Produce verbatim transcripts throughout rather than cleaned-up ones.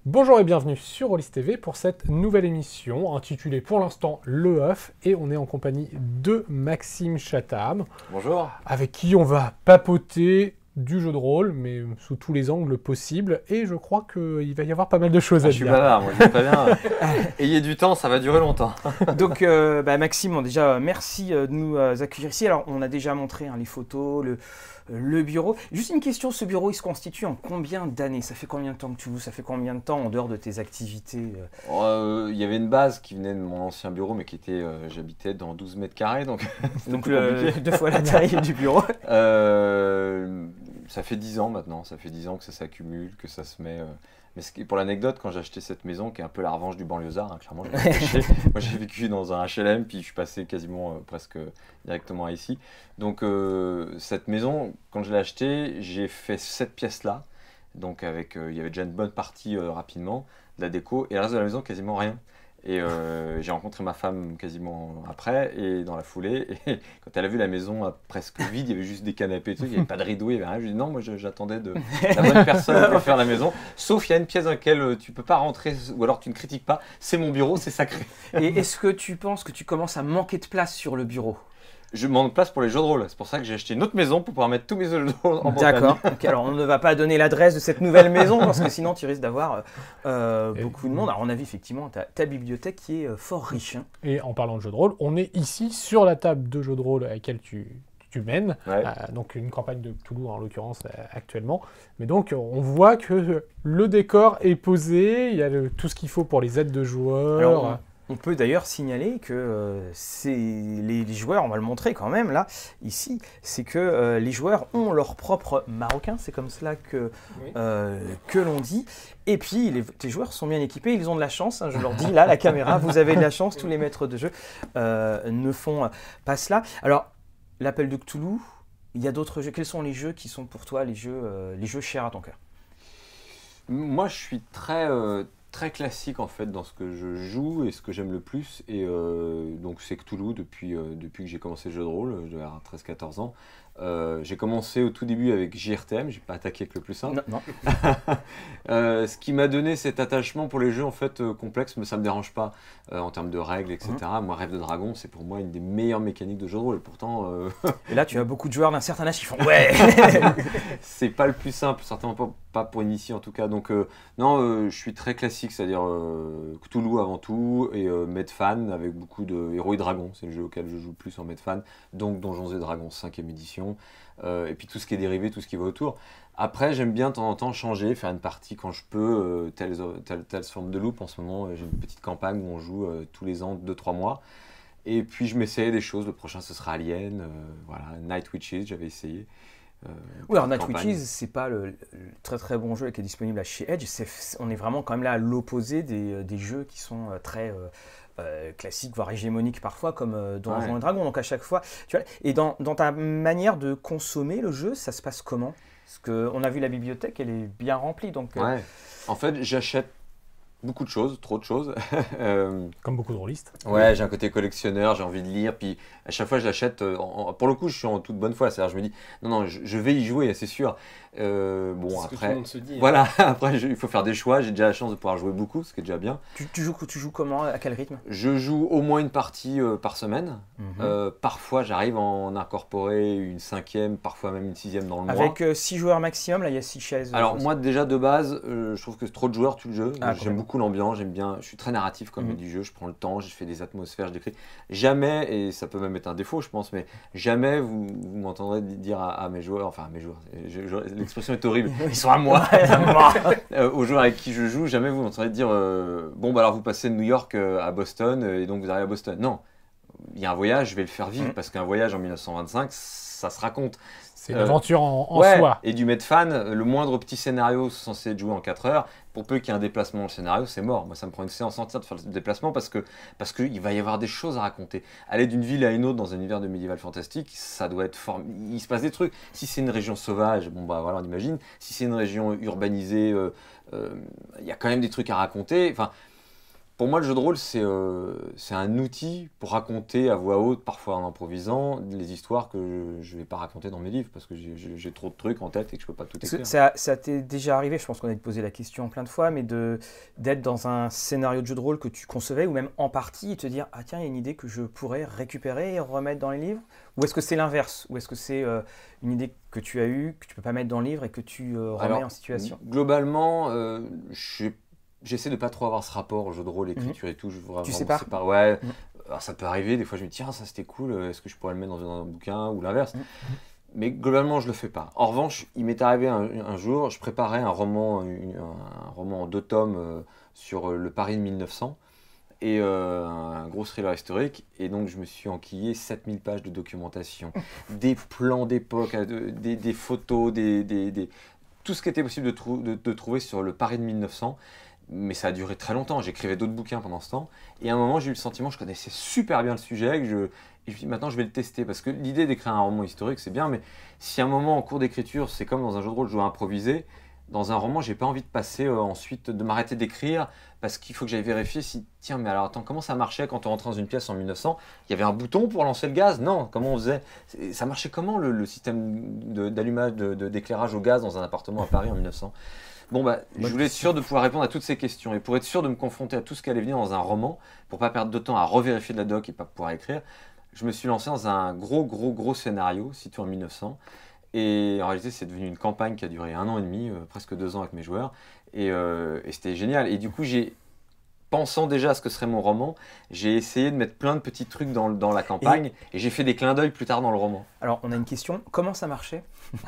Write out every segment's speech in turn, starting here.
Bonjour et bienvenue sur Rollis T V pour cette nouvelle émission intitulée pour l'instant Le œuf, et on est en compagnie de Maxime Chatham. Bonjour. Avec qui on va papoter du jeu de rôle, mais sous tous les angles possibles, et je crois qu'il va y avoir pas mal de choses ah, à je dire. Je suis bavard, moi je dis pas bien. Ayez du temps, ça va durer longtemps. Donc euh, bah, Maxime, bon, déjà merci de nous euh, accueillir ici. Alors on a déjà montré hein, les photos, le, le bureau. Juste une question, ce bureau il se constitue en combien d'années? Ça fait combien de temps que tu joues? Ça fait combien de temps en dehors de tes activités? Il euh, y avait une base qui venait de mon ancien bureau, mais qui était, euh, j'habitais dans douze mètres carrés, donc donc le, deux fois la taille du bureau. Euh, ça fait dix ans maintenant, ça fait dix ans que ça s'accumule, que ça se met... Euh... Mais ce qui, pour l'anecdote, quand j'ai acheté cette maison, qui est un peu la revanche du banlieusard, hein, clairement, j'ai moi j'ai vécu dans un H L M, puis je suis passé quasiment euh, presque directement à ici. Donc euh, cette maison, quand je l'ai achetée, j'ai fait cette pièce-là. Donc avec, euh, il y avait déjà une bonne partie euh, rapidement, de la déco, et le reste de la maison, quasiment rien. Et euh, j'ai rencontré ma femme quasiment après, et dans la foulée, et quand elle a vu la maison euh, presque vide, il y avait juste des canapés et tout, il n'y avait pas de rideau, il n'y avait rien. Je lui ai dit non, moi j'attendais de la bonne personne pour faire la maison, sauf il y a une pièce dans laquelle tu ne peux pas rentrer, ou alors tu ne critiques pas, c'est mon bureau, c'est sacré. Et est-ce que tu penses que tu commences à manquer de place sur le bureau? Je manque de place pour les jeux de rôle, c'est pour ça que j'ai acheté une autre maison pour pouvoir mettre tous mes jeux de rôle en D'accord. Okay, alors on ne va pas donner l'adresse de cette nouvelle maison parce que sinon tu risques d'avoir euh, beaucoup de monde. Alors on a vu effectivement ta, ta bibliothèque qui est euh, fort riche. Hein. Et en parlant de jeux de rôle, on est ici sur la table de jeux de rôle à laquelle tu, tu mènes, ouais. euh, donc une campagne de Cthulhu en l'occurrence euh, actuellement. Mais donc on voit que le décor est posé, il y a le, tout ce qu'il faut pour les aides de joueurs. Alors, on... On peut d'ailleurs signaler que euh, c'est les, les joueurs, on va le montrer quand même là, ici, c'est que euh, les joueurs ont leur propre marocain, c'est comme cela que, oui. euh, que l'on dit. Et puis les, les joueurs sont bien équipés, ils ont de la chance, hein, je leur dis là, la caméra, vous avez de la chance, tous les maîtres de jeu euh, ne font pas cela. Alors, l'appel de Cthulhu, il y a d'autres jeux, quels sont les jeux qui sont pour toi les jeux, euh, les jeux chers à ton cœur? Moi je suis très... Euh... très classique en fait dans ce que je joue et ce que j'aime le plus, et euh, donc c'est Cthulhu depuis, euh, depuis que j'ai commencé le jeu de rôle, je devais avoir treize quatorze ans. Euh, j'ai commencé au tout début avec J R T M, j'ai pas attaqué avec le plus simple. Non, non. euh, ce qui m'a donné cet attachement pour les jeux en fait euh, complexes, mais ça me dérange pas euh, en termes de règles, et cetera. Mmh. Moi, Rêve de Dragon, c'est pour moi une des meilleures mécaniques de jeu de rôle, et pourtant... Euh... et là, tu as beaucoup de joueurs d'un certain âge qui font « ouais !» C'est pas le plus simple, certainement pas, pas pour initier en tout cas. Donc euh, non, euh, je suis très classique, c'est-à-dire euh, Cthulhu avant tout, et euh, Medfan avec beaucoup de Héros et Dragons, c'est le jeu auquel je joue le plus en Medfan, donc Donjons et Dragons cinquième édition. Euh, et puis tout ce qui est dérivé, tout ce qui va autour. Après, j'aime bien de temps en temps changer, faire une partie quand je peux, euh, telle, telle, telle forme de loop. En ce moment, j'ai une petite campagne où on joue euh, tous les ans, deux trois mois. Et puis je m'essaye des choses, le prochain ce sera Alien, euh, voilà, Night Witches, j'avais essayé. Euh, oui, alors Night Witches, c'est pas le, le très très bon jeu qui est disponible là chez Edge, c'est, on est vraiment quand même là à l'opposé des, des jeux qui sont très... Euh, Euh, classique, voire hégémonique parfois, comme euh, Donjons ouais. et Dragons. Donc à chaque fois, tu vois, et dans, dans ta manière de consommer le jeu, ça se passe comment? Parce qu'on a vu la bibliothèque, elle est bien remplie. Donc, euh... ouais. En fait, j'achète beaucoup de choses, trop de choses. euh... Comme beaucoup de rôlistes. Ouais, j'ai un côté collectionneur, j'ai envie de lire, puis à chaque fois je l'achète. Euh, pour le coup, je suis en toute bonne foi. C'est-à-dire, je me dis, non, non, je, je vais y jouer, c'est sûr. Euh, bon, c'est après, ce que tout le monde se dit, voilà, hein. Après, je, il faut faire des choix. J'ai déjà la chance de pouvoir jouer beaucoup, ce qui est déjà bien. Tu, tu, joues, tu joues comment? À quel rythme? Je joue au moins une partie euh, par semaine. Mm-hmm. euh, parfois, j'arrive à en incorporer une cinquième, parfois même une sixième dans le mois. Avec euh, six joueurs maximum, là, il y a six chaises. Alors, moi, déjà de base, euh, je trouve que c'est trop de joueurs tout le jeu. Ah, j'aime beaucoup l'ambiance, j'aime bien. Je suis très narratif comme mm-hmm. du jeu. Je prends le temps, je fais des atmosphères, je décris. Jamais, et ça peut même être un défaut, je pense, mais jamais vous, vous m'entendrez dire à, à mes joueurs, enfin à mes joueurs, je, je, l'expression est horrible. Ils sont à moi. euh, aux joueurs avec qui je joue, jamais vous m'entendrez dire euh, bon, bah alors vous passez de New York euh, à Boston euh, et donc vous arrivez à Boston. Non, il y a un voyage, je vais le faire vivre mmh. parce qu'un voyage en mille neuf cent vingt-cinq, ça se raconte. C'est une euh, aventure en, en ouais, soi. Et du Medfan, le moindre petit scénario censé être joué en quatre heures, pour peu qu'il y ait un déplacement dans le scénario, c'est mort. Moi, ça me prend une séance entière de faire le déplacement parce que parce qu'il va y avoir des choses à raconter. Aller d'une ville à une autre dans un univers de médiéval fantastique, ça doit être form... il se passe des trucs. Si c'est une région sauvage, bon bah voilà, on imagine. Si c'est une région urbanisée, il euh, euh, y a quand même des trucs à raconter. Enfin, Pour moi, le jeu de rôle, c'est euh, c'est un outil pour raconter à voix haute, parfois en improvisant, les histoires que je ne vais pas raconter dans mes livres parce que j'ai- j'ai j'ai trop de trucs en tête et que je ne peux pas tout Parce que écrire. Ça, ça t'est déjà arrivé, je pense qu'on a posé la question plein de fois, mais de d'être dans un scénario de jeu de rôle que tu concevais ou même en partie et te dire ah tiens il y a une idée que je pourrais récupérer et remettre dans les livres, ou est-ce que c'est l'inverse, ou est-ce que c'est euh, une idée que tu as eue que tu peux pas mettre dans le livre et que tu euh, remets Alors, en situation? globalement, euh, je j'essaie de pas trop avoir ce rapport au jeu de rôle, écriture et tout. Je vois Tu vraiment sépares? séparer. Ouais, Mhm. alors ça peut arriver, des fois je me dis, tiens, ça c'était cool, euh, est-ce que je pourrais le mettre dans un, dans un bouquin ou l'inverse? Mhm. Mais globalement, je le fais pas. En revanche, il m'est arrivé un, un jour, je préparais un roman, une- un, roman en deux tomes euh, sur euh, le Paris de mille neuf cents et euh, un gros thriller historique. Et donc, je me suis enquillé sept mille pages de documentation, des plans d'époque, euh, de- des, des photos, des, des- des- tout ce qui était possible de, trou- de- de trouver sur le Paris de mille neuf cents. Mais ça a duré très longtemps. J'écrivais d'autres bouquins pendant ce temps. Et à un moment, j'ai eu le sentiment, je connaissais super bien le sujet, que je, et je me suis dit, maintenant, je vais le tester. Parce que l'idée d'écrire un roman historique, c'est bien, mais si à un moment, en cours d'écriture, c'est comme dans un jeu de rôle, je dois improviser, dans un roman, j'ai pas envie de passer euh, ensuite, de m'arrêter d'écrire, parce qu'il faut que j'aille vérifier si, tiens, mais alors attends, comment ça marchait quand on rentrait dans une pièce en mille neuf cents? Il y avait un bouton pour lancer le gaz? Non, comment on faisait? C'est- Ça marchait comment le, le système de- d'allumage, de- de- d'éclairage au gaz dans un appartement à Paris en mille neuf cents? Bon, bah, je voulais être sûr de pouvoir répondre à toutes ces questions et pour être sûr de me confronter à tout ce qui allait venir dans un roman, pour pas perdre de temps à revérifier de la doc et pas pouvoir écrire, je me suis lancé dans un gros, gros, gros scénario situé en mille neuf cents. Et en réalité, c'est devenu une campagne qui a duré un an et demi, euh, presque deux ans avec mes joueurs. Et, euh, et c'était génial. Et du coup, j'ai, pensant déjà à ce que serait mon roman, j'ai essayé de mettre plein de petits trucs dans, le- dans la campagne et, j'ai fait des clins d'œil plus tard dans le roman. Alors on a une question, comment ça marchait?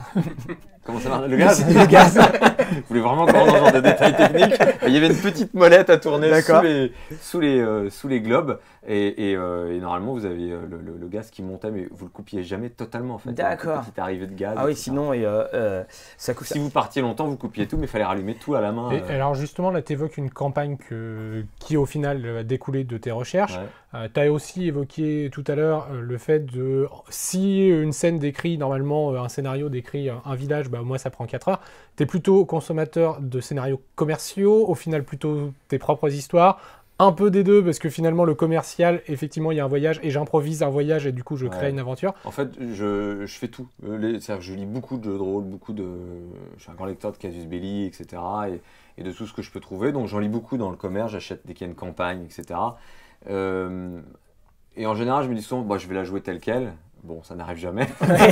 Comment ça marche? Le gaz? Le gaz. Vous voulez vraiment qu'on rentre dans le genre de détails techniques? Il y avait une petite molette à tourner sous D'accord. les, sous, les, euh, sous les globes et, et, euh, et normalement vous aviez euh, le, le- le gaz qui montait mais vous le coupiez jamais totalement en fait. Il y avait une D'accord. petite arrivée de gaz. Ah oui, et cetera. sinon et, euh, euh, ça coûte. Si vous partiez longtemps, vous coupiez tout mais il fallait rallumer tout à la main. Et euh. alors justement, là, tu évoques une campagne que- qui au final a découlé de tes recherches. Ouais. tu as aussi évoqué tout à l'heure euh, le fait de, si une scène décrit, normalement euh, un scénario décrit un, un village, bah, moi ça prend quatre heures. Tu es plutôt consommateur de scénarios commerciaux, au final plutôt tes propres histoires. Un peu des deux, parce que finalement le commercial, effectivement il y a un voyage et j'improvise un voyage et du coup je crée Ouais. une aventure. En fait, je, je fais tout. Euh, les- c'est-à-dire que je lis beaucoup de jeux de rôle, beaucoup de. Je suis un grand lecteur de Casus Belli, et cetera. Et, et de tout ce que je peux trouver. Donc j'en lis beaucoup dans le commerce, j'achète dès qu'il y a une campagne, et cetera. Euh, et en général, je me dis souvent, bah, je vais la jouer telle quelle. Bon, ça n'arrive jamais.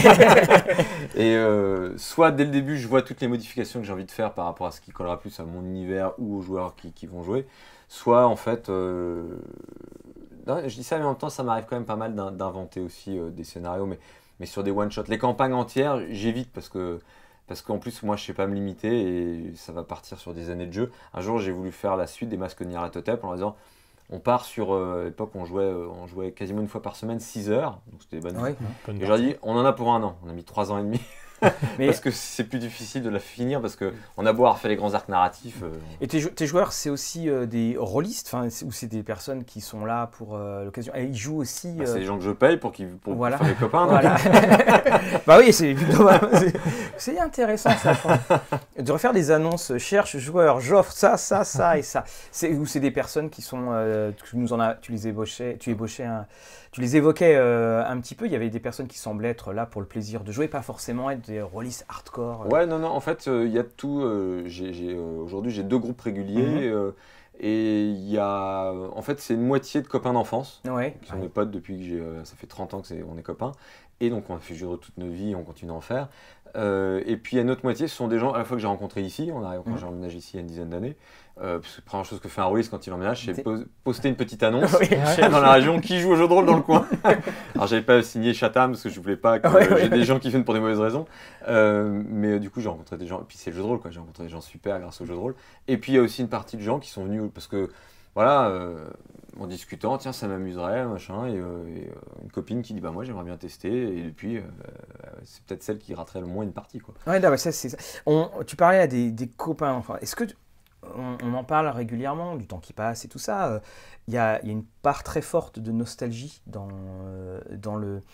Et euh, soit dès le début, je vois toutes les modifications que j'ai envie de faire par rapport à ce qui collera plus à mon univers ou aux joueurs qui, qui vont jouer. Soit en fait, euh, non, je dis ça, mais en même temps, ça m'arrive quand même pas mal d'in- d'inventer aussi euh, des scénarios, mais, mais sur des one-shots. Les campagnes entières, j'évite parce que parce qu'en plus, moi, je sais pas me limiter et ça va partir sur des années de jeu. Un jour, j'ai voulu faire la suite des Masques de Nyarlathotep en leur disant, on part sur, euh, à l'époque, on jouait, euh, on jouait quasiment une fois par semaine, six heures, donc c'était des bonnes. Ouais. Bonne Et je leur partie. dis, on en a pour un an. On a mis trois ans et demi. Mais- Parce que c'est plus difficile de la finir, parce qu'on a beau avoir fait les grands arcs narratifs. euh, Et tes, jou- tes joueurs, c'est aussi euh, des rôlistes, enfin, c'est- ou c'est des personnes qui sont là pour euh, l'occasion. Et ils jouent aussi. bah, euh, c'est les gens que je paye pour, qu'ils, pour, pour Voilà. faire des copains. donc. Voilà. Bah oui, c'est c'est- c'est intéressant ça. De refaire des annonces, cherche joueurs, j'offre ça, ça, ça et ça. C'est ou c'est des personnes qui sont, euh, tu nous en as, tu les ébauchais, tu ébauchais un, tu les évoquais euh, un petit peu. Il y avait des personnes qui semblaient être là pour le plaisir de jouer, pas forcément être des rôlistes hardcore. euh. Ouais, non, non, en fait, il y a de tout. euh, j'ai, j'ai, euh, aujourd'hui, j'ai deux groupes réguliers. Mhm. euh, et il y a. En fait, c'est une moitié de copains d'enfance, Ouais. qui sont mes potes depuis que j'ai. euh, ça fait trente ans que c'est, on est copains. Et donc, on a fait jeu toute notre vie, on continue à en faire. Euh, et puis, il y a une autre moitié, ce sont des gens à la fois que j'ai rencontrés ici. On a, quand Mhm. j'ai emménagé ici il y a une dizaine d'années. Euh, parce que la première chose que fait un rôliste quand il emménage, c'est T'es- pos- poster une petite annonce. Oui. Dans la région qui joue au jeu de rôle dans le coin. Alors j'avais pas signé Chatham parce que je voulais pas que Ouais, euh, ouais. j'ai des gens qui viennent pour des mauvaises raisons. Euh, mais euh, du coup j'ai rencontré des gens. Et puis c'est le jeu de rôle quoi. J'ai rencontré des gens super grâce au jeu de rôle. Et puis il y a aussi une partie de gens qui sont venus parce que voilà euh, en discutant tiens ça m'amuserait machin et, euh, et, euh, une copine qui dit bah moi j'aimerais bien tester et depuis euh, c'est peut-être celle qui raterait le moins une partie quoi. Ouais, non, mais ça, c'est ça. On, tu parlais à des, des copains. Enfin, est-ce que tu- on, on en parle régulièrement du temps qui passe et tout ça. Il y, a, y a une part très forte de nostalgie dans, euh, dans le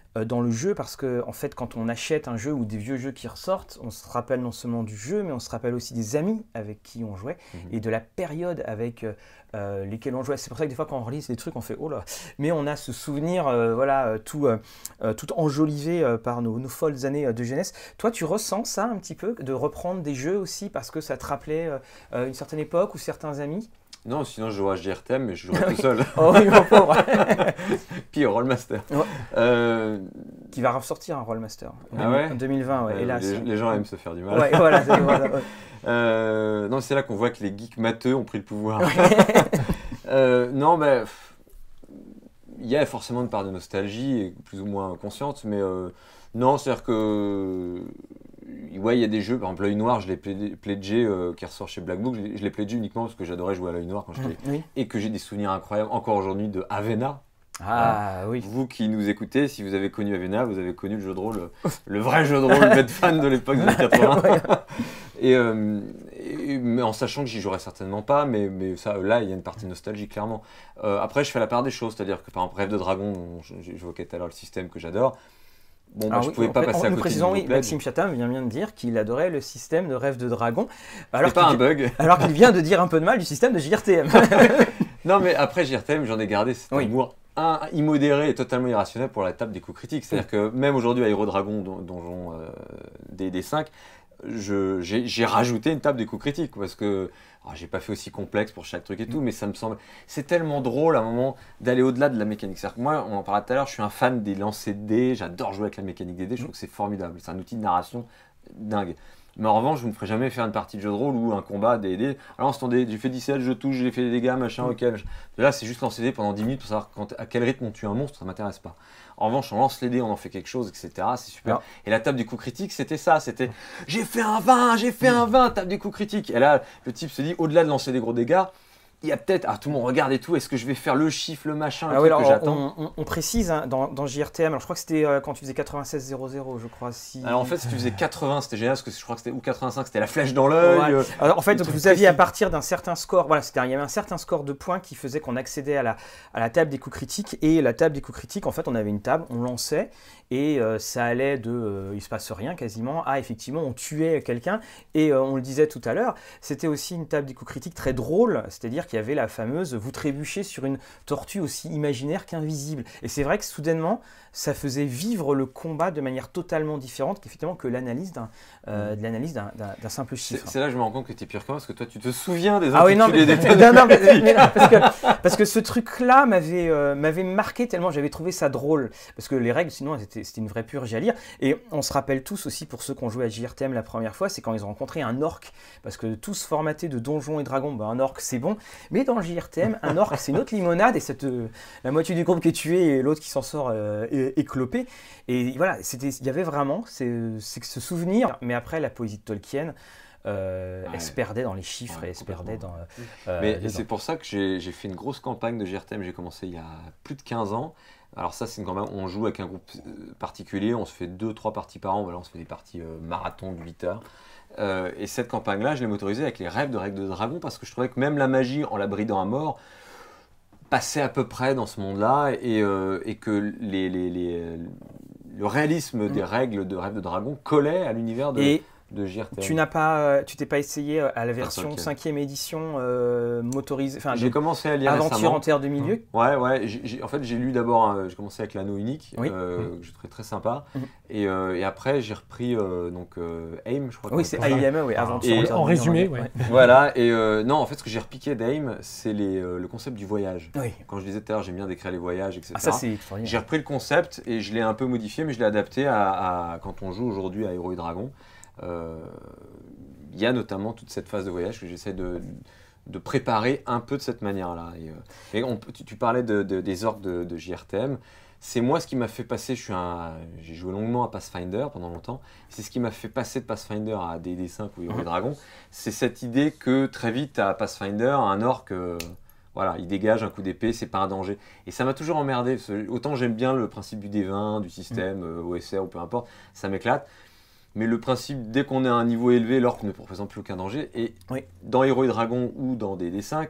euh, dans le jeu, parce que en fait, quand on achète un jeu ou des vieux jeux qui ressortent, on se rappelle non seulement du jeu, mais on se rappelle aussi des amis avec qui on jouait mmh. et de la période avec euh, lesquels on jouait. C'est pour ça que des fois, quand on relise des trucs, on fait oh là, mais on a ce souvenir, euh, voilà, tout, euh, tout enjolivé euh, par nos, nos folles années de jeunesse. Toi, tu ressens ça un petit peu, de reprendre des jeux aussi parce que ça te rappelait euh, une certaine époque ou certains amis? Non, sinon je jouerais à J R T M, mais je jouerais tout seul. Oh oui, mon pauvre. Puis Rollmaster. Ouais. Euh... Qui va ressortir un Rollmaster. Ah ouais en deux mille vingt, ouais, euh, hélas. Les, les gens aiment se faire du mal. Ouais, voilà. C'est, voilà ouais. euh, non, c'est là qu'on voit que les geeks matheux ont pris le pouvoir. euh, non, mais il y a forcément une part de nostalgie, plus ou moins consciente, mais euh, non, c'est-à-dire que. Ouais, il y a des jeux, par exemple l'œil noir, je l'ai pledgé, euh, qui ressort chez Black Book, je l'ai pledgé uniquement parce que j'adorais jouer à l'œil noir quand j'étais. Mmh, oui. Et que j'ai des souvenirs incroyables encore aujourd'hui de Avena. Ah oui. Vous qui nous écoutez, si vous avez connu Avena, vous avez connu le jeu de rôle, le vrai jeu de rôle bête fan de l'époque des années quatre-vingts. et, euh, et mais en sachant que j'y jouerais certainement pas, mais, mais ça, là, il y a une partie nostalgie, clairement. Euh, après, je fais la part des choses, c'est-à-dire que par exemple, Rêve de Dragon, j'évoquais tout à l'heure le système que j'adore. Bon, moi, bah, je ne pouvais pas passer à côté précisons, oui, Maxime Chatham vient bien de dire qu'il adorait le système de Rêve de Dragon. Alors pas un bug. Alors qu'il vient de dire un peu de mal du système de J R T M. Non, mais après J R T M, j'en ai gardé cet oui. amour un, immodéré et totalement irrationnel pour la table des coups critiques. C'est-à-dire oui. que même aujourd'hui, à Hero Dragon, don, Donjon euh, D D cinq, j'ai rajouté une table des coups critiques parce que oh, j'ai pas fait aussi complexe pour chaque truc et tout, mais ça me semble c'est tellement drôle à un moment d'aller au-delà de la mécanique. C'est-à-dire que moi, on en parlait tout à l'heure, je suis un fan des lancers de dés, j'adore jouer avec la mécanique des dés, je trouve que c'est formidable, c'est un outil de narration dingue. Mais en revanche, je ne me ferai jamais faire une partie de jeu de rôle ou un combat des dés. Alors, attendez, j'ai fait dix-sept, je touche, j'ai fait des dégâts, machin, ok. Là, c'est juste lancer des dés pendant dix minutes pour savoir quand, à quel rythme on tue un monstre, ça m'intéresse pas. En revanche, on lance les dés, on en fait quelque chose, et cetera. C'est super. Alors, et la table des coups critiques, c'était ça. C'était j'ai fait un vingt, j'ai fait un vingt, table des coups critiques. Et là, le type se dit, au-delà de lancer des gros dégâts, il y a peut-être, ah tout le monde regarde et tout, est-ce que je vais faire le chiffre, le machin, le ah truc oui, alors, que j'attends on, on, on précise hein, dans, dans J R T M, alors je crois que c'était euh, quand tu faisais quatre-vingt-seize zéro zéro, je crois. Si... Alors en fait, si tu faisais quatre-vingts, c'était génial, parce que je crois que c'était ou quatre-vingt-cinq, c'était la flèche dans l'œil. Ouais. Euh, en fait, donc, vous aviez à partir d'un certain score, voilà, c'était il y avait un certain score de points qui faisait qu'on accédait à la, à la table des coups critiques. Et la table des coups critiques, en fait, on avait une table, on lançait, et euh, ça allait de euh, il se passe rien quasiment à effectivement on tuait quelqu'un. Et euh, on le disait tout à l'heure, c'était aussi une table des coups critiques très drôle, c'est-à-dire qu'il y avait la fameuse vous trébuchez sur une tortue aussi imaginaire qu'invisible. Et c'est vrai que soudainement, ça faisait vivre le combat de manière totalement différente qu'effectivement que l'analyse d'un euh, de l'analyse d'un simple chiffre. C'est là que je me rends compte que tu es pire que moi, parce que toi, tu te souviens des ah oui, non, mais, des non, non, mais, mais non, parce, que, parce que ce truc-là m'avait euh, m'avait marqué tellement j'avais trouvé ça drôle. Parce que les règles, sinon, c'était une vraie purge à lire. Et on se rappelle tous aussi, pour ceux qui ont joué à J R T M la première fois, c'est quand ils ont rencontré un orc. Parce que tous formatés de donjons et dragons, ben, un orc, c'est bon. Mais dans J R T M, un orc, c'est une autre limonade, et cette, euh, la moitié du groupe qui est tué et l'autre qui s'en sort euh, éclopé. Et voilà, il y avait vraiment c'est ce souvenir, mais après la poésie de Tolkien, euh, ouais. elle se perdait dans les chiffres, ouais, et elle se perdait dans... Euh, mais c'est pour ça que j'ai fait une grosse campagne de J R T M, j'ai commencé il y a plus de quinze ans. Alors ça, c'est une campagne où on joue avec un groupe particulier, on se fait deux trois parties par an, voilà, on se fait des parties euh, marathon de huit heures. Euh, et cette campagne-là, je l'ai motorisée avec les rêves de règles de dragon, parce que je trouvais que même la magie, en la bridant à mort, passait à peu près dans ce monde-là, et, euh, et que les, les, les, le réalisme mmh. des règles de rêves de dragon collait à l'univers de... Et de J R T M. Tu n'as pas, tu t'es pas essayé à la version cinquième édition euh, motorisée, enfin j'ai commencé à lire Aventure récemment. en terre de milieu. Ouais, ouais. J ai, en fait, j'ai lu d'abord, j'ai commencé avec l'anneau unique, oui. euh, mmh. que je trouvais très sympa, mmh. et, euh, et après j'ai repris euh, donc euh, AIM, je crois. Oui, c'est AIM, oui, Aventure et, en, en résumé, ouais. ouais. Voilà. Et euh, non, en fait, ce que j'ai repiqué d'AIM, c'est euh, le concept du voyage. Oui. Quand je disais tout à l'heure, j'aime bien décrire les voyages, et cetera. Ah, ça c'est extraordinaire. J'ai repris le concept et je l'ai un peu modifié, mais je l'ai adapté à, à quand on joue aujourd'hui à Héros et Dragons. Euh, il y a notamment toute cette phase de voyage que j'essaie de, de préparer un peu de cette manière-là. Et, euh, et on, tu, tu parlais de, de, des orques de, de J R T M. C'est moi ce qui m'a fait passer, j'ai joué longuement à Pathfinder pendant longtemps, c'est ce qui m'a fait passer de Pathfinder à D D cinq ou Héros et Dragons. C'est cette idée que très vite à Pathfinder, un orc, euh, voilà, il dégage un coup d'épée, c'est pas un danger. Et ça m'a toujours emmerdé. Autant j'aime bien le principe du D vingt, du système, euh, O S R ou peu importe, ça m'éclate. Mais le principe, dès qu'on est à un niveau élevé, l'orc ne représente plus aucun danger. Et oui. dans Héros et Dragons ou dans D D cinq,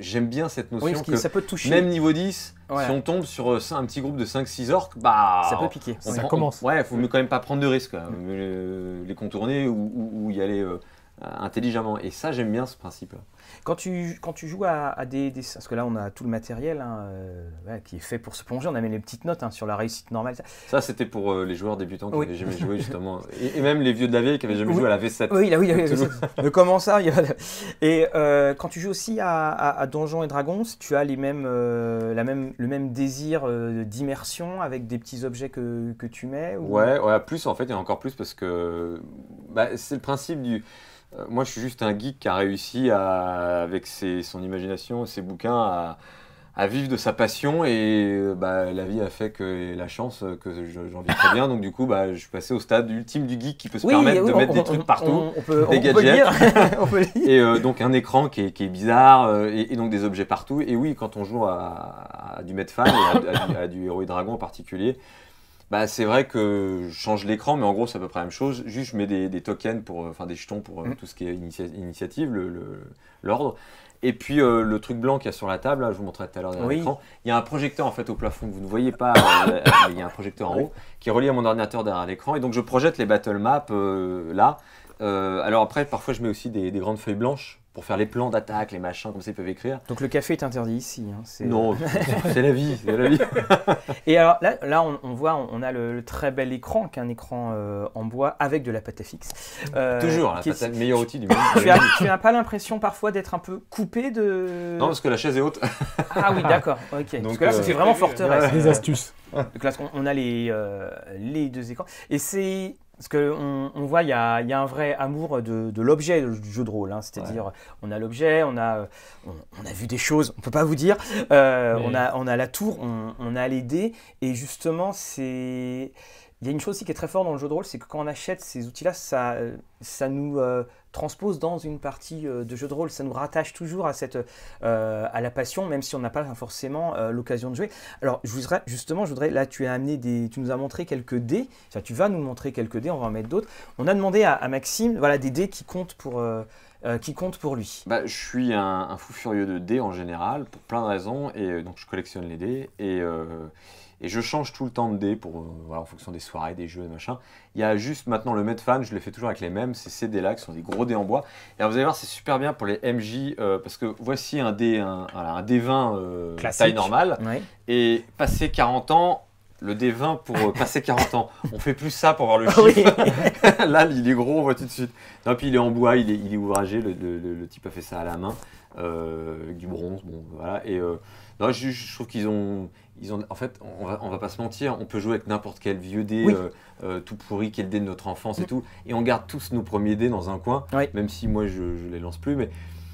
j'aime bien cette notion Oui, que ça peut toucher. Même niveau dix, ouais. si on tombe sur un petit groupe de cinq six orques, bah, ça peut piquer. On, ça on, commence. On, ouais, il faut quand même pas prendre de risques, euh, les contourner ou, ou, ou y aller euh, intelligemment. Et ça, j'aime bien ce principe-là. Quand tu, quand tu joues à, à des, des... Parce que là, on a tout le matériel hein, euh, ouais, qui est fait pour se plonger. On a mis les petites notes hein, sur la réussite normale. Ça, c'était pour euh, les joueurs débutants qui oui. n'avaient jamais joué, justement. Et, et même les vieux de la vieille qui n'avaient jamais oui. joué à la V sept. Oui, là, oui, oui. Mais comment ça il y a... Et euh, quand tu joues aussi à, à, à Donjons et Dragons, tu as les mêmes, euh, la même, le même désir euh, d'immersion avec des petits objets que, que tu mets ou... Ouais, ouais, plus en fait, et encore plus parce que bah, c'est le principe du... Euh, moi, je suis juste un geek qui a réussi, à, avec ses, son imagination, ses bouquins, à, à vivre de sa passion. Et bah, la vie a fait que la chance que j'en vis très bien. Donc, du coup, bah, je suis passé au stade ultime du geek qui peut se oui, permettre oui, de on, mettre on, des trucs on, partout, on, on peut, des on, gadgets. On peut le dire. Et euh, donc, un écran qui est, qui est bizarre euh, et, et donc des objets partout. Et oui, quand on joue à, à du Medfan et à, à, du, à du Héros et Dragon en particulier, bah, c'est vrai que je change l'écran, mais en gros, c'est à peu près la même chose. Juste, je mets des, des tokens, pour, enfin des jetons pour mmh. tout ce qui est initia initiative, l'ordre. Et puis, euh, le truc blanc qu'il y a sur la table, là, je vous montrerai tout à l'heure derrière oui. l'écran, il y a un projecteur en fait au plafond que vous ne voyez pas, euh, il y a un projecteur en haut qui est relié à mon ordinateur derrière l'écran. Et donc, je projette les battle maps euh, là. Euh, alors après, parfois, je mets aussi des, des grandes feuilles blanches pour faire les plans d'attaque, les machins, comme ça ils peuvent écrire. Donc le café est interdit ici. Hein, non, c'est la vie, c'est la vie. Et alors là, là on, on voit, on a le, le très bel écran, qui est un écran euh, en bois avec de la pâte à fixe. Euh, Toujours, la pâte à, meilleur outil du monde. Tu n'as pas l'impression parfois d'être un peu coupé de... Non, parce que la chaise est haute. Ah oui, d'accord, ok. Donc, parce que là, euh, ça fait vraiment forteresse. Des astuces. Donc là, on a les, euh, les deux écrans. Et c'est... Parce qu'on on voit, il y a, y a un vrai amour de, de l'objet du jeu de rôle. Hein. C'est-à-dire, ouais. on a l'objet, on a, on, on a vu des choses, on ne peut pas vous dire. Euh, on, a, on a la tour, on, on a les dés. Et justement, c'est... il y a une chose aussi qui est très forte dans le jeu de rôle, c'est que quand on achète ces outils-là, ça, ça nous euh, transpose dans une partie euh, de jeu de rôle. Ça nous rattache toujours à, cette, euh, à la passion, même si on n'a pas forcément euh, l'occasion de jouer. Alors, je voudrais, justement, je voudrais, là, tu as amené des, tu nous as montré quelques dés. Enfin, tu vas nous montrer quelques dés, on va en mettre d'autres. On a demandé à, à Maxime, voilà, des dés qui comptent pour, euh, euh, qui comptent pour lui. Bah, je suis un, un fou furieux de dés en général, pour plein de raisons, et euh, donc je collectionne les dés. Et euh, Et je change tout le temps de dés pour, euh, voilà, en fonction des soirées, des jeux, des machins. Il y a juste maintenant le Medfan, je les fais toujours avec les mêmes, c'est ces dés-là qui sont des gros dés en bois. Et alors vous allez voir, c'est super bien pour les M J, euh, parce que voici un dé, un, voilà, un dé vingt euh, taille normale. Oui. Et passé quarante ans, le dé vingt pour euh, passer quarante ans, on fait plus ça pour voir le chiffre. Oui. Là, il est gros, on voit tout de suite. Non, puis il est en bois, il est, il est ouvragé, le, le, le, le type a fait ça à la main, euh, avec du bronze, bon, voilà. Et euh, non, je, je trouve qu'ils ont... Ils ont, en fait, on va, on va pas se mentir, on peut jouer avec n'importe quel vieux dé, oui. euh, euh, tout pourri, qui est le dé de notre enfance et mmh. tout, et on garde tous nos premiers dés dans un coin, oui. même si moi je, je les lance plus, mais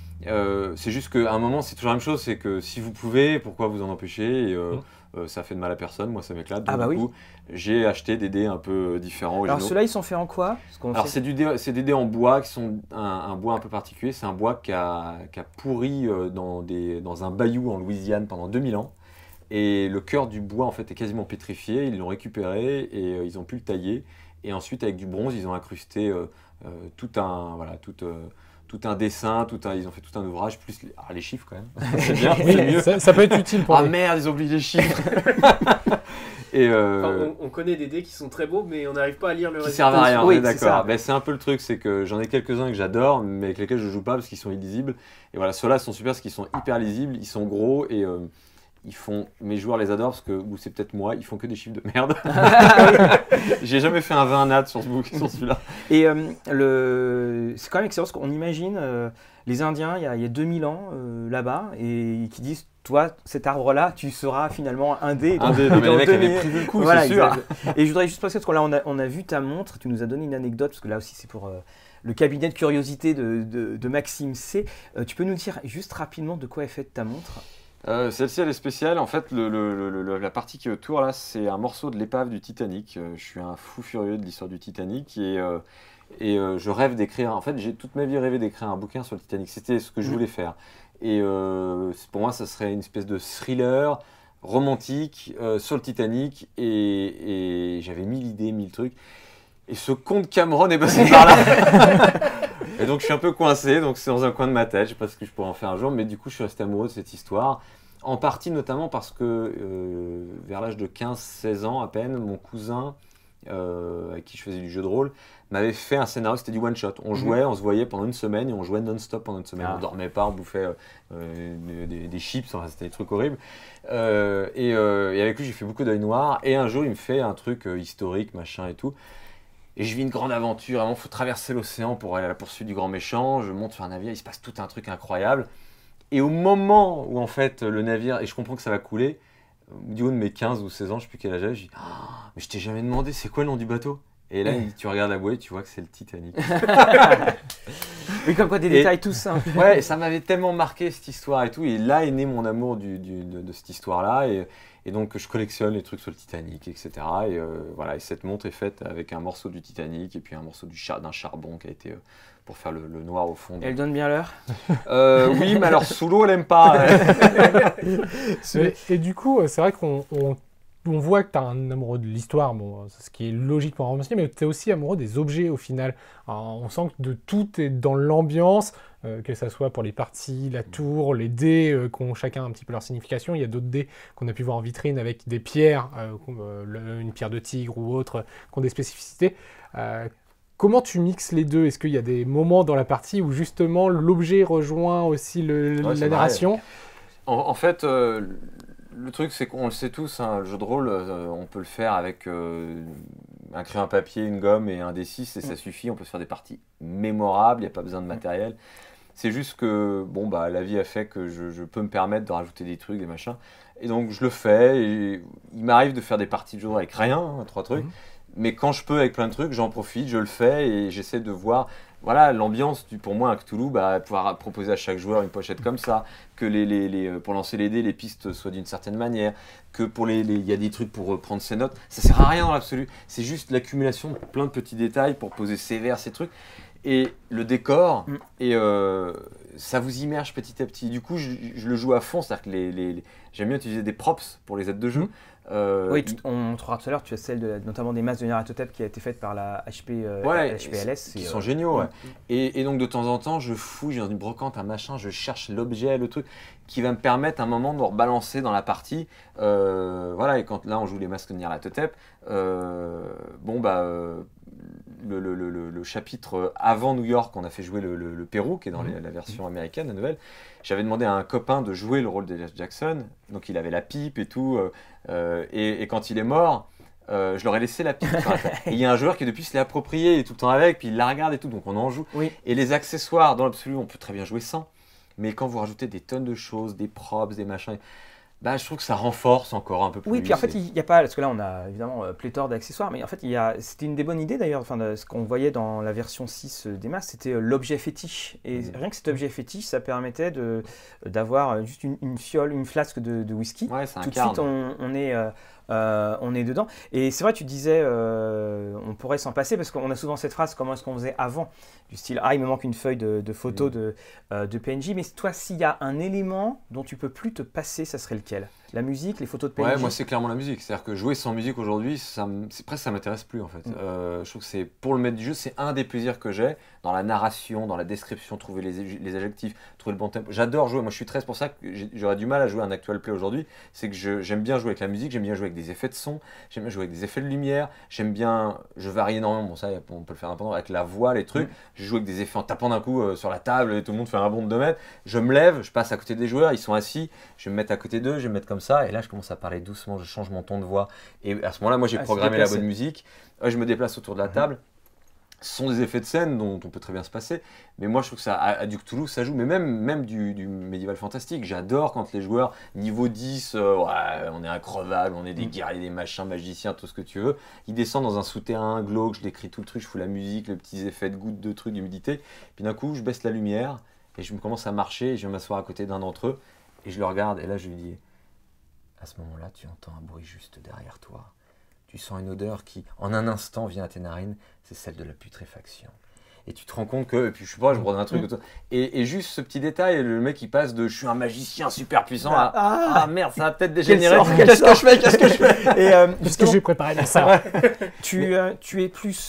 euh, c'est juste qu'à un moment c'est toujours la même chose, c'est que si vous pouvez, pourquoi vous en empêcher et, euh, mmh. euh, ça fait de mal à personne, moi ça m'éclate, donc ah bah du oui. coup j'ai acheté des dés un peu différents. Alors ceux-là ils sont faits en quoi? Alors c'est du dé, c'est des dés en bois qui sont un, un bois un peu particulier, c'est un bois qui a, qui a pourri euh, dans, des, dans un bayou en Louisiane pendant deux mille ans. Et le cœur du bois en fait est quasiment pétrifié, ils l'ont récupéré et euh, ils ont pu le tailler. Et ensuite avec du bronze, ils ont incrusté euh, euh, tout un voilà tout, euh, tout un dessin, tout un, ils ont fait tout un ouvrage plus les, ah, les chiffres quand même. C'est bien, oui, c'est mieux. Ça, ça peut être utile pour. Ah merde, ils ont oublié les chiffres. Et euh, enfin, on, on connaît des dés qui sont très beaux, mais on n'arrive pas à lire le reste. Qui servent à rien. Oui, d'accord. Ben, c'est un peu le truc, c'est que j'en ai quelques-uns que j'adore, mais avec lesquels je joue pas parce qu'ils sont illisibles. Et voilà, ceux-là sont super parce qu'ils sont hyper lisibles, ils sont gros et euh, ils font, mes joueurs les adorent parce que, ou c'est peut-être moi, ils font que des chiffres de merde. J'ai jamais fait un vingt nat sur ce book, sur celui-là. Et euh, le... c'est quand même excellent parce qu'on imagine euh, les Indiens il y a, il y a deux mille ans euh, là-bas et qui disent toi, cet arbre-là, tu seras finalement un dé. Un dé, non, mais les mecs avaient prévu le coup, voilà, c'est sûr. Et je voudrais juste passer parce que là, on a, on a vu ta montre, tu nous as donné une anecdote parce que là aussi, c'est pour euh, le cabinet de curiosité de, de, de Maxime C. Euh, tu peux nous dire juste rapidement de quoi est faite ta montre? Euh, Celle-ci, elle est spéciale. En fait, le, le, le, la partie qui est autour, là, c'est un morceau de l'épave du Titanic. Euh, je suis un fou furieux de l'histoire du Titanic et, euh, et euh, je rêve d'écrire. En fait, j'ai toute ma vie rêvé d'écrire un bouquin sur le Titanic. C'était ce que je voulais faire. Et euh, pour moi, ça serait une espèce de thriller romantique euh, sur le Titanic. Et, et j'avais mille idées, mille trucs. Et ce con de Cameron est passé par là. Et donc je suis un peu coincé, donc c'est dans un coin de ma tête, je sais pas ce que je pourrais en faire un jour, mais du coup je suis resté amoureux de cette histoire. En partie notamment parce que euh, vers l'âge de quinze seize ans à peine, mon cousin, euh, avec qui je faisais du jeu de rôle, m'avait fait un scénario, c'était du one shot. On jouait, on se voyait pendant une semaine et on jouait non-stop pendant une semaine. Ah. On dormait pas, on bouffait euh, des, des, des chips, enfin, c'était des trucs horribles. Euh, et, euh, et avec lui j'ai fait beaucoup d'œil noir. Et un jour il me fait un truc euh, historique, machin et tout. Et je vis une grande aventure, vraiment, il faut traverser l'océan pour aller à la poursuite du grand méchant. Je monte sur un navire, il se passe tout un truc incroyable. Et au moment où en fait le navire, et je comprends que ça va couler, du haut de mes quinze ou seize ans, je sais plus quel âge j'avais, je dis oh, mais je t'ai jamais demandé c'est quoi le nom du bateau? Et là tu regardes la bouée, tu vois que c'est le Titanic. Oui, comme quoi des Et- détails tout simples. Ouais, et ça m'avait tellement marqué cette histoire et tout. Et là est né mon amour du, du- de, de cette histoire-là. Et, et donc je collectionne les trucs sur le Titanic, et cetera. Et euh, voilà, et cette montre est faite avec un morceau du Titanic et puis un morceau du char- d'un charbon qui a été euh, pour faire le, le noir au fond. Elle donne bien l'heure. Euh, oui, mais alors sous l'eau, elle aime pas. Et, et du coup, euh, c'est vrai qu'on on, on voit que tu es un amoureux de l'histoire, bon, c'est ce qui est logique pour un romancier, mais tu es aussi amoureux des objets au final. Alors, on sent que de tout est dans l'ambiance, euh, que ça soit pour les parties, la tour, les dés euh, qui ont chacun un petit peu leur signification. Il y a d'autres dés qu'on a pu voir en vitrine avec des pierres, euh, comme, euh, le- une pierre de tigre ou autre, qui ont des spécificités. Euh, Comment tu mixes les deux? Est-ce qu'il y a des moments dans la partie où justement l'objet rejoint aussi le- Ouais, c'est la narration? En, en fait, euh, le truc, c'est qu'on le sait tous, hein, le jeu de rôle, euh, on peut le faire avec euh, un crayon à papier, une gomme et un D six, et ça suffit. On peut se faire des parties mémorables, il n'y a pas besoin de matériel. C'est juste que bon, bah, la vie a fait que je, je peux me permettre de rajouter des trucs, des machins. Et donc, je le fais. Et il m'arrive de faire des parties de jeu de rôle avec rien, hein, trois trucs. Mhm. Mais quand je peux avec plein de trucs, j'en profite, je le fais et j'essaie de voir voilà, l'ambiance du, pour moi, un Cthulhu, bah, pouvoir proposer à chaque joueur une pochette comme ça, que les, les, les, pour lancer les dés, les pistes soient d'une certaine manière, que pour les, les, il y a des trucs pour prendre ses notes. Ça sert à rien dans l'absolu. C'est juste l'accumulation de plein de petits détails pour poser ses vers, ces trucs. Et le décor, Mm. et euh, ça vous immerge petit à petit. Du coup, je, je le joue à fond, c'est-à-dire que les, les, les- j'aime bien utiliser des props pour les aides de jeu. Mm. Euh, Oui, tout- on montrera tout à l'heure, tu as celle de, notamment des masses de Nyarlathotep qui a été faite par la H P, euh, Ouais, H P L S. qui et, sont euh, géniaux. Ouais. mm. Et, et donc de temps en temps, je fouille dans une brocante, un machin, je cherche l'objet, le truc qui va me permettre à un moment de rebalancer dans la partie. Euh, voilà, et quand là on joue les masques de Nyarlathotep, euh, bon bah euh, le, le- le- le- le chapitre avant New York, on a fait jouer le, le- le Pérou, qui est dans les- la version américaine, la nouvelle. J'avais demandé à un copain de jouer le rôle d'Elias Jackson, donc il avait la pipe et tout, euh, euh, et, et quand il est mort. Euh, je leur ai laissé la pipe. Enfin, et il y a un joueur qui depuis se l'est approprié, il est tout le temps avec, puis il la regarde et tout, donc on en joue. Oui. Et les accessoires, dans l'absolu, on peut très bien jouer sans. Mais quand vous rajoutez des tonnes de choses, des props, des machins, bah, je trouve que ça renforce encore un peu plus. Oui, puis en fait, C'est- il n'y a pas, parce que là, on a évidemment euh, pléthore d'accessoires, mais en fait, il y a, c'était une des bonnes idées d'ailleurs, enfin, de ce qu'on voyait dans la version six euh, des masques, c'était euh, l'objet fétiche. Et Mhm. rien que cet objet fétiche, ça permettait de, d'avoir euh, juste une, une fiole, une flasque de, de whisky. Ouais, ça Tout de incarne. suite, on, on est, euh, euh, on est dedans. Et c'est vrai, tu disais, euh, on pourrait s'en passer, parce qu'on a souvent cette phrase, comment est-ce qu'on faisait avant? Du style, ah, il me manque une feuille de, de photo Mhm. de, euh, de P N J, mais toi, s'il y a un élément dont tu peux plus te passer, ça serait lequel? La musique, les photos de P N J? Ouais, moi c'est clairement la musique. C'est-à-dire que jouer sans musique aujourd'hui, ça, me- c'est presque ça m'intéresse plus en fait. Mm. Euh, je trouve que c'est pour le maître du jeu, c'est un des plaisirs que j'ai dans la narration, dans la description, trouver les, les adjectifs, trouver le bon tempo. J'adore jouer. Moi je suis très, c'est pour ça que j'ai- j'aurais du mal à jouer un actual play aujourd'hui. C'est que je- j'aime bien jouer avec la musique, j'aime bien jouer avec des effets de son, j'aime bien jouer avec des effets de lumière, j'aime bien, je varie énormément. Bon ça, on peut le faire indépendant avec la voix, les trucs. Mm. Je joue avec des effets en tapant d'un coup euh, sur la table et tout le monde fait un bond de deux mètres. Je me lève, je passe à côté des joueurs, ils sont assis, je vais me mettre à côté d'eux, je vais me mettre comme ça, et là je commence à parler doucement, je change mon ton de voix. Et à ce moment-là, moi j'ai Ah, se programmé la déplacer. bonne musique, Ouais, je me déplace autour de la Mhm. table. Ce sont des effets de scène dont on peut très bien se passer, mais moi je trouve que ça, à, à du Cthulhu, ça joue, mais même, même du, du médiéval fantastique. J'adore quand les joueurs, niveau dix, euh, ouais, on est increvable, on est des Mhm. guerriers, des machins, magiciens, tout ce que tu veux. Ils descendent dans un souterrain glauque, je décris tout le truc, je fous la musique, les petits effets de gouttes de trucs, d'humidité. Puis d'un coup, je baisse la lumière et je me commence à marcher et je vais m'asseoir à côté d'un d'entre eux et je le regarde et là je lui dis, à ce moment-là, tu entends un bruit juste derrière toi. Tu sens une odeur qui, en un instant, vient à tes narines, c'est celle de la putréfaction. Et tu te rends compte que, et puis je sais pas, je brodais un truc, autour. et, et juste ce petit détail, le mec il passe de je suis un magicien super puissant à ah merde, ça va peut-être dégénérer. sort, quel Qu'est-ce que je fais Qu'est-ce que je fais Et euh, Parce que justement, j'ai préparé la ça. tu, euh, tu es plus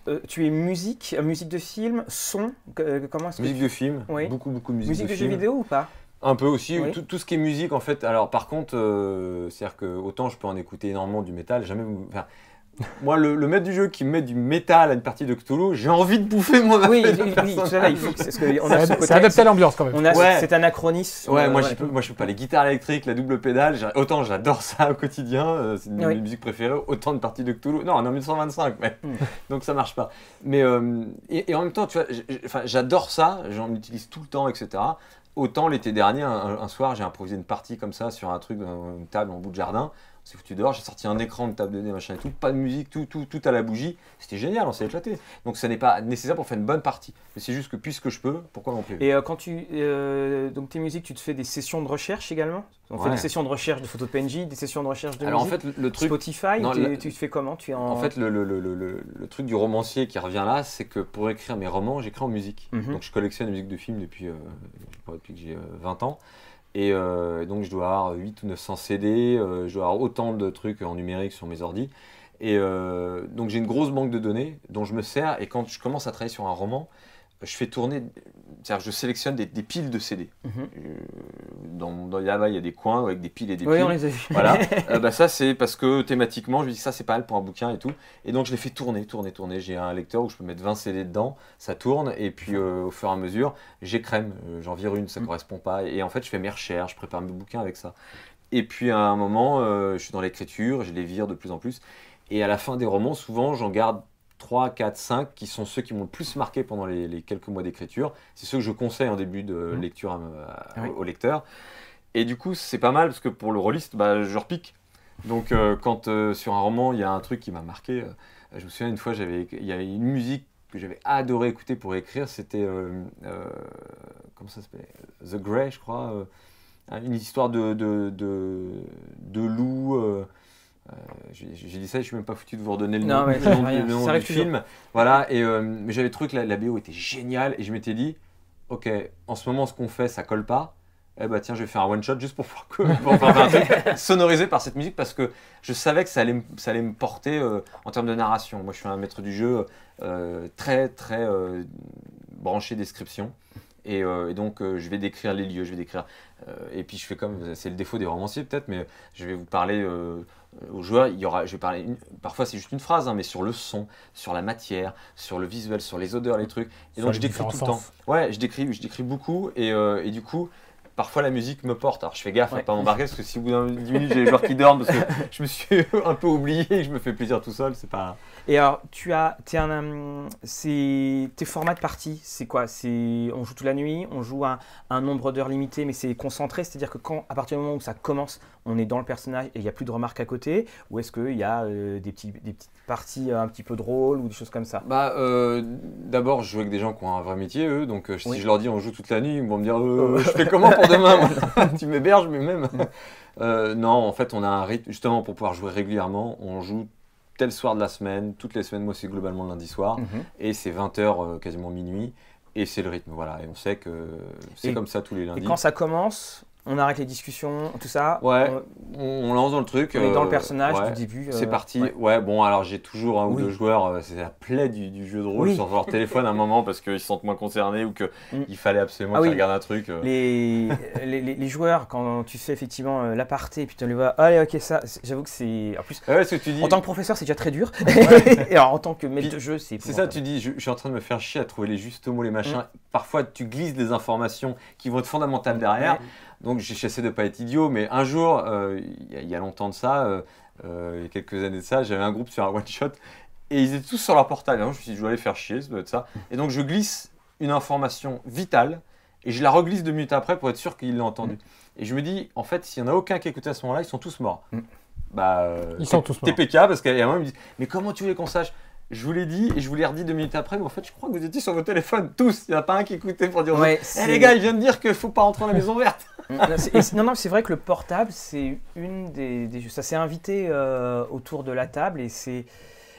euh, tu es musique, euh, musique de film, son, euh, comment est-ce que Musique tu... de film, Oui. beaucoup, beaucoup de musique, Musique de, de jeux film. vidéo ou pas? Un peu aussi, Oui. tout, tout ce qui est musique en fait. Alors par contre, euh, c'est-à-dire que autant je peux en écouter énormément du métal, jamais. Enfin, moi, le, le maître du jeu qui me met du métal à une partie de Cthulhu, j'ai envie de bouffer mon Oui, affaire de oui, oui, personnage. ça va, il faut que, parce que on C'est a ce ad- côté- c'est adapté à l'ambiance quand même. On a, Ouais. c'est anachronisme. Ouais, euh, moi, ouais. je peux, moi je peux pas. Les guitares électriques, la double pédale, j'ai- autant j'adore ça au quotidien, euh, c'est une de Oui. mes musiques préférées, autant de parties de Cthulhu. Non, on est en mille cent vingt-cinq, mais Mm. donc ça marche pas. Mais euh, et, et en même temps, tu vois, j'- j'- enfin, j'adore ça, j'en utilise tout le temps, et cetera. Autant l'été dernier, un, un soir, j'ai improvisé une partie comme ça sur un truc, dans une table en bout de jardin. On s'est foutu dehors, j'ai sorti un écran de table de dé, machin et tout, pas de musique, tout, tout, tout à la bougie. C'était génial, on s'est éclaté. Donc ça n'est pas nécessaire pour faire une bonne partie. Mais c'est juste que puisque je peux, pourquoi m'en priver? Et euh, quand tu. Euh, donc tes musiques, tu te fais des sessions de recherche également? On fait Ouais. des sessions de recherche de photos de P N J, des sessions de recherche de Alors en musique fait, le, le truc. Spotify, non, ou t'es- la- tu te fais comment? Tu es en... En fait, le, le, le, le, le- le truc du romancier qui revient là, c'est que pour écrire mes romans, j'écris en musique. Mhm. Donc je collectionne les musiques de films depuis, euh, depuis que j'ai euh, vingt ans. Et euh, donc je dois avoir huit ou neuf cents C D, euh, je dois avoir autant de trucs en numérique sur mes ordis. Et euh, donc j'ai une grosse banque de données dont je me sers. Et quand je commence à travailler sur un roman, je fais tourner, c'est-à-dire que je sélectionne des, des piles de C D. Mhm. Euh, dans, dans là-bas, il y a des coins avec des piles et des Oui, piles. on les a vus. Voilà, Euh, bah ça c'est parce que thématiquement je me dis que ça c'est pas mal pour un bouquin et tout. Et donc je les fais tourner, tourner, tourner. J'ai un lecteur où je peux mettre vingt C D dedans, ça tourne et puis euh, au fur et à mesure j'écrème, euh, j'en vire une, ça Mm. correspond pas. Et en fait je fais mes recherches, je prépare mes bouquins avec ça. Et puis à un moment euh, je suis dans l'écriture, je les vire de plus en plus. Et à la fin des romans, souvent j'en garde trois, quatre, cinq qui sont ceux qui m'ont le plus marqué pendant les, les quelques mois d'écriture. C'est ceux que je conseille en début de Mm. lecture à, à- Ah oui. au lecteur. Et du coup, c'est pas mal parce que pour le rôliste, bah, je repique. Donc, euh, quand euh, sur un roman, il y a un truc qui m'a marqué, euh, je me souviens une fois, j'avais, il y avait une musique que j'avais adoré écouter pour écrire. C'était, euh, euh, comment ça s'appelait? The Grey, je crois. euh, une histoire de, de, de, de loup. euh, euh, j'ai j'ai dit ça, je suis même pas foutu de vous redonner le Non, nom, mais le ça nom fait du- rien, le nom ça du arrive toujours. film. Voilà, et euh, mais j'avais trouvé que la, la B O était géniale et je m'étais dit, ok, en ce moment, ce qu'on fait, ça colle pas. Eh bah tiens, je vais faire un one shot juste pour pouvoir que, pour faire un truc sonorisé par cette musique parce que je savais que ça allait, me- ça allait me porter euh, en termes de narration. Moi, je suis un maître du jeu euh, très très euh, branché description. Et, euh, et donc, euh, je vais décrire les lieux, je vais décrire. euh, et puis, je fais comme. C'est le défaut des romanciers, peut-être, mais je vais vous parler euh, aux joueurs. Il y aura, je vais parler. Une- parfois, c'est juste une phrase, hein, mais sur le son, sur la matière, sur le visuel, sur les odeurs, les trucs. Et Sur donc, les je décris tout le différents temps. sens. Ouais, je décris, je décris beaucoup. Et, euh, et du coup. Parfois la musique me porte, alors je fais gaffe à Ouais. ne pas m'embarquer parce que si au bout d'un dix minutes j'ai les joueurs qui dorment parce que je me suis un peu oublié et que je me fais plaisir tout seul, c'est pas... Et alors, tu as, t'es un, hum, c'est, tes formats de partie, c'est quoi? C'est, on joue toute la nuit, on joue un, un nombre d'heures limité, mais c'est concentré, c'est-à-dire que quand, à partir du moment où ça commence, on est dans le personnage et il n'y a plus de remarques à côté, ou est-ce qu'il y a euh, des, petits, des petites parties euh, un petit peu drôles ou des choses comme ça? Bah euh, d'abord je joue avec des gens qui ont un vrai métier eux, donc euh, si Oui. je leur dis on joue toute la nuit, ils vont me dire euh, je fais comment pour demain moi tu m'héberges mais même... Euh, non en fait on a un rythme, justement pour pouvoir jouer régulièrement, on joue tel soir de la semaine, toutes les semaines, moi c'est globalement le lundi soir, Mhm. et c'est vingt heures, euh, quasiment minuit, et c'est le rythme, voilà, et on sait que c'est Et- comme ça tous les Et lundis. quand ça commence, on arrête les discussions, tout ça. Ouais, on- on, on lance dans le truc. On est dans euh, le personnage ouais, du début. C'est euh, parti. ouais. Ouais. bon, alors j'ai toujours un ou Oui. deux joueurs, euh, c'est la plaie du, du jeu de rôle Oui. sur leur téléphone à un moment parce qu'ils se sentent moins concernés ou qu'il Mm. fallait absolument Ah qu'ils oui. regardent un truc. euh. Les, les, les- les joueurs, quand tu fais effectivement euh, l'aparté et puis tu les vois, allez, ok, ça, c'est- j'avoue que c'est. En plus, Ouais, ce que tu dis. en tant que professeur, c'est déjà très dur. Et alors, en tant que maître Puis, de jeu, c'est. C'est ça, tu dis, je, je suis en train de me faire chier à trouver les justes mots, les machins. Mm. Parfois, tu glisses des informations qui vont être fondamentales derrière. Ouais. Donc, j'ai essayé de ne pas être idiot, mais un jour, euh, il y, a- il y a longtemps de ça, euh, euh, il y a quelques années de ça, j'avais un groupe sur un one-shot et ils étaient tous sur leur portable. Alors, je me suis dit, je dois aller faire chier, ça doit être ça. Et donc, je glisse une information vitale et je la reglisse deux minutes après pour être sûr qu'il l'a entendu. Et je me dis, en fait, s'il n'y en a aucun qui écoutait à ce moment-là, ils sont tous morts. Mm. Bah, euh, Ils sont tous morts. T P K, parce qu'à un moment, ils me disent, mais comment tu voulais qu'on sache? Je vous l'ai dit et je vous l'ai redit deux minutes après, mais en fait, je crois que vous étiez sur vos téléphones, tous. Il n'y en a pas un qui écoutait pour dire, Ouais, eh c'est- les gars, il vient de dire qu'il ne faut pas rentrer dans la maison verte. Non, c'est- et c'est- non, non, c'est vrai que le portable, c'est une des, des jeux. Ça s'est invité euh, autour de la table et c'est.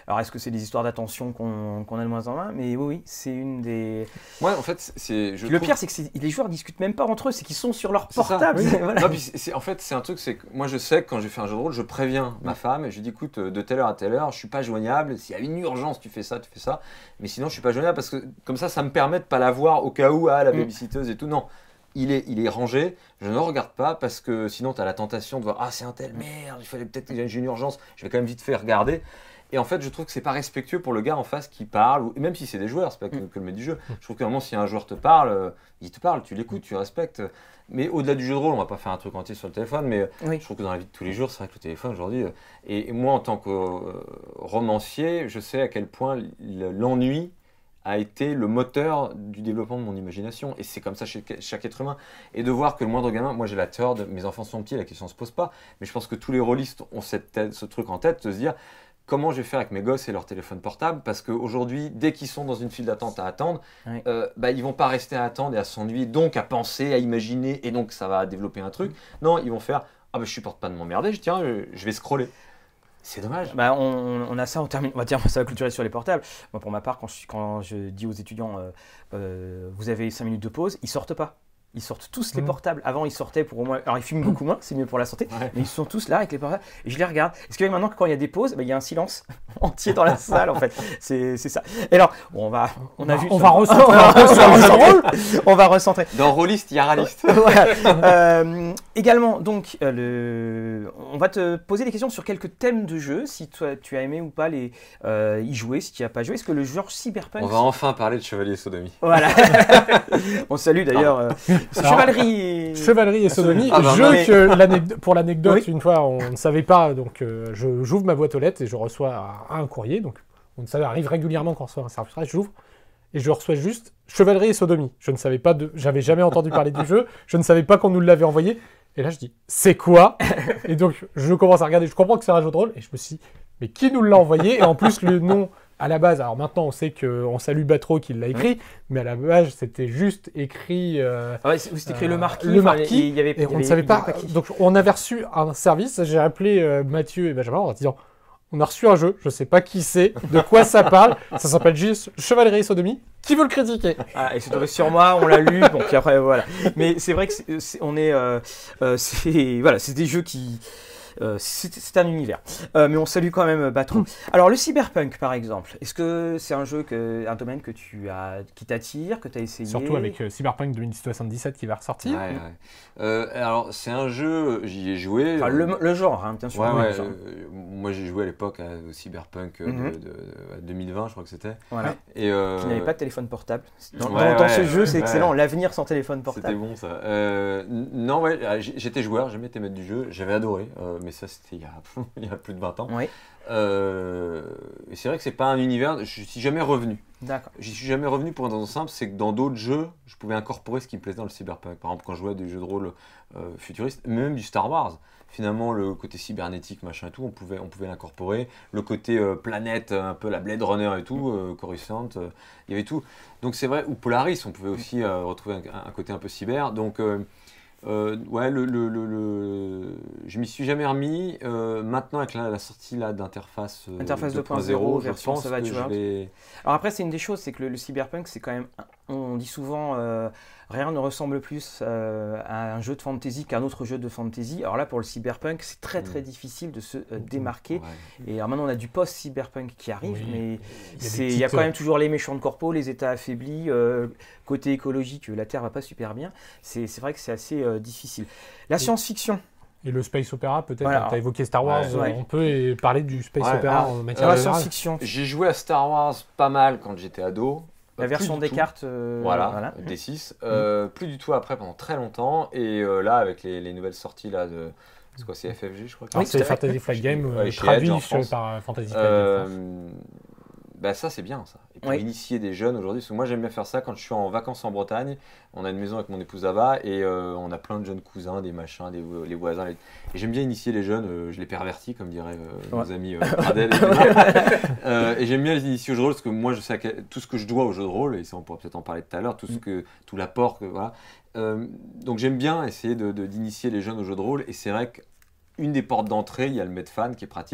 Alors, est-ce que c'est des histoires d'attention qu'on qu'on a de moins en moins? Mais oui, oui, c'est une des... Ouais, en fait, c'est... je Le trouve- pire, c'est que c'est- les joueurs discutent même pas entre eux, c'est qu'ils sont sur leur C'est ça, portable. oui. Voilà. Non, puis c'est- c'est- en fait, c'est un truc, c'est que moi je sais que quand je fais un jeu de rôle, je préviens ma femme et je lui dis écoute, de telle heure à telle heure, je suis pas joignable. S'il y a une urgence, tu fais ça, tu fais ça. Mais sinon, je suis pas joignable parce que comme ça, ça me permet de pas la voir au cas où, ah, la Mm. babysitteuse et tout. Non, il est, il est rangé. Je ne regarde pas parce que sinon, tu as la tentation de voir ah, c'est un tel, merde, il fallait peut-être que j'ai une urgence. Je vais quand même vite fait regarder. Et en fait, je trouve que c'est pas respectueux pour le gars en face qui parle, ou même si c'est des joueurs, c'est pas que, Mm. que le maître du jeu. Je trouve qu'à un moment, si un joueur te parle, euh, il te parle, tu l'écoutes, tu respectes. Mais au-delà du jeu de rôle, on va pas faire un truc entier sur le téléphone, mais Oui. je trouve que dans la vie de tous les jours, c'est vrai que le téléphone aujourd'hui. euh, Et, et moi, en tant que euh, romancier, je sais à quel point l- l'ennui a été le moteur du développement de mon imagination. Et c'est comme ça chez chaque être humain. Et de voir que le moindre gamin, moi j'ai la third, mes enfants sont petits, la question ne se pose pas. Mais je pense que tous les rôlistes ont cette tête, ce truc en tête, de se dire comment je vais faire avec mes gosses et leur téléphone portable. Parce qu'aujourd'hui, dès qu'ils sont dans une file d'attente à attendre, Oui. euh, bah, ils vont pas rester à attendre et à s'ennuyer, donc à penser, à imaginer, et donc ça va développer un truc. Non, ils vont faire ah bah, je supporte pas de m'emmerder, je tiens, je, je vais scroller. C'est dommage. Bah, on, on a ça, on termine, on va dire, ça va clôturer sur les portables. Moi, pour ma part, quand je, quand je dis aux étudiants, euh, euh, vous avez cinq minutes de pause, ils sortent pas. Ils sortent tous les Mhm. portables. Avant, ils sortaient pour au moins. Alors, ils fument beaucoup moins, c'est mieux pour la santé. Ouais. Mais ils sont tous là avec les portables. Et je les regarde. Ce qui fait que maintenant, quand il y a des pauses, bah, il y a un silence entier dans la salle, en fait. C'est c'est ça. Et alors, bon, on va. On a vu. on va on recentrer va un peu sur le jeu de rôle. recentrer. On va recentrer. Dans Rôliste, il y a Raliste. Voilà. Euh, également, donc, euh, le... on va te poser des questions sur quelques thèmes de jeu, si toi, tu as aimé ou pas les, euh, y jouer, si tu n'y as pas joué. Est-ce que le genre cyberpunk... On va enfin parler de Chevalier Sodomie. Voilà. On salue d'ailleurs euh, Alors, Chevalerie et... Chevalerie et Sodomie, Ah bah, jeu mais- que l'anecdote- pour l'anecdote, Oui. une fois on ne savait pas, donc euh, je- j'ouvre ma boîte aux lettres et je reçois un, un courrier, donc on ne savait, arrive régulièrement quand on reçoit un service, j'ouvre et je reçois juste Chevalerie et Sodomie. Je ne savais pas de, j'avais jamais entendu parler du jeu, je ne savais pas qu'on nous l'avait envoyé, et là je dis c'est quoi? Et donc je commence à regarder, je comprends que c'est un jeu de rôle, et je me suis dit mais qui nous l'a envoyé? Et en plus le nom à la base, alors maintenant on sait qu'on salue Batro qui l'a écrit, mais à la base c'était juste écrit. euh, Ah ouais, c'est c'est écrit Euh, le marquis. le enfin, marquis, il y avait, Et il y on ne avait- savait il y avait pas. qui. Donc on avait reçu un service. J'ai appelé euh, Mathieu et Benjamin en leur disant on a reçu un jeu, je sais pas qui c'est, de quoi ça parle. Ça s'appelle juste Chevalerie et Sodomie. Qui veut le critiquer? Ah, et c'est tombé sur moi, on l'a lu, bon, puis après voilà. Mais c'est vrai que c'est- c'est- on est, euh, euh, c'est voilà, c'est des jeux qui, euh, c'est c'est un univers. Euh, mais on salue quand même Batro. Alors le cyberpunk par exemple, est-ce que c'est un jeu que, un domaine que tu as, qui t'attire, que tu as essayé? Surtout avec euh, Cyberpunk deux mille soixante-dix-sept qui va ressortir. Ouais, ouais. Euh, alors, c'est un jeu, j'y ai joué. Enfin, le, le genre, hein, bien sûr. Ouais, oui, ouais, le genre. euh, moi j'ai joué à l'époque à- au Cyberpunk euh, Mhm. de, de- de- deux mille vingt, je crois que c'était. Voilà. Et euh, Qui n'avait pas de téléphone portable. Dans, Ouais, dans- dans ouais, ce jeu, c'est ouais. excellent. L'avenir sans téléphone C'était portable. bon ça. Euh, n- non, ouais, ah, j'- j'étais joueur, j'aimais été maître du jeu, j'avais adoré, euh, mais ça c'était il y a, il y a plus de vingt ans. Oui, Euh, et c'est vrai que c'est pas un univers, je suis jamais revenu. d'accord. J'y suis jamais revenu pour une raison simple, c'est que dans d'autres jeux, je pouvais incorporer ce qui me plaisait dans le cyberpunk. Par exemple, quand je jouais à des jeux de rôle euh, futuristes, même du Star Wars, finalement, le côté cybernétique, machin et tout, on pouvait, on pouvait l'incorporer. Le côté euh, planète, un peu la Blade Runner et tout, euh, Coruscant, euh, il y avait tout. Donc c'est vrai, ou Polaris, on pouvait aussi euh, retrouver un, un côté un peu cyber. Donc, euh, euh, ouais, le, le, le, le- je m'y suis jamais remis. Euh, maintenant, avec la, la sortie là, d'interface euh, Interface deux deux point point zéro, zéro, je version pense Savage que je World. vais... Alors après, c'est une des choses, c'est que le, le cyberpunk, c'est quand même, on dit souvent, euh, rien ne ressemble plus euh, à un jeu de fantasy qu'un autre jeu de fantasy. Alors là, pour le cyberpunk, c'est très très Mm. difficile de se euh, démarquer. Ouais. Et alors maintenant, on a du post-cyberpunk qui arrive, Oui. mais Il y a des c'est- il y a petites, quand même toujours les méchants de corpo, les états affaiblis, euh, côté écologique, la Terre va pas super bien. C'est c'est vrai que c'est assez euh, difficile. La Et- science-fiction. Et le space opéra, peut-être. Voilà. Tu as évoqué Star Wars. Ouais, ouais. On peut euh, parler du space Ouais, opéra ah, en Sur matière la générale. science-fiction, J'ai joué à Star Wars pas mal quand j'étais ado. la Euh, version plus des du tout. cartes. euh, Voilà, D six. Euh, Plus du tout après pendant très longtemps. Et euh, là, avec les, les nouvelles sorties là, de. C'est quoi, c'est F F G, je crois que Alors, Oui, c'est tout à fait. Fantasy Flight Game, euh, Ouais, chez Edge, traduit en sur- France. par euh, Fantasy Flight Game France. Euh, bah ça c'est bien ça. Et pour Oui. initier des jeunes aujourd'hui, parce que moi j'aime bien faire ça quand je suis en vacances en Bretagne. On a une maison avec mon épouse là-bas et euh, on a plein de jeunes cousins, des machins, des vo- les voisins. les- Et j'aime bien initier les jeunes, euh, je les pervertis comme diraient euh, Ouais. nos amis euh, Pradel et, euh, et j'aime bien les initier au jeu de rôle parce que moi je sais à quel- tout ce que je dois au jeu de rôle, et ça on pourra peut-être en parler tout à l'heure, tout, ce Mm. que, tout l'apport que voilà. Euh, donc j'aime bien essayer de, de- d'initier les jeunes au jeu de rôle et c'est vrai que une des portes d'entrée, il y a le Medfan qui est pratique.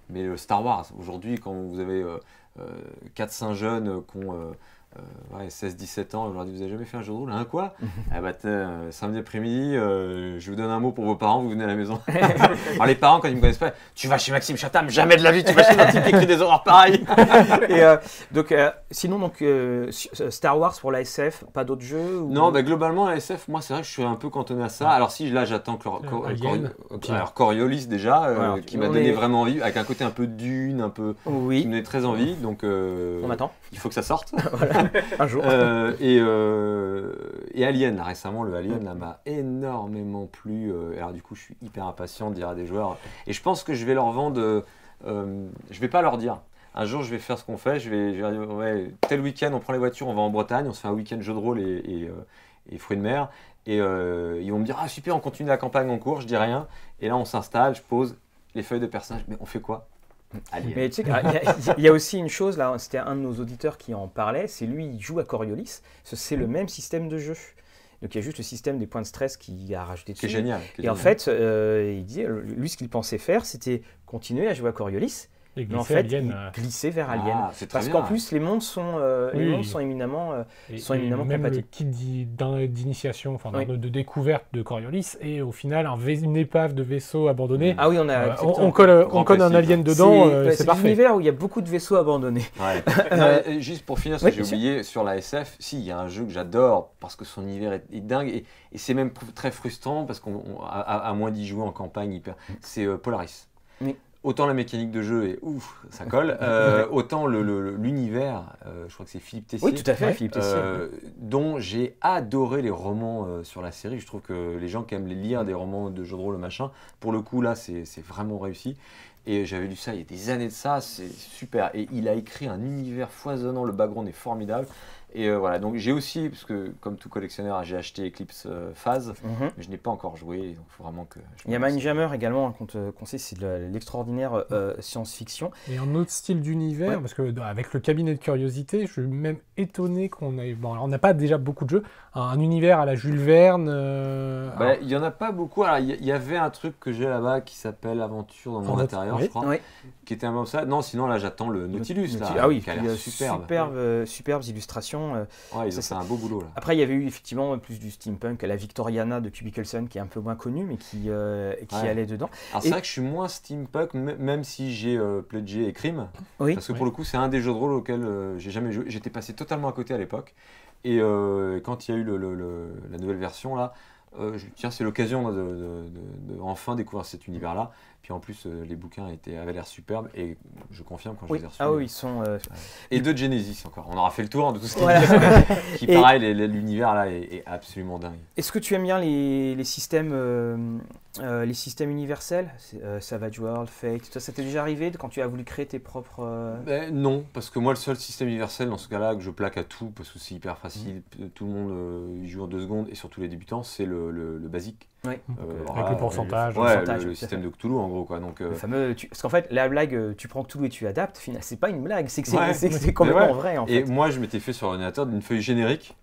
Mais le Star Wars, aujourd'hui, quand vous avez euh, euh, quatre cinq jeunes qui ont euh, euh, ouais, seize dix-sept ans, et vous leur dites, vous avez jamais fait un jeu de rôle, hein, quoi? Ah bah, euh, samedi après-midi, euh, je vous donne un mot pour vos parents, vous venez à la maison. Alors les parents, quand ils me connaissent pas, tu vas chez Maxime Chatham, jamais de la vie, tu vas chez un type qui écrit des horreurs pareilles. Et euh, donc, euh, sinon, donc, euh, Star Wars pour la S F, pas d'autres jeux ou... Non, bah, globalement, la S F, moi, c'est vrai que je suis un peu cantonné à ça. Alors si, là, j'attends Cor Euh, Cor Alien. Cor alors, Coriolis, déjà, euh, Ouais, qui m'a on donné est- vraiment envie, avec un côté un peu dune, un peu... qui Oui, me donnait très envie, donc euh, on attend, il faut que ça sorte. un jour. Euh, et, euh, et Alien, là, récemment, le Alien là, m'a énormément plu. Euh, alors du coup, je suis hyper impatient de dire à des joueurs. Et je pense que je vais leur vendre. Euh, euh, je vais pas leur dire. Un jour, je vais faire ce qu'on fait. Je vais, je vais dire, ouais, tel week-end, on prend les voitures, on va en Bretagne, on se fait un week-end jeu de rôle et, et, euh, et fruits de mer. Et euh, ils vont me dire, ah super, on continue la campagne en cours. Je dis rien. Et là, on s'installe, je pose les feuilles de personnages. Mais on fait quoi? Alien. Mais tu sais, il y, a- il y a aussi une chose, là, c'était un de nos auditeurs qui en parlait, c'est lui, il joue à Coriolis, c'est le même système de jeu. Donc il y a juste le système des points de stress qui a rajouté dessus. C'est génial. qui est Et en génial. fait, euh, il disait, lui, ce qu'il pensait faire, c'était continuer à jouer à Coriolis, Et mais en glisser fait, Alien, il euh, glissait vers Alien. Ah, c'est très Parce bien. qu'en plus, les mondes sont, euh, les Oui. mondes sont éminemment... euh, et- sont et éminemment même compatibles. le kit d'i- d'in- d'initiation, enfin Oui. de, de découverte de Coriolis, et au final un vais- une épave de vaisseau abandonné. Ah oui, on a... Euh, on, exactement. on colle, Grand on colle un classique. alien dedans, euh, ouais, c'est parfait. l'univers où il y a beaucoup de vaisseaux abandonnés. Ouais. Non, et- et juste pour finir, ce Oui, que j'ai bien sûr. oublié sur la S F, si, il y a un jeu que j'adore parce que son univers est, est dingue et, et c'est même pr- très frustrant parce qu'on, on- à, à- à moins d'y jouer en campagne, hyper, c'est euh, Polaris. Oui. Autant la mécanique de jeu est ouf, ça colle, euh, autant le- le- l'univers, euh, je crois que c'est Philippe Tessier, Oui, tout à fait, Ouais. Philippe Tessier. euh, dont j'ai adoré les romans euh, sur la série. Je trouve que les gens qui aiment les lire, des romans de jeux de rôle, machin, pour le coup là, c'est c'est vraiment réussi. Et j'avais lu ça il y a des années de ça, c'est super. Et il a écrit un univers foisonnant, le background est formidable. Et euh, voilà, donc j'ai aussi, parce que comme tout collectionneur, j'ai acheté Eclipse euh, Phase, Mhm. mais je n'ai pas encore joué, donc il faut vraiment que... je Il y a me lance. Mindjammer également, qu'on te conseille, c'est de l'extraordinaire euh, science-fiction. Et un autre style d'univers, Ouais. parce que dans- avec le cabinet de curiosité, je suis même étonné qu'on ait. Bon, alors, on n'a pas déjà beaucoup de jeux. Un, un univers à la Jules Verne. euh, Bah, alors, il y en a pas beaucoup. Alors, il y, il y avait un truc que j'ai là-bas qui s'appelle Aventure dans le monde Avant- intérieur, oui. je crois, Oui. qui était un peu ça. Non, sinon là, j'attends le Nautilus, là, Ah oui, qui a puis, l'air euh, superbe. superbe, euh, superbes illustrations. euh. Ouais, ils Ça, ont fait un beau boulot là. Après, il y avait eu effectivement plus du steampunk, la Victoriana de Cubicleson, qui est un peu moins connue, mais qui, euh, qui Ouais. allait dedans. Alors Et- c'est vrai que je suis moins steampunk, m- même si j'ai euh, pledgé et crime, Oui. parce que Oui. pour le coup c'est un des jeux de rôle auxquels euh, j'ai jamais joué. J'étais passé totalement à côté à l'époque, et euh, quand il y a eu le, le- le- la nouvelle version là, euh, je, tiens c'est l'occasion de, de- de- de enfin découvrir cet univers là. Puis en plus euh, les bouquins étaient, avaient l'air superbes, et je confirme quand je Oui. les ai reçus. Ah oui, ils sont. euh, Et de Genesis encore. On aura fait le tour de tout ce qui Voilà. est qui Et- pareil, les- les- l'univers là est, est absolument dingue. Est-ce que tu aimes bien les, les systèmes, euh, euh, les systèmes universels, C'est, euh, Savage World, Fate, tout ça, ça t'est déjà arrivé quand tu as voulu créer tes propres. euh, Ben, non, parce que moi le seul système universel dans ce cas-là que je plaque à tout, parce que c'est hyper facile, tout le monde euh, y joue en deux secondes, et surtout les débutants, c'est le, le- le basique. Ouais. Euh, Avec le pourcentage. Ouais, pourcentage, le, le tout à système fait. de Cthulhu en gros quoi. Donc, euh, Le fameux, tu- parce qu'en fait, la blague, euh, tu prends Cthulhu et tu adaptes, finalement, c'est pas une blague, c'est que c'est Ouais. c'est que c'est Mais complètement ouais. vrai en et fait. moi je m'étais fait sur l'ordinateur d'une feuille générique.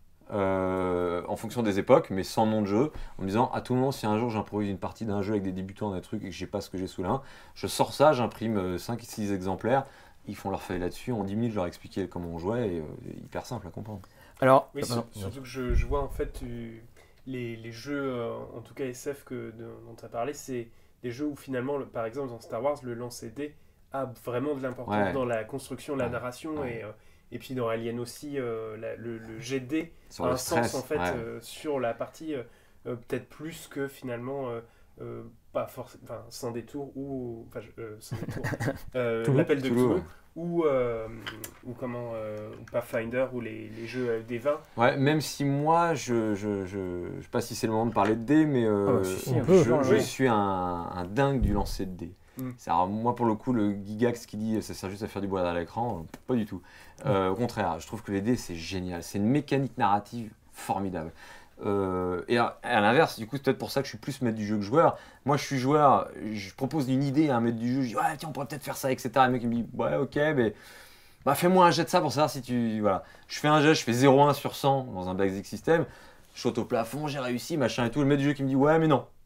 euh, en fonction des époques, mais sans nom de jeu, en me disant à tout moment si un jour j'improvise une partie d'un jeu avec des débutants, d'un truc et que je sais pas ce que j'ai sous la main, je sors ça, j'imprime cinq six exemplaires, ils font leur feuille là-dessus, en dix minutes je leur expliquais comment on jouait, et euh, hyper simple à comprendre. Alors, Oui, euh, sur- pardon. surtout que je, je vois en fait euh, les, les jeux, euh, en tout cas S F que, de- dont tu as parlé, c'est des jeux où finalement, le- par exemple dans Star Wars, le lancer de dés a vraiment de l'importance Ouais. dans la construction, la Ouais. narration, Ouais. et, euh, et puis dans Alien aussi, euh, la- le, le jet de dés Sur a le un stress, sens en fait ouais. euh, sur la partie euh, euh, peut-être plus que finalement euh, euh, pas forcément, enfin sans détour ou enfin je- euh, sans détour, euh, Toulouse. l'appel de Toulouse, Cthulhu ouais. ou euh, ou comment euh, ou Pathfinder ou les, les jeux euh, des vins. Ouais, même si moi, je je, je, je sais pas si c'est le moment de parler de dés, mais euh, Ah bah, si, si, on on peut, je, hein, je oui. suis un, un dingue du lancer de dés. Mm. C'est- alors, moi, pour le coup, le Gigax qui dit ça sert juste à faire du bois à l'écran, euh, pas du tout. Euh, au contraire, je trouve que les dés, c'est génial. C'est une mécanique narrative formidable. Euh, et à, à l'inverse, du coup, c'est peut-être pour ça que je suis plus maître du jeu que joueur. Moi, je suis joueur, je propose une idée à un maître du jeu, je dis ouais, tiens, on pourrait peut-être faire ça, et cetera. Le mec il me dit ouais, ok, mais bah, fais-moi un jet de ça pour savoir si tu. Voilà. Je fais un jet, je fais zéro virgule un sur cent dans un basic system, je saute au plafond, j'ai réussi, machin et tout. Le maître du jeu qui me dit ouais, mais non.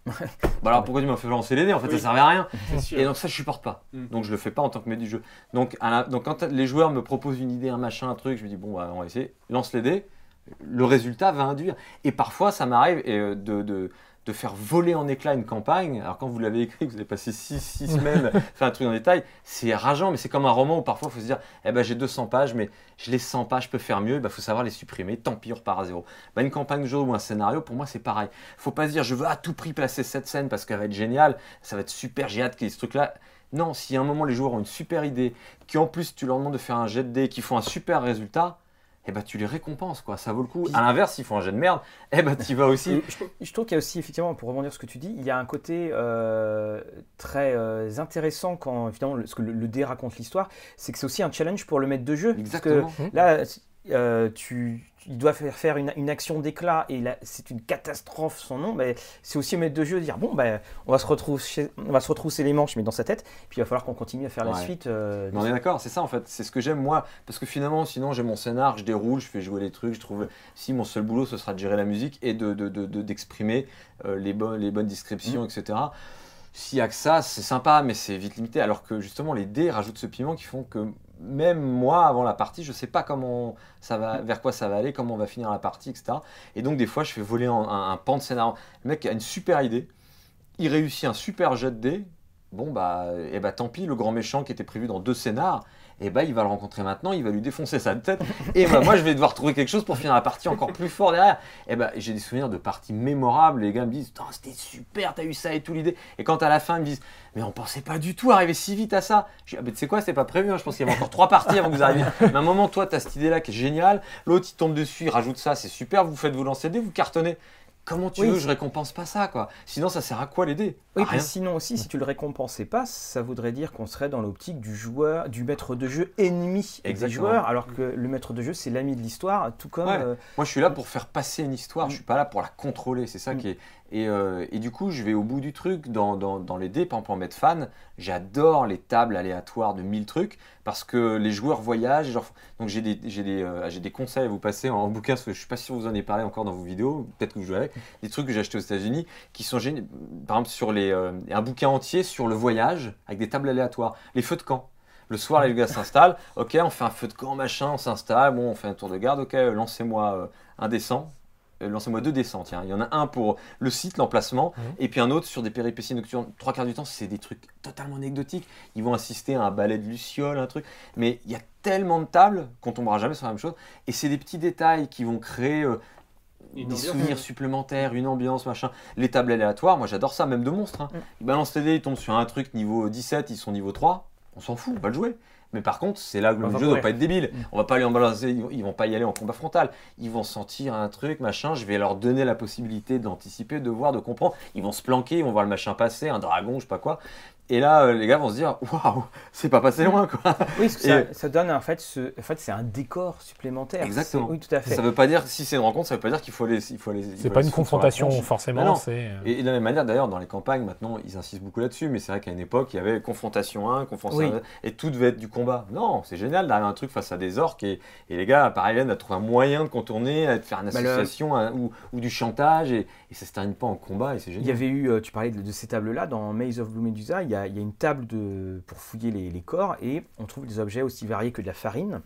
Bah alors pourquoi tu m'as fait lancer les dés? En fait, Oui. ça servait à rien. C'est sûr. Et donc ça, je supporte pas. Mm. Donc je le fais pas en tant que maître du jeu. Donc, à la- donc quand les joueurs me proposent une idée, un machin, un truc, je me dis bon, bah, on va essayer. Lance les dés. Le résultat va induire. Et parfois, ça m'arrive euh, de, de, de faire voler en éclats une campagne. Alors quand vous l'avez écrit, vous avez passé six semaines, faire un truc en détail, c'est rageant, mais c'est comme un roman où parfois il faut se dire, eh ben j'ai deux cents pages, mais je les sens pas, je peux faire mieux, il ben, faut savoir les supprimer, tant pis, on repart à zéro. Ben, une campagne de jeu ou un scénario, pour moi c'est pareil. Faut pas se dire, je veux à tout prix placer cette scène parce qu'elle va être géniale, ça va être super, j'ai hâte qu'il y ait ce truc-là. Non, si à un moment les joueurs ont une super idée, qu'en plus tu leur demandes de faire un jet de dés, qu'ils font un super résultat, eh ben, tu les récompenses, quoi. Ça vaut le coup. Puis- À l'inverse, s'ils font un jet de merde, eh ben, tu y vas aussi. Et je, je trouve qu'il y a aussi, effectivement, pour rebondir sur ce que tu dis, il y a un côté euh, très euh, intéressant quand, évidemment, le, ce que le, le dé raconte l'histoire, c'est que c'est aussi un challenge pour le maître de jeu. Exactement. Parce que là, euh, tu, il doit faire, faire une, une action d'éclat et là, c'est une catastrophe son nom. Ben, c'est aussi au maître de jeu de dire bon, ben, on, va se retrousser, on va se retrousser les manches, mais dans sa tête, puis il va falloir qu'on continue à faire la Ouais. suite. euh, Mais on est d'accord, c'est ça en fait. C'est ce que j'aime moi. Parce que finalement, sinon, j'ai mon scénar, je déroule, je fais jouer les trucs. Je trouve. Si mon seul boulot, ce sera de gérer la musique et de, de, de, de- d'exprimer euh, les, bonnes, les bonnes descriptions, Mm. et cetera. S'il y a que ça, c'est sympa, mais c'est vite limité. Alors que justement, les dés rajoutent ce piment qui font que même moi, avant la partie, je sais pas comment ça va, vers quoi ça va aller, comment on va finir la partie, et cetera. Et donc, des fois, je fais voler un, un, un pan de scénario. Le mec a une super idée, il réussit un super jet de dés. Bon, bah, et bah, tant pis, le grand méchant qui était prévu dans deux scénars, et bah, il va le rencontrer maintenant, il va lui défoncer sa tête. Et bah, moi, je vais devoir trouver quelque chose pour finir la partie encore plus fort derrière. Et bah, j'ai des souvenirs de parties mémorables. Les gars me disent, oh, c'était super, t'as eu ça et tout l'idée. Et quand à la fin, ils me disent, mais on pensait pas du tout arriver si vite à ça. Je dis, ah, mais tu sais quoi, c'était pas prévu. Hein. Je pense qu'il y avait encore trois parties avant que vous arriviez. Mais à un moment, toi, t'as cette idée-là qui est géniale. L'autre, il tombe dessus, il rajoute ça, c'est super. Vous faites vous lancer des, vous cartonnez. Comment tu Oui, veux, c'est- je récompense pas ça, quoi. Sinon, ça sert à quoi les dés? Oui, À puis rien. sinon aussi, si tu le récompensais pas, ça voudrait dire qu'on serait dans l'optique du joueur, du maître de jeu ennemi des Exactement. joueurs, alors que le maître de jeu c'est l'ami de l'histoire, tout comme. Ouais. euh, Moi, je suis là pour faire passer une histoire, Mm. je suis pas là pour la contrôler, c'est ça Mm. qui est. Et, euh, et du coup, je vais au bout du truc dans, dans, dans les dés, par exemple en maître fan, j'adore les tables aléatoires de mille trucs parce que les joueurs voyagent. Genre, donc j'ai des, j'ai des, euh, j'ai des conseils à vous passer en, en bouquin, parce que je suis pas sûr que vous en avez parlé encore dans vos vidéos, peut-être que vous jouez avec, des trucs que j'ai achetés aux États-Unis qui sont géniaux. Par exemple, sur les, euh, un bouquin entier sur le voyage avec des tables aléatoires, les feux de camp. Le soir, les gars s'installent. Ok, on fait un feu de camp, machin, on s'installe. Bon, on fait un tour de garde. Ok, euh, lancez-moi euh, un descend. Euh, lancez-moi deux descends, tiens. Il y en a un pour le site, l'emplacement, Mhm. et puis un autre sur des péripéties nocturnes. Trois quarts du temps, c'est des trucs totalement anecdotiques. Ils vont assister à un ballet de Luciole, un truc. Mais il y a tellement de tables qu'on tombera jamais sur la même chose. Et c'est des petits détails qui vont créer euh, Une des ambiance. souvenirs supplémentaires, une ambiance, machin. Les tables aléatoires, moi j'adore ça, même de monstres. Hein. Mm. Ils balancent les dés, ils tombent sur un truc niveau dix-sept, ils sont niveau trois. On s'en fout, on va le jouer. Mais par contre, c'est là que On le va jeu ne doit courir. pas être débile. Mm. On va pas aller en balancer, ils vont- ils vont pas y aller en combat frontal. Ils vont sentir un truc, machin. Je vais leur donner la possibilité d'anticiper, de voir, de comprendre. Ils vont se planquer, ils vont voir le machin passer, un dragon, je sais pas quoi. Et là, euh, les gars vont se dire, waouh, c'est pas passé loin, quoi. Oui, parce que Et- ça, ça donne en fait, ce, en fait c'est un décor supplémentaire. Exactement. C'est- Oui, tout à fait. Ça veut pas dire, si c'est une rencontre, ça veut pas dire qu'il faut aller. Il faut aller il C'est faut pas aller une se foutre sur la confrontation tronche. forcément, Ah non. c'est. Et, et de la même manière, d'ailleurs, dans les campagnes, maintenant, ils insistent beaucoup là-dessus, mais c'est vrai qu'à une époque, il y avait confrontation un, confrontation Oui. deux, et tout devait être du combat. Non, c'est génial d'arriver à un truc face à des orques, et, et les gars, pareil, on a trouvé un moyen de contourner, de faire une Bah, le- association un- ou, ou du chantage, et, et ça se termine pas en combat, et c'est Il génial. y avait eu, euh, tu parlais de, de ces tables-là, dans Maze of Blue Medusa, il y a, il y a une table de, pour fouiller les, les corps et on trouve des objets aussi variés que de la farine,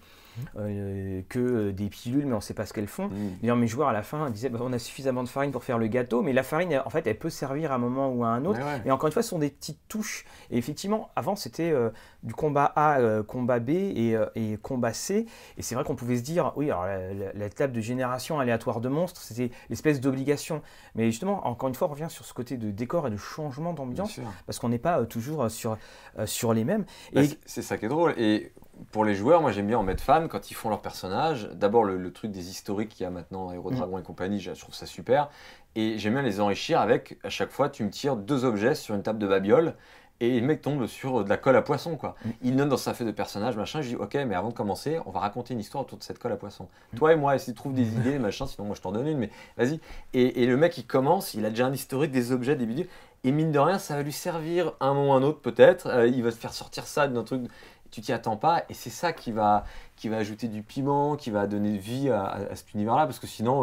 euh, que euh, des pilules, mais on ne sait pas ce qu'elles font. Mm. D'ailleurs, mes joueurs à la fin disaient bah, on a suffisamment de farine pour faire le gâteau, mais la farine, elle- en fait, elle peut servir à un moment ou à un autre. Ouais, ouais. Et encore une fois, ce sont des petites touches. Et effectivement, avant, c'était euh, du combat A, euh, combat B et, euh, et combat C. Et c'est vrai qu'on pouvait se dire, oui, alors la, la- la table de génération aléatoire de monstres, c'était l'espèce d'obligation. Mais justement, encore une fois, on revient sur ce côté de décor et de changement Bien d'ambiance, sûr. parce qu'on n'est pas euh, toujours euh, sur, euh, sur les mêmes. Bah, Et c'est- c'est ça qui est drôle. Et pour les joueurs, moi j'aime bien en mettre fan quand ils font leur personnage. D'abord le, le truc des historiques qu'il y a maintenant, Hero Dragon et compagnie, je je trouve ça super. Et j'aime bien les enrichir avec, à chaque fois, tu me tires deux objets sur une table de babiole. Et le mec tombe sur de la colle à poisson, quoi. Mm. Il note dans sa feuille de personnage, machin. Je dis, ok, mais avant de commencer, on va raconter une histoire autour de cette colle à poisson. Toi et moi, essaye de trouver des idées, machin, sinon moi je t'en donne une, mais vas-y. Et, et le mec, il commence, il a déjà un historique des objets, des bidules. Et mine de rien, ça va lui servir un moment ou un autre, peut-être. Euh, il va se faire sortir ça d'un truc, tu t'y attends pas. Et c'est ça qui va, qui va ajouter du piment, qui va donner vie à, à- à cet univers-là, parce que sinon. euh,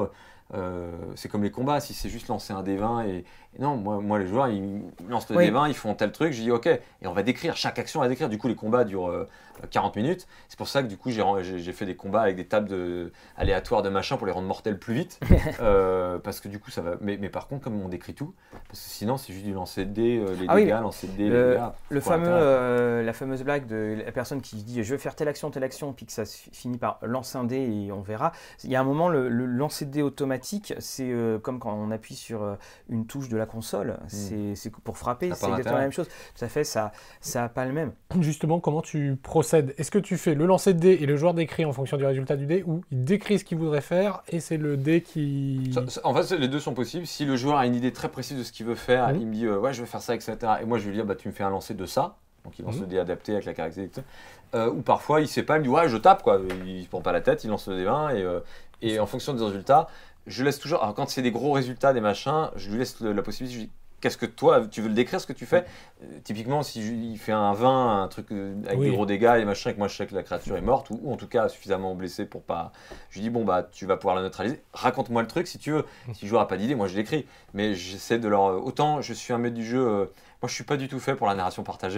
Euh, c'est comme les combats, si c'est juste lancer un dé vingt et, et non, moi, moi les joueurs ils lancent le Oui. dé vingt, ils font tel truc, je dis ok, et on va décrire, chaque action à décrire, du coup les combats durent euh, quarante minutes, c'est pour ça que du coup j'ai, j'ai, j'ai fait des combats avec des tables de, aléatoires de machin pour les rendre mortels plus vite, euh, parce que du coup ça va, mais, mais par contre comme on décrit tout, parce que sinon c'est juste du lancer de dés, euh, les Ah oui, dégâts, lancer de dés, le, les dégâts. le Pour fameux, l'intérêt. euh, la fameuse blague de la personne qui dit je vais faire telle action, telle action, puis que ça se finit par lancer un dé et on verra. Il y a un moment, le, le lancer de dé automatique, c'est euh, comme quand on appuie sur euh, une touche de la console, c'est, c'est pour frapper, Ça a c'est pas exactement d'intérêt. la même chose. Tout à fait, ça n'a pas le même. Justement, comment tu procèdes? Est-ce que tu fais le lancer de dés et le joueur décrit en fonction du résultat du dé, ou il décrit ce qu'il voudrait faire et c'est le dé qui... Ça- ça- en fait, les deux sont possibles. Si le joueur a une idée très précise de ce qu'il veut faire, Mhm. il me dit euh, ouais, je veux faire ça, et cetera. Et moi, je vais lui dire bah, tu me fais un lancer de ça. Donc, il lance Mhm. le dé adapté avec la caractéristique. Euh, ou parfois, il sait pas, il me dit ouais, je tape quoi. Il se prend pas la tête, il lance le dé vingt et, euh, et en fonction des résultats, je laisse toujours. Alors, quand c'est des gros résultats, des machins, je lui laisse le- la possibilité. Je lui dis, qu'est-ce que toi, tu veux le décrire ce que tu fais? Euh, Typiquement, si je- il fait un vingt, un truc euh, avec Oui. des gros dégâts et machin, et que moi je sais que la créature est morte, ou, ou en tout cas suffisamment blessée pour pas. Je lui dis, bon, bah, tu vas pouvoir la neutraliser. Raconte-moi le truc si tu veux. Si le joueur n'a pas d'idée, moi je l'écris. Mais j'essaie de leur. Autant je suis un maître du jeu. euh, Moi, je suis pas du tout fait pour la narration partagée.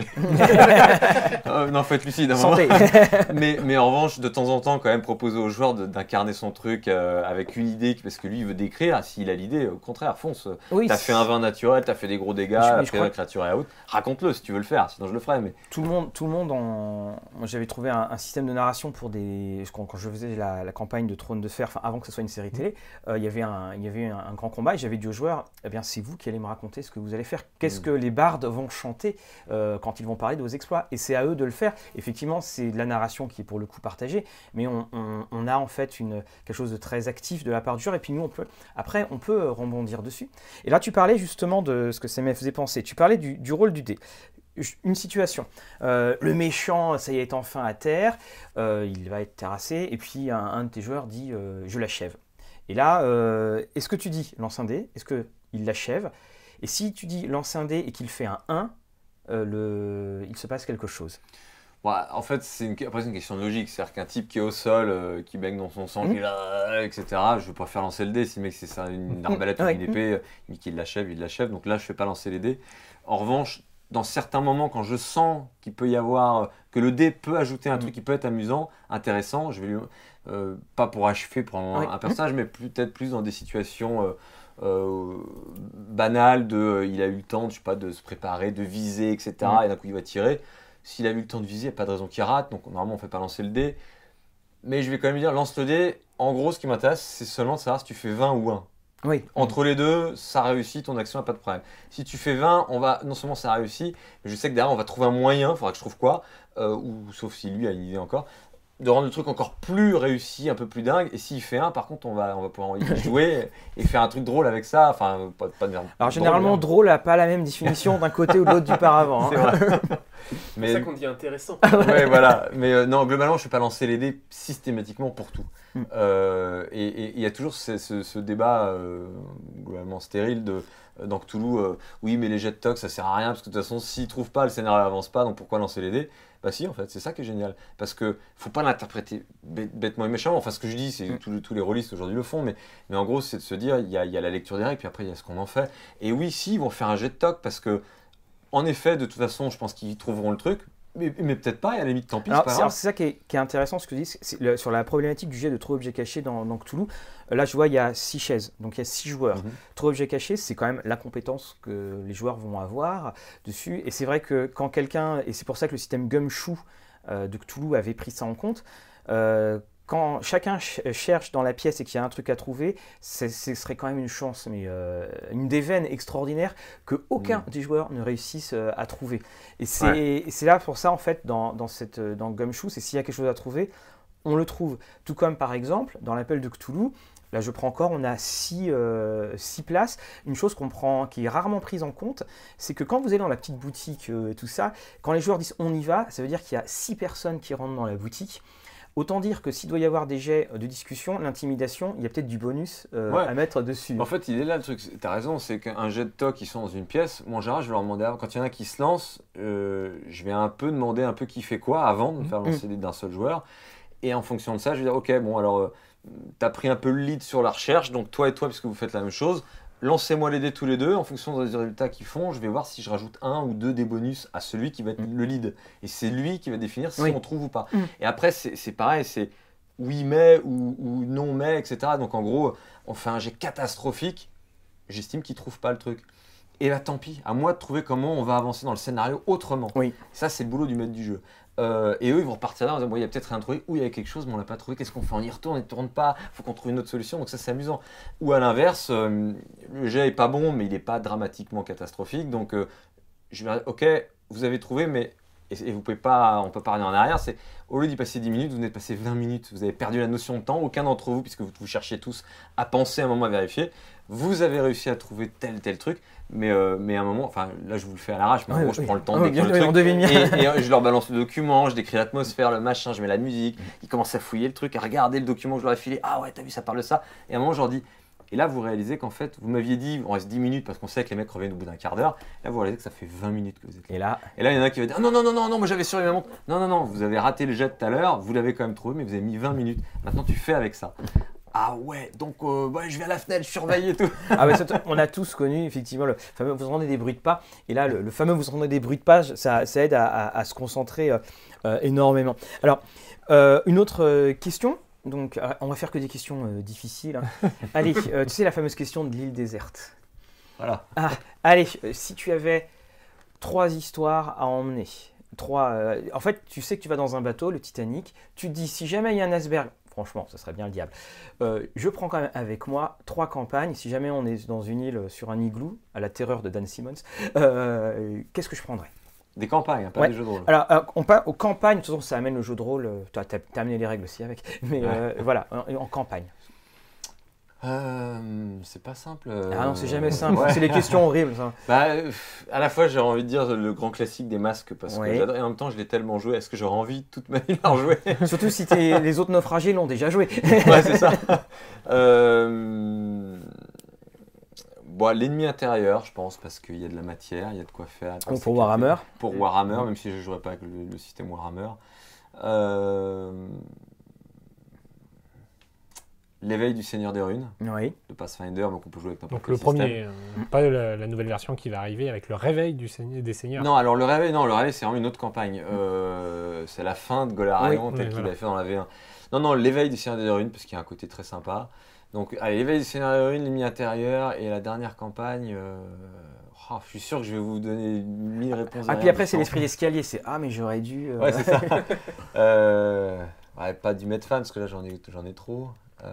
Euh, non, faut être lucide. à un moment. Santé. mais, mais en revanche, de temps en temps, quand même, proposer au joueur de- d'incarner son truc euh, avec une idée, parce que lui, il veut décrire. S'il a l'idée, au contraire, fonce. Oui, T'as fait un vin naturel, t'as fait des gros dégâts, Mais je- mais je après crois la créature est out. Raconte-le si tu veux le faire, sinon je le ferai. Mais tout le monde, tout le monde en... Moi, j'avais trouvé un, un système de narration pour des... Quand, quand je faisais la, la campagne de Trône de Fer, enfin avant que ce soit une série télé, euh, il y avait, un, il y avait un, un grand combat et j'avais dit aux joueurs, eh bien c'est vous qui allez me raconter ce que vous allez faire. Qu'est-ce Mm. que les bardes vont chanter euh, quand ils vont parler de vos exploits? Et c'est à eux de le faire. Effectivement, c'est de la narration qui est pour le coup partagée, mais on, on- on a en fait une, quelque chose de très actif de la part du joueur et puis nous, on peut, après, on peut rebondir dessus. Et là, tu parlais justement de ce que ça me faisait penser. Tu parlais du, du rôle du dé. Une situation. Euh, le méchant, ça y est, est enfin à terre. Euh, il va être terrassé. Et puis, un, un de tes joueurs dit euh, je l'achève. Et là, euh, est-ce que tu dis lance un dé? Est-ce qu'il l'achève? Et si tu dis lance un dé et qu'il fait un un, euh, le... il se passe quelque chose. ouais, en fait, c'est une, après, c'est une question de logique. C'est-à-dire qu'un type qui est au sol, euh, qui baigne dans son sang, Mhm. qui est là, et cetera. Je veux pas faire lancer le dé. Si le mec, c'est ça, une arbalète ou Ouais. une épée, il dit qu'il l'achève, il l'achève. Donc là, je fais pas lancer les dés. En revanche, dans certains moments, quand je sens qu'il peut y avoir, que le dé peut ajouter un Mhm. truc qui peut être amusant, intéressant, je vais lui, euh, pas pour achever pour un, Ouais. un personnage, mais peut-être plus dans des situations euh, euh, banales de, euh, il a eu le temps, je sais pas, de se préparer, de viser, et cetera. Mhm. Et d'un coup, il va tirer. S'il a eu le temps de viser, il n'y a pas de raison qu'il rate. Donc normalement, on ne fait pas lancer le dé. Mais je vais quand même lui dire, lance le dé. En gros, ce qui m'intéresse, c'est seulement de savoir si tu fais vingt ou un. Oui. Entre les deux, ça réussit, ton action n'a pas de problème. Si tu fais vingt, on va, non seulement ça réussit, mais je sais que derrière, on va trouver un moyen, il faudra que je trouve quoi, euh, ou sauf si lui a une idée encore, de rendre le truc encore plus réussi, un peu plus dingue. Et s'il fait un, par contre, on va, on va pouvoir y jouer et faire un truc drôle avec ça. Enfin, pas, pas de merde. Alors généralement, drôle n'a pas la même définition d'un côté ou de l'autre du paravent. C'est hein. vrai. C'est Mais ça qu'on dit intéressant. ouais, voilà. Mais euh, non, globalement, je ne fais pas lancer les dés systématiquement pour tout. Mm. Euh, et et il y a toujours ce, ce- ce débat euh, globalement stérile de, dans Cthulhu, euh, oui, mais les jets de toc, ça sert à rien, parce que de toute façon, s'ils ne trouvent pas, le scénario n'avance pas, donc pourquoi lancer les dés? Bah si, en fait, c'est ça qui est génial. Parce que faut pas l'interpréter bête- bêtement et méchamment. Enfin, ce que je dis, c'est Mm. tous, tous les rôlistes aujourd'hui le font, mais, mais en gros, c'est de se dire, il y a, il y a la lecture des règles, puis après, il y a ce qu'on en fait. Et oui, si, ils vont faire un jet de toc, parce que, en effet, de toute façon, je pense qu'ils trouveront le truc, mais, mais peut-être pas, et à la limite, tant pis, c'est Alors, pas c'est grave. alors, c'est ça qui est, qui est intéressant, ce que tu dis, c'est- c'est le- sur la problématique du jet de trop objets cachés dans, dans Cthulhu. Euh, Là, je vois, il y a six chaises, donc il y a six joueurs. Mhm. Trop objets cachés, c'est quand même la compétence que les joueurs vont avoir dessus. Et c'est vrai que quand quelqu'un, et c'est pour ça que le système Gumshoe euh, de Cthulhu avait pris ça en compte, euh, quand chacun ch- cherche dans la pièce et qu'il y a un truc à trouver, c'est- ce serait quand même une chance, mais euh, une déveine extraordinaire que aucun Mm. des joueurs ne réussisse euh, à trouver. Et c'est et c'est là pour ça, en fait, dans, dans, cette, dans Gumshoe, c'est s'il y a quelque chose à trouver, on le trouve. Tout comme, par exemple, dans l'appel de Cthulhu, là je prends encore, on a six, euh, six places. Une chose qu'on prend, qui est rarement prise en compte, c'est que quand vous allez dans la petite boutique euh, et tout ça, quand les joueurs disent on y va, ça veut dire qu'il y a six personnes qui rentrent dans la boutique. Autant dire que s'il doit y avoir des jets de discussion, l'intimidation, il y a peut-être du bonus euh, Ouais. à mettre dessus. En fait, il est là le truc. T'as raison, c'est qu'un jet de toc, ils sont dans une pièce. Moi, en général, je vais leur demander avant. Quand il y en a qui se lancent, euh, je vais un peu demander un peu qui fait quoi avant de me faire lancer des- d'un seul joueur. Et en fonction de ça, je vais dire, ok, bon, alors, euh, tu as pris un peu le lead sur la recherche, donc toi et toi, puisque vous faites la même chose, lancez-moi les dés tous les deux, en fonction des résultats qu'ils font, je vais voir si je rajoute un ou deux des bonus à celui qui va être Mm. le lead. Et c'est lui qui va définir si Oui. on trouve ou pas. Mm. Et après, c'est c'est pareil, c'est oui mais ou, ou non mais, et cetera. Donc en gros, on fait un jet catastrophique, j'estime qu'ils ne trouvent pas le truc. Et bah tant pis, à moi de trouver comment on va avancer dans le scénario autrement. Oui. Ça, c'est le boulot du maître du jeu. Euh, et eux, ils vont repartir là en disant, bon, il y a peut-être rien trouvé, ou il y a quelque chose, mais on l'a pas trouvé, qu'est-ce qu'on fait? On y retourne, on n'y tourne pas, il faut qu'on trouve une autre solution, donc ça, c'est amusant. Ou à l'inverse, euh, le jet est pas bon, mais il n'est pas dramatiquement catastrophique, donc euh, je vais dire, ok, vous avez trouvé, mais et, et vous pouvez pas, on peut pas revenir en arrière, c'est au lieu d'y passer dix minutes, vous venez de passer vingt minutes, vous avez perdu la notion de temps, aucun d'entre vous, puisque vous, vous cherchiez tous à penser un moment à vérifier, vous avez réussi à trouver tel tel truc, mais, euh, mais à un moment, enfin là je vous le fais à l'arrache, mais en Oui, gros je oui. prends le temps Ah, de oui, décrire bien le joué, en truc, demi-heure. et, et je leur balance le document, je décris l'atmosphère, le machin, je mets la musique, ils commencent à fouiller le truc, à regarder le document que je leur ai filé, ah ouais t'as vu ça parle de ça, et à un moment je leur dis, et là vous réalisez qu'en fait, vous m'aviez dit, on reste dix minutes parce qu'on sait que les mecs reviennent au bout d'un quart d'heure, là vous réalisez que ça fait vingt minutes que vous êtes là. Et là, Et là, il y en a un qui va dire non, non, non, non, non, moi j'avais surveillé ma montre. Non, non, non, vous avez raté le jet tout à l'heure, vous l'avez quand même trouvé, mais vous avez mis vingt minutes. Maintenant, tu fais avec ça. Ah ouais, donc euh, ouais, je vais à la fenêtre, je surveille et tout. ah bah, ça, on a tous connu effectivement le fameux vous entendez des bruits de pas. Et là, le, le fameux vous entendez des bruits de pas, ça, ça aide à, à, à se concentrer euh, euh, énormément. Alors, euh, une autre euh, question. Donc, euh, on va faire que des questions euh, difficiles. Hein. Allez, euh, tu sais la fameuse question de l'île déserte. Voilà. Ah, allez, euh, si tu avais trois histoires à emmener, trois, euh, en fait, tu sais que tu vas dans un bateau, le Titanic, tu te dis si jamais il y a un iceberg, franchement, ce serait bien le diable, euh, je prends quand même avec moi trois campagnes, si jamais on est dans une île sur un igloo, à la terreur de Dan Simmons, euh, qu'est-ce que je prendrais? Des campagnes, hein, pas Ouais. des jeux de rôle. Alors, euh, on part aux campagnes, de toute façon, ça amène le jeu de rôle, euh, tu as amené les règles aussi avec, mais euh, voilà, en, en campagne. Euh, c'est pas simple. euh, Ah non, c'est jamais simple, ouais. c'est les questions horribles. Ça. Bah, euh, à la fois, j'ai envie de dire le grand classique des masques parce Ouais. que j'adore, et en même temps, je l'ai tellement joué. Est-ce que j'aurais envie toute ma vie de la rejouer? Surtout si t'es- les autres naufragés l'ont déjà joué. Ouais, c'est ça. Euh... Bon, l'ennemi intérieur, je pense, parce qu'il y a de la matière, il y a de quoi faire. Bon, pour Warhammer. Pour Warhammer, même si je ne jouerais pas avec le, le système Warhammer. Euh... L'éveil du Seigneur des Runes, Oui. de Pathfinder, donc on peut jouer avec n'importe Donc quel le système. premier, euh, pas la, la nouvelle version qui va arriver avec le réveil du seigneur, des seigneurs. Non, alors le réveil, non, le réveil, c'est vraiment une autre campagne. Euh, c'est la fin de Golarion, Oui, tel oui, qu'il voilà. avait fait dans la V un. Non, non, l'éveil du Seigneur des Runes, parce qu'il y a un côté très sympa. Donc, allez, l'éveil du Seigneur des Runes, l'ennemi intérieur, et la dernière campagne. Euh... oh, je suis sûr que je vais vous donner mille réponses. Ah, puis derrière, après, c'est mais l'esprit d'escalier. C'est ah, mais j'aurais dû. euh, Ouais, c'est ça. euh... ouais, pas du Medfan, parce que là, j'en ai, j'en ai trop. Euh...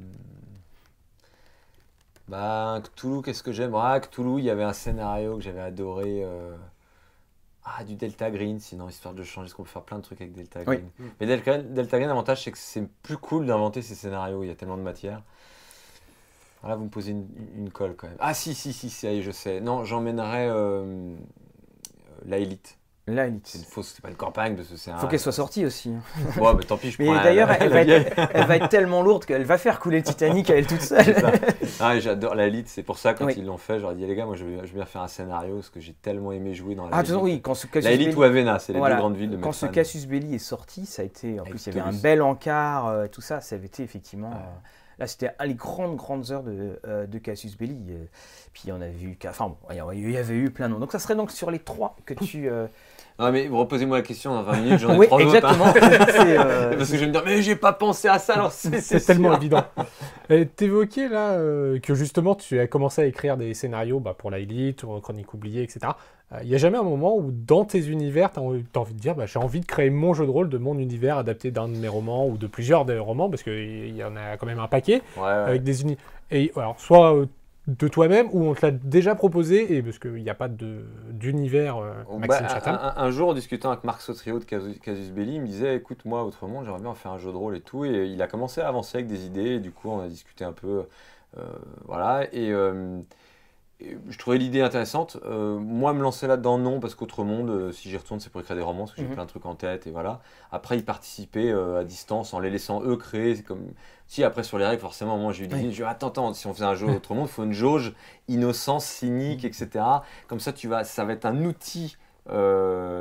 Bah, Cthulhu, qu'est-ce que j'aime? Ah, Cthulhu, il y avait un scénario que j'avais adoré. euh, Ah, du Delta Green, sinon, histoire de changer, parce qu'on peut faire plein de trucs avec Delta Oui. Green. Mais Delta, Delta Green, l'avantage, c'est que c'est plus cool d'inventer ces scénarios, il y a tellement de matière. Là, vous me posez une, une colle quand même. Ah, si, si, si, ça y est, je sais. Non, j'emmènerais euh, la Élite. Là, C'est une fausse, c'est pas une campagne, parce que c'est un. faut qu'elle soit sortie aussi. hein. Ouais, mais tant pis, je Mais prends la- d'ailleurs, la- elle, la va vieille. être, elle va être tellement lourde qu'elle va faire couler le Titanic à elle toute seule. C'est ça. Ah, et j'adore la Elite, c'est pour ça quand Oui. ils l'ont fait, j'aurais dit les gars, moi je veux, je veux bien faire un scénario parce que j'ai tellement aimé jouer dans la Ah, de toute façon, Elite. oui, quand ce La Cassius Elite Belli, ou Avena, c'est les voilà, deux grandes villes de quand ce Medfan. Cassius Belli est sorti, ça a été. En Avec plus, il y avait un Ptolus. bel encart, euh, tout ça, ça avait été effectivement. Ouais. euh, Là, c'était un- les grandes, grandes heures de, euh, de Cassius Belli. euh, Puis on a vu. qu'à- Enfin, bon, il y avait eu plein de noms. Donc, ça serait donc sur les trois que tu. euh, Non mais reposez-moi la question dans vingt minutes, j'en ai Oui, trois autres. exactement. hein. C'est, euh, Parce que je vais me dire, mais j'ai pas pensé à ça alors c'est C'est c'est tellement sûr. évident. Et t'évoquais là euh, que justement tu as commencé à écrire des scénarios bah, pour la Elite, ou Chronique oubliée, et cetera. Il n'y a jamais un moment où dans tes univers, tu as envie de dire bah, j'ai envie de créer mon jeu de rôle de mon univers adapté d'un de mes romans ou de plusieurs des romans, parce qu'il y en a quand même un paquet, Ouais, ouais. avec des uni- Et alors, soit euh, de toi-même, ou on te l'a déjà proposé, et parce qu'il n'y a pas de- d'univers euh, Bah, Maxime un, Chatham. un- un jour, en discutant avec Marc Sautrio de Casus, Casus Belli, il me disait écoute, moi, autrement, j'aimerais bien en faire un jeu de rôle et tout. Et il a commencé à avancer avec des idées. Et du coup, on a discuté un peu. euh, voilà. Et, euh, et je trouvais l'idée intéressante. Euh, moi, me lancer là-dedans, non, parce qu'autre monde, euh, si j'y retourne, c'est pour écrire des romans, parce que j'ai Mhm. plein de trucs en tête. Et voilà. Après, y participer euh, à distance en les laissant eux créer. C'est comme. Si, après, sur les règles, forcément, moi, j'ai eu des Oui. idées. Je dis attends, attends, si on faisait un jeu autre monde, il faut une jauge, innocence, cynique, et cetera. Comme ça, tu vas, ça va être un outil, euh,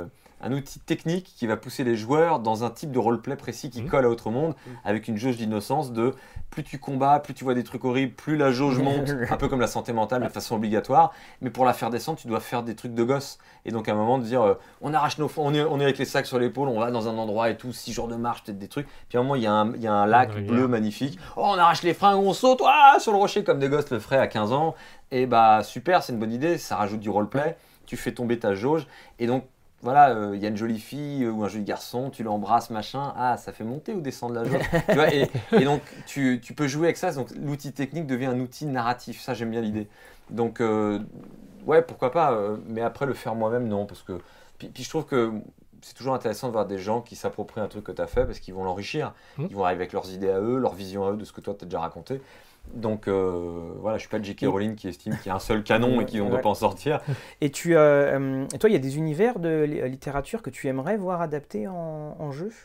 un outil technique qui va pousser les joueurs dans un type de roleplay précis qui Mmh. colle à Autre Monde, Mmh. avec une jauge d'innocence de plus tu combats, plus tu vois des trucs horribles, plus la jauge monte, un peu comme la santé mentale, mais de façon obligatoire. Mais pour la faire descendre, tu dois faire des trucs de gosse. Et donc à un moment de dire, euh, on arrache nos fonds, on est, on est avec les sacs sur l'épaule, on va dans un endroit et tout, six jours de marche, peut-être des trucs. Puis à un moment, il y a un, il y a un lac Une bleu rivière. magnifique. Oh, on arrache les fringues, on saute ouah, sur le rocher comme des gosses le feraient à quinze ans. Et bah super, c'est une bonne idée, ça rajoute du roleplay, tu fais tomber ta jauge. Et donc voilà, il euh, y a une jolie fille euh, ou un joli garçon, tu l'embrasses, machin, ah, ça fait monter ou descendre la jauge. Tu vois, et, et donc, tu, tu peux jouer avec ça, donc l'outil technique devient un outil narratif, ça j'aime bien l'idée. Donc, euh, ouais, pourquoi pas, euh, mais après le faire moi-même, non, parce que, puis, puis je trouve que c'est toujours intéressant de voir des gens qui s'approprient un truc que tu as fait, parce qu'ils vont l'enrichir, Mmh. ils vont arriver avec leurs idées à eux, leur vision à eux de ce que toi tu as déjà raconté. Donc euh, voilà, je suis pas J K Rowling qui estime qu'il y a un seul canon et qu'on ne doit pas en sortir. Et tu, euh, euh, toi, il y a des univers de li- littérature que tu aimerais voir adaptés en, en jeu?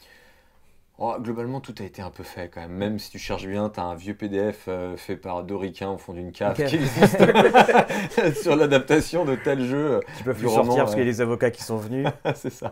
Oh, globalement, tout a été un peu fait quand même. Même si tu cherches bien, tu as un vieux P D F euh, fait par deux ricains au fond d'une cave Ok. qui existe sur l'adaptation de tel jeu. Tu peux Du plus roman, sortir parce ouais. qu'il y a des avocats qui sont venus. C'est ça.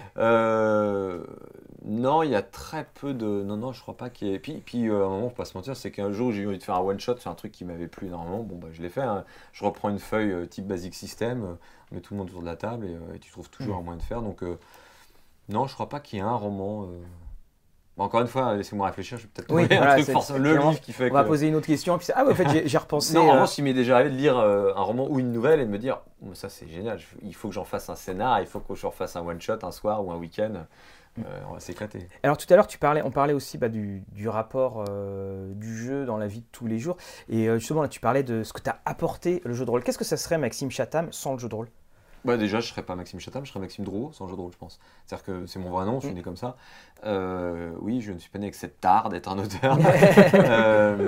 Euh, non, il y a très peu de. Non, non, je crois pas qu'il y ait. Puis, puis euh, à un moment, faut pas se mentir, c'est qu'un jour j'ai eu envie de faire un one shot sur un truc qui m'avait plu énormément. Bon, bah, je l'ai fait. Hein. Je reprends une feuille euh, type Basic System, euh, on met tout le monde autour de la table et, euh, et tu trouves toujours Mm. un moyen de faire. Donc, euh, non, je crois pas qu'il y ait un roman. euh. Bon, encore une fois, laissez-moi réfléchir. Je vais peut-être Oui, trouver un voilà, truc c'est- forcément- le finalement, livre qui fait On va que. poser une autre question. Et puis, c'est- ah, ouais, en fait, j'ai j'ai repensé. Non, en euh, revanche, il m'est déjà arrivé de lire euh, un roman ou une nouvelle et de me dire oh, mais ça c'est génial, je- il faut que j'en fasse un scénar, il faut que je refasse un one shot un soir ou un week-end. Euh, on va s'éclater. Alors tout à l'heure, tu parlais, on parlait aussi bah, du, du rapport euh, du jeu dans la vie de tous les jours. Et euh, justement, là, tu parlais de ce que t'as apporté le jeu de rôle. Qu'est-ce que ça serait, Maxime Chatham, sans le jeu de rôle? Bah, déjà, je serais pas Maxime Chatham, je serais Maxime Drouot, sans jeu de rôle, je pense. C'est-à-dire que c'est mon vrai nom, je suis Mm. né comme ça. Euh, oui, je ne suis pas né avec cette tare d'être un auteur. Euh,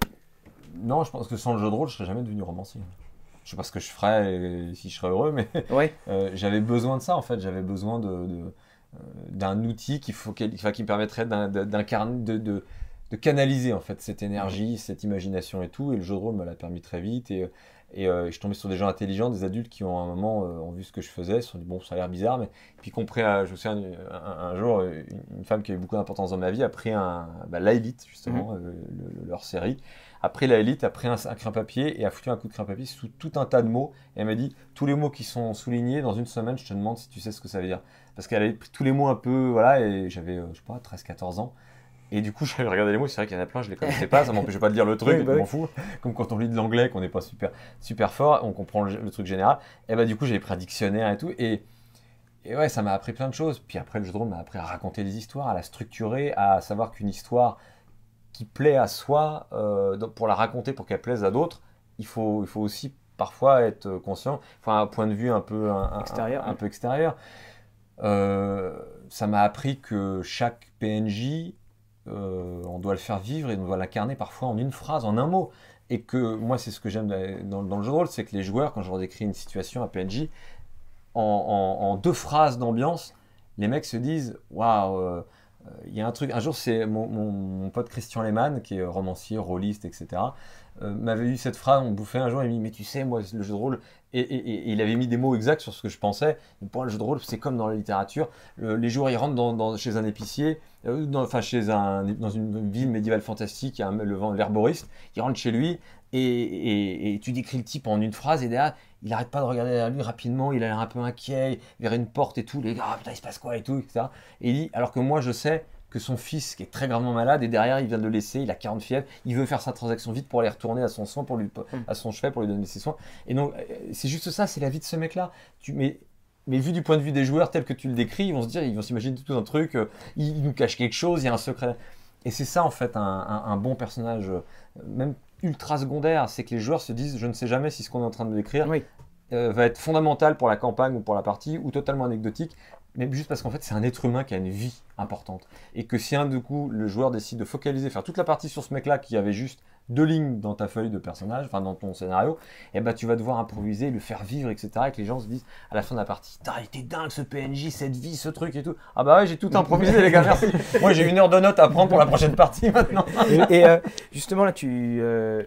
non, je pense que sans le jeu de rôle, je serais jamais devenu romancier. Je sais pas ce que je ferais et si je serais heureux, mais Ouais. Euh, j'avais besoin de ça en fait, j'avais besoin de, de, euh, d'un outil qui, faut, qui, enfin, qui me permettrait d'in- d'incarner, de, de, de canaliser en fait cette énergie, cette imagination et tout, et le jeu de rôle me l'a permis très vite, et, et euh, je suis tombé sur des gens intelligents, des adultes qui ont à un moment euh, ont vu ce que je faisais, se sont dit bon ça a l'air bizarre, mais puis compris, à, je me souviens un, un jour, une, une femme qui a eu beaucoup d'importance dans ma vie a pris un, bah, la Élite justement, euh, le- le- leur série, a pris la Élite, a pris un, un crin papier et a foutu un coup de crin papier sous tout un tas de mots. Et elle m'a dit tous les mots qui sont soulignés dans une semaine, je te demande si tu sais ce que ça veut dire. Parce qu'elle avait pris tous les mots un peu, voilà, et j'avais, euh, je sais pas, treize quatorze ans. Et du coup, j'avais regardé les mots, c'est vrai qu'il y en a plein, je les connaissais pas, ça m'empêchait pas de lire le truc, Oui, bah je oui. m'en fous. Comme quand on lit de l'anglais, qu'on n'est pas super, super fort, on comprend le, le truc général. Et bah du coup, j'avais pris un dictionnaire et tout. Et, et ouais, ça m'a appris plein de choses. Puis après, le jeu de rôle m'a appris à raconter des histoires, à la structurer, à savoir qu'une histoire qui plaît à soi, euh, donc pour la raconter, pour qu'elle plaise à d'autres, il faut, il faut aussi parfois être conscient, enfin un point de vue un peu, un, un- Extérieur. un, un peu extérieur. Euh, ça m'a appris que chaque P N J, euh, on doit le faire vivre et on doit l'incarner parfois en une phrase, en un mot. Et que moi, c'est ce que j'aime dans, dans le jeu de rôle, c'est que les joueurs, quand je leur décris une situation à P N J, en, en- en deux phrases d'ambiance, les mecs se disent waouh, euh, il y a un truc. Un jour, c'est mon, mon- mon pote Christian Lehmann, qui est romancier, rôliste, et cetera, euh, m'avait eu cette phrase, on bouffait un jour, il m'a dit mais tu sais, moi, le jeu de rôle. Et, et- et- et il avait mis des mots exacts sur ce que je pensais. Pour le jeu de rôle, c'est comme dans la littérature. Le- les joueurs, ils rentrent dans, dans- chez un épicier, euh, dans, enfin chez un, dans une ville médiévale fantastique, il y a un- le vent- l'herboriste. Ils rentrent chez lui et, et- et tu décris le type en une phrase et derrière, il n'arrête pas de regarder derrière lui rapidement. Il a l'air un peu inquiet vers une porte et tout. Les gars, ah, putain, il se passe quoi et tout, et cetera. Et il dit, alors que moi, je sais que son fils, qui est très gravement malade, et derrière, il vient de le laisser, il a quarante fièvres, il veut faire sa transaction vite pour aller retourner à son soin, pour lui, à son chevet, pour lui donner ses soins. Et donc, euh, c'est juste ça, c'est la vie de ce mec-là. Tu, mais, mais vu du point de vue des joueurs, tel que tu le décris, ils vont se dire, ils vont s'imaginer tout un truc, euh, il, il nous cache quelque chose, il y a un secret. Et c'est ça, en fait, un, un- un bon personnage, euh, même ultra secondaire, c'est que les joueurs se disent, je ne sais jamais si ce qu'on est en train de décrire Oui. euh, va être fondamental pour la campagne ou pour la partie, ou totalement anecdotique, mais juste parce qu'en fait, c'est un être humain qui a une vie importante. Et que si un du coup, le joueur décide de focaliser, faire toute la partie sur ce mec-là qui avait juste deux lignes dans ta feuille de personnage, enfin dans ton scénario, et ben tu vas devoir improviser, le faire vivre, et cetera. Et que les gens se disent à la fin de la partie, t'as été dingue ce P N J, cette vie, ce truc et tout. Ah bah ouais, j'ai tout improvisé les gars, merci. Moi j'ai une heure de notes à prendre pour la prochaine partie maintenant. Et, et, euh, justement, là, tu. euh,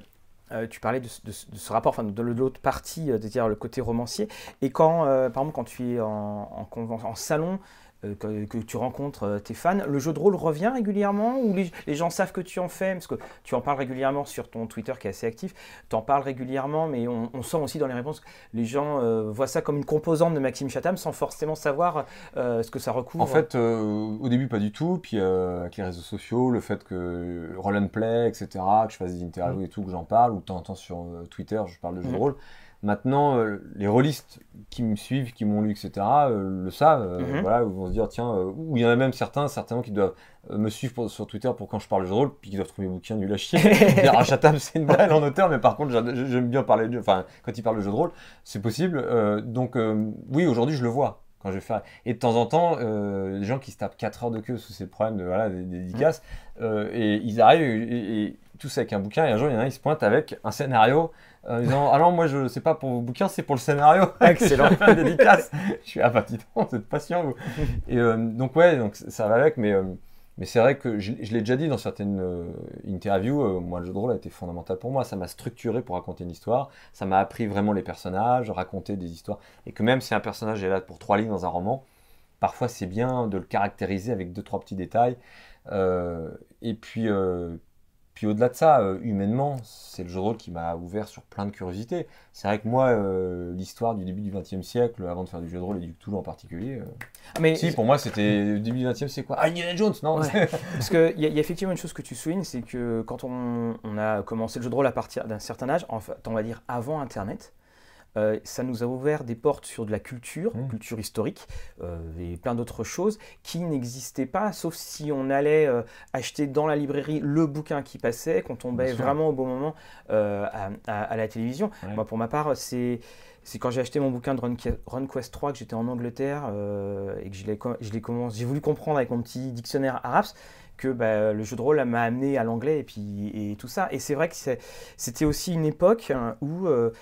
euh, tu parlais de, de, de ce rapport, enfin de, de l'autre partie, euh, c'est-à-dire le côté romancier. Et quand, euh, par exemple, quand tu es en, en, conven- en salon, euh, que, que tu rencontres euh, tes fans, le jeu de rôle revient régulièrement ou les, les gens savent que tu en fais? Parce que tu en parles régulièrement sur ton Twitter qui est assez actif, tu en parles régulièrement, mais on, on sent aussi dans les réponses que les gens euh, voient ça comme une composante de Maxime Chatham sans forcément savoir euh, ce que ça recouvre. En fait, euh, au début, pas du tout. Puis euh, avec les réseaux sociaux, le fait que Roll and Play, et cetera, que je fasse des interviews mmh. et tout, que j'en parle, ou de temps en temps sur euh, Twitter, je parle de jeux mmh. de rôle. Maintenant, euh, les rôlistes qui me suivent, qui m'ont lu, et cetera, euh, le savent. Euh, mmh. Voilà, ils vont se dire, tiens, euh, ou il y en a même certains, certainement, qui doivent euh, me suivre pour, sur Twitter pour quand je parle de jeux de rôle, puis qui doivent trouver mes bouquins nuls à chier. Dire, ah, Chatham, c'est une brêle en auteur, mais par contre, j'aime bien parler de jeux. Enfin, quand il parle de jeux de rôle, c'est possible. Euh, donc, euh, oui, aujourd'hui, je le vois. Quand je vais faire... Et de temps en temps, euh, les gens qui se tapent quatre heures de queue, c'est le problème de, voilà, des, des dédicaces, euh, et ils arrivent et, et, tous avec un bouquin, et un jour, il y en a un, il se pointe avec un scénario, en euh, disant « Ah non, moi, je sais pas pour vos bouquins, c'est pour le scénario. » Excellent. Je fais une dédicace. Je suis « Ah bah, dis donc, vous êtes patient, vous. » Et euh, donc, ouais, donc, ça va avec, mais, euh, mais c'est vrai que je, je l'ai déjà dit dans certaines euh, interviews, euh, moi, le jeu de rôle a été fondamental pour moi. Ça m'a structuré pour raconter une histoire, ça m'a appris vraiment les personnages, raconter des histoires, et que même si un personnage est là pour trois lignes dans un roman, parfois, c'est bien de le caractériser avec deux, trois petits détails. Euh, et puis... Euh, Puis au-delà de ça, euh, humainement, c'est le jeu de rôle qui m'a ouvert sur plein de curiosités. C'est vrai que moi, euh, l'histoire du début du vingtième siècle, avant de faire du jeu de rôle et du Cthulhu en particulier, euh, mais si, pour moi, c'était le début du vingtième, c'est quoi? Ah, Indiana Jones, non ouais. Parce qu'il y, y a effectivement une chose que tu soulignes, c'est que quand on, on a commencé le jeu de rôle à partir d'un certain âge, en fait, on va dire avant Internet, Euh, ça nous a ouvert des portes sur de la culture, mmh. culture historique euh, et plein d'autres choses qui n'existaient pas, sauf si on allait euh, acheter dans la librairie le bouquin qui passait, qu'on tombait vraiment au bon moment euh, à, à, à la télévision. Ouais. Moi, pour ma part, c'est... C'est quand j'ai acheté mon bouquin de RunQuest trois, que j'étais en Angleterre euh, et que je l'ai, je l'ai commencé, j'ai voulu comprendre avec mon petit dictionnaire arabe, que bah, le jeu de rôle m'a amené à l'anglais et, puis, et tout ça. Et c'est vrai que c'est, c'était aussi une époque hein, où euh,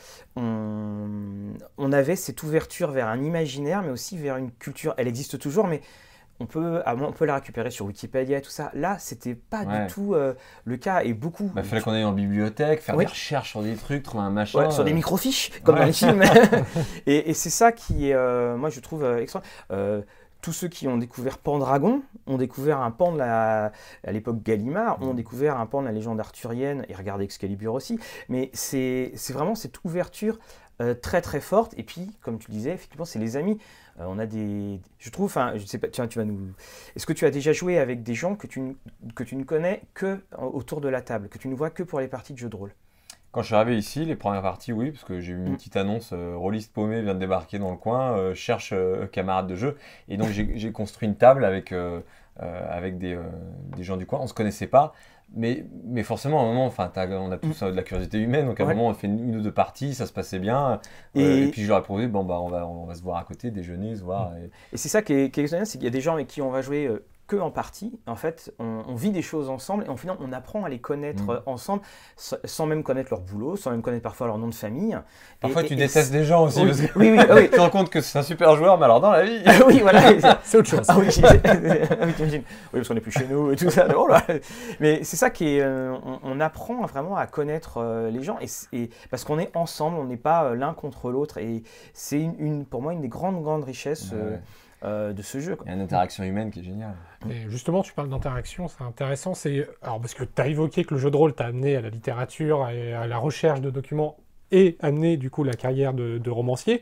on, on avait cette ouverture vers un imaginaire, mais aussi vers une culture. Elle existe toujours, mais on peut, on peut la récupérer sur Wikipédia et tout ça. Là, c'était pas ouais. du tout euh, le cas. Et beaucoup... Il bah, fallait qu'on aille en bibliothèque, faire oui. des recherches sur des trucs, trouver un machin. Ouais, sur euh... des microfiches, comme ouais. dans les films. et, et c'est ça qui est, euh, moi, je trouve euh, extra. Euh, Tous ceux qui ont découvert Pendragon ont découvert un pan de la, à l'époque Gallimard, ont découvert un pan de la légende arthurienne, et regardez Excalibur aussi, mais c'est, c'est vraiment cette ouverture euh, très très forte, et puis, comme tu le disais, effectivement, c'est les amis. Euh, on a des... Je trouve, enfin, je sais pas, tiens, tu vas nous... Est-ce que tu as déjà joué avec des gens que tu, que tu ne connais que autour de la table, que tu ne vois que pour les parties de jeux de rôle? Quand je suis arrivé ici, les premières parties, oui, parce que j'ai eu une petite annonce, euh, rôliste paumé vient de débarquer dans le coin, euh, cherche euh, camarade de jeu. Et donc j'ai, j'ai construit une table avec, euh, euh, avec des, euh, des gens du coin. On ne se connaissait pas, mais, mais forcément, à un moment, enfin, on a tous euh, de la curiosité humaine, donc à un ouais. moment, on fait une, une ou deux parties, ça se passait bien. Euh, et... et puis je leur ai proposé, bon, bah, on va, on va se voir à côté, déjeuner, se voir. Et, et c'est ça qui est, qui est extraordinaire, c'est qu'il y a des gens avec qui on va jouer... Euh... que en partie, en fait, on, on vit des choses ensemble et en final, on apprend à les connaître mmh. ensemble sans même connaître leur boulot, sans même connaître parfois leur nom de famille. Parfois, et, tu et, détestes et des gens aussi. Oui, parce que oui, oui, oui. Tu te rends compte que c'est un super joueur, mais alors dans la vie. oui, voilà. C'est autre chose. Ah oui, oui, t'imagines. Oui, parce qu'on n'est plus chez nous et tout ça. Oh là. Mais c'est ça qui est. Euh, on, on apprend vraiment à connaître euh, les gens et, et parce qu'on est ensemble, on n'est pas euh, l'un contre l'autre. Et c'est une, une, pour moi une des grandes, grandes richesses. Ouais. Euh, Euh, de ce jeu. Quoi. Il y a une interaction humaine qui est géniale. Et justement, tu parles d'interaction, c'est intéressant. C'est... Alors, parce que tu as évoqué que le jeu de rôle t'a amené à la littérature et à la recherche de documents et amené du coup la carrière de, de romancier,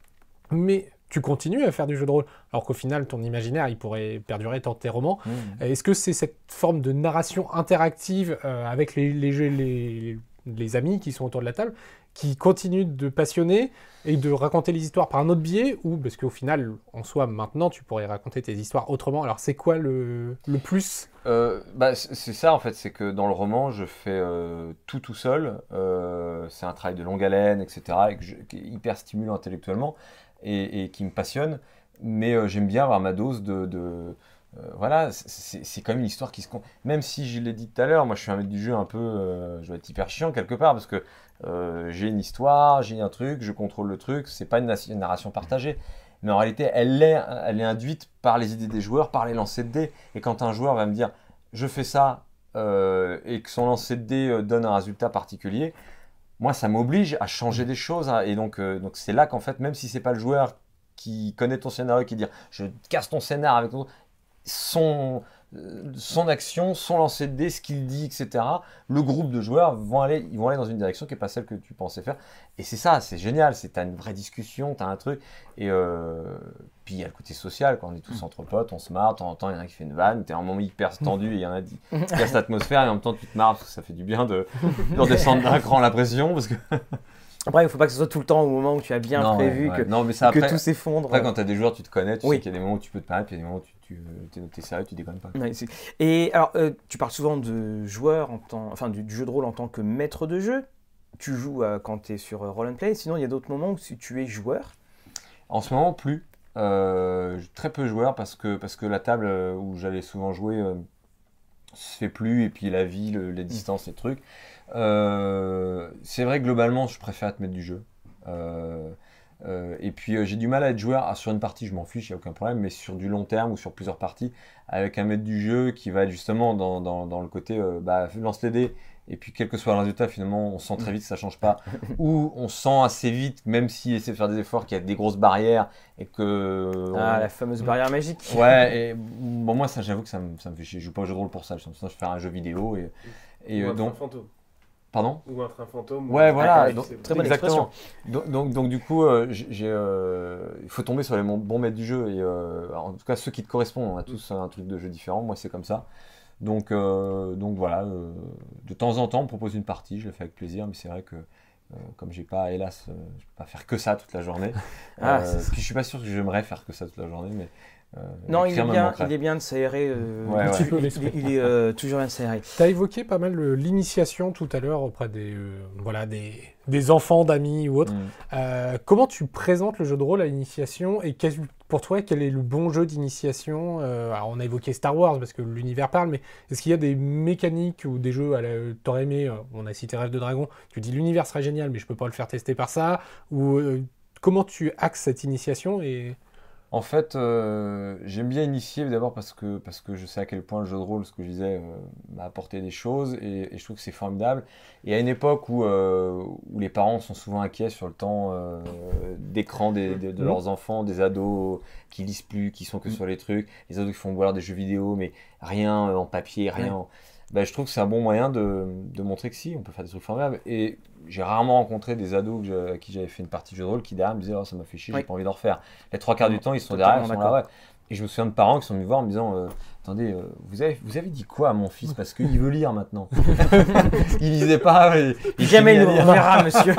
mais tu continues à faire du jeu de rôle, alors qu'au final, ton imaginaire, il pourrait perdurer tant tes romans. Mmh. Est-ce que c'est cette forme de narration interactive euh, avec les, les, les, les amis qui sont autour de la table qui continue de passionner et de raconter les histoires par un autre biais, ou parce qu'au final, en soi, maintenant, tu pourrais raconter tes histoires autrement. Alors, c'est quoi le, le plus euh, bah, c'est ça, en fait, c'est que dans le roman, je fais euh, tout tout seul. Euh, c'est un travail de longue haleine, et cetera, et que je, qui est hyper stimulant intellectuellement et, et qui me passionne. Mais euh, j'aime bien avoir ma dose de... de Euh, voilà, c'est, c'est quand même une histoire qui se compte. Même si je l'ai dit tout à l'heure, moi je suis un mec du jeu un peu, euh, je vais être hyper chiant quelque part parce que euh, j'ai une histoire, j'ai un truc, je contrôle le truc, c'est pas une, une narration partagée. Mais en réalité, elle est, elle est induite par les idées des joueurs, par les lancers de dés. Et quand un joueur va me dire, je fais ça, euh, et que son lancer de dés donne un résultat particulier, moi, ça m'oblige à changer des choses. Hein, et donc, euh, donc c'est là qu'en fait, même si c'est pas le joueur qui connaît ton scénario, qui dit je casse ton scénar avec ton... son, euh, son action, son lancer de dés, ce qu'il dit, et cetera. Le groupe de joueurs vont aller, ils vont aller dans une direction qui n'est pas celle que tu pensais faire. Et c'est ça, c'est génial. C'est, t'as une vraie discussion, t'as un truc. Et euh, puis il y a le côté social, quand on est tous entre potes, on se marre, de temps en temps, il y en a qui fait une vanne, t'es à un moment hyper tendu, et il y en a qui cassent l'atmosphère, et en même temps, tu te marres, parce que ça fait du bien de, de redescendre d'un cran la pression, parce que... Après, il ne faut pas que ce soit tout le temps au moment où tu as bien non, prévu ouais. que, non, mais ça, que après, tout s'effondre. Après, quand tu as des joueurs, tu te connais, tu oui. sais qu'il y a des moments où tu peux te permettre, puis il y a des moments où tu, tu es sérieux, tu déconnes pas. Ouais, et alors, euh, tu parles souvent de joueur, en tant, enfin du, du jeu de rôle en tant que maître de jeu. Tu joues euh, quand tu es sur euh, Roll and Play. Sinon, il y a d'autres moments où tu es joueur. En ce moment, plus. Euh, très peu joueur parce que, parce que la table où j'allais souvent jouer euh, se fait plus, et puis la vie, le, les distances, les trucs. Euh, c'est vrai que globalement, je préfère être maître du jeu. Euh, euh, et puis euh, j'ai du mal à être joueur. Ah, sur une partie, je m'en fiche, il n'y a aucun problème, mais sur du long terme ou sur plusieurs parties, avec un maître du jeu qui va être justement dans, dans, dans le côté euh, bah, lance les dés. Et puis, quel que soit le résultat, finalement, on sent très vite que ça ne change pas. Ou on sent assez vite, même s'il essaie de faire des efforts, qu'il y a des grosses barrières et que... Ah, on... la fameuse barrière magique. Ouais, et bon, moi, ça, j'avoue que ça me, ça me fait chier. Je joue pas au jeu de rôle pour ça. Je pense que je vais faire un jeu vidéo. Et, et Ou un donc... train fantôme. Pardon ? Ou un train fantôme. Ouais, ou... voilà. Ah, donc, très bonne exactement. expression. Donc, donc, donc, du coup, euh, j'ai, euh, il faut tomber sur les bons maîtres du jeu. Et euh, en tout cas, ceux qui te correspondent. On a tous un truc de jeu différent. Moi, c'est comme ça. Donc, euh, donc voilà, euh, de temps en temps, on me propose une partie, je le fais avec plaisir, mais c'est vrai que euh, comme j'ai pas, hélas, euh, je peux pas faire que ça toute la journée. Ah, euh, puis je suis pas sûr que j'aimerais faire que ça toute la journée, mais euh, non, il est, bien, il est bien de s'aérer. Euh, ouais, un ouais. petit peu l'esprit. Il, il est euh, toujours bien de s'aérer. Tu as évoqué pas mal le, l'initiation tout à l'heure auprès des, euh, voilà, des, des enfants, d'amis ou autres. Mm. Euh, comment tu présentes le jeu de rôle à l'initiation et quel, pour toi, quel est le bon jeu d'initiation? euh, Alors, on a évoqué Star Wars parce que l'univers parle, mais est-ce qu'il y a des mécaniques ou des jeux à la, t'aurais aimé, euh, on a cité Rêve de Dragon, tu dis l'univers serait génial, mais je peux pas le faire tester par ça, ou euh, comment tu axes cette initiation et... En fait, euh, j'aime bien initier d'abord parce que, parce que je sais à quel point le jeu de rôle, ce que je disais, euh, m'a apporté des choses et, et je trouve que c'est formidable. Et à une époque où, euh, où les parents sont souvent inquiets sur le temps euh, d'écran des, de, de Mmh. leurs enfants, des ados qui lisent plus, qui sont que sur les trucs, les ados qui font voir des jeux vidéo, mais rien en papier, rien. En... Ben, je trouve que c'est un bon moyen de, de montrer que si, on peut faire des trucs formidables. Et j'ai rarement rencontré des ados que je, à qui j'avais fait une partie de jeu de rôle qui derrière me disaient oh, ça m'a fait chier, Oui. j'ai pas envie d'en refaire. Les trois quarts du temps, ils sont Totalement derrière, ils sont là, ouais. Et je me souviens de parents qui sont venus me voir en me disant euh, attendez, euh, vous, avez, vous avez dit quoi à mon fils parce qu'il veut lire maintenant. Il lisait pas. Et, et jamais il il nous reverra, monsieur.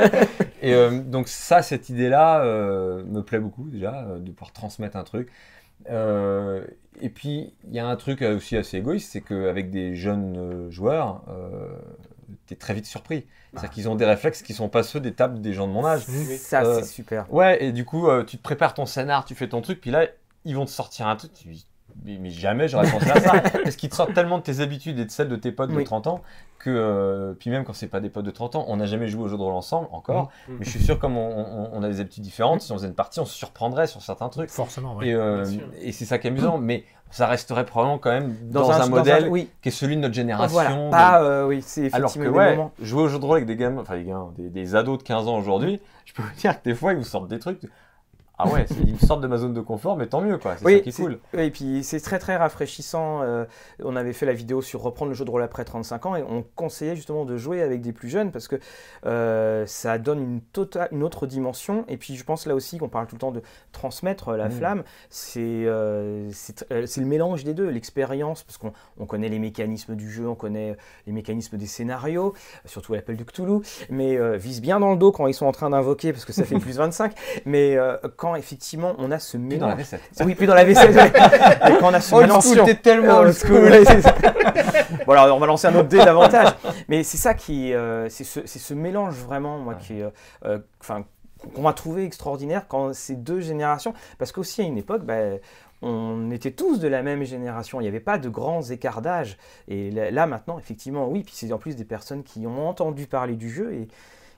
Et euh, donc ça, cette idée-là euh, me plaît beaucoup déjà, euh, de pouvoir transmettre un truc. Euh, et puis, il y a un truc aussi assez égoïste, c'est qu'avec des jeunes euh, joueurs, euh, tu es très vite surpris. C'est-à-dire qu'ils ont des réflexes qui sont pas ceux des tables des gens de mon âge. Ça, Euh, c'est super. Ouais, et du coup, euh, tu te prépares ton scénar, tu fais ton truc, puis là, ils vont te sortir un truc, tu dis, mais, mais jamais j'aurais pensé à ça. Parce qu'ils te sortent tellement de tes habitudes et de celles de tes potes de Oui. trente ans, que, euh, puis même quand c'est pas des potes de trente ans, on n'a jamais joué au jeu de rôle ensemble, encore, Mmh. mais je suis sûr comme on, on- on a des habitudes différentes, si on faisait une partie, on se surprendrait sur certains trucs. Forcément, oui. Et, euh, bien sûr. et c'est ça qui est amusant, mais ça resterait probablement quand même dans, Dans un, dans modèle oui. qui est celui de notre Ah, génération. voilà. de- Pas, euh, oui, c'est Alors que effectivement des ouais, moments. jouer au jeu de rôle avec des gamins, enfin des, gamins, des, des ados de quinze ans aujourd'hui, je peux vous dire que des fois ils vous sortent des trucs. Ah ouais, c'est- ils me sortent de ma zone de confort, mais tant mieux quoi, c'est ça qui est c'est- cool. oui, et puis c'est très très rafraîchissant. euh, on avait fait la vidéo sur reprendre le jeu de rôle après trente-cinq ans et on conseillait justement de jouer avec des plus jeunes parce que euh, ça donne une, tota- une autre dimension. Et puis je pense là aussi qu'on parle tout le temps de transmettre la Mmh. flamme. C'est euh, c'est euh, c'est le mélange des deux, l'expérience, parce qu'on on connaît les mécanismes du jeu, on connaît les mécanismes des scénarios, surtout l'appel du Cthulhu, mais euh, vise bien dans le dos quand ils sont en train d'invoquer parce que ça fait plus vingt-cinq. Mais euh, quand effectivement on a ce Puis dans la mélange. vaisselle. Oui, puis dans la vaisselle. ouais. Et quand on a ce Old mélange. school, t'es tellement Euh, old old school. school, ouais, c'est ça. Bon, alors on va lancer un autre dé davantage. Mais c'est ça qui. euh, c'est ce, c'est ce mélange vraiment, moi, Ouais. qui est. euh, Enfin. qu'on va trouver extraordinaire quand ces deux générations. Parce qu'aussi à une époque, bah, on était tous de la même génération. Il n'y avait pas de grands écarts d'âge. Et là, là, maintenant, effectivement, oui. Puis c'est en plus des personnes qui ont entendu parler du jeu et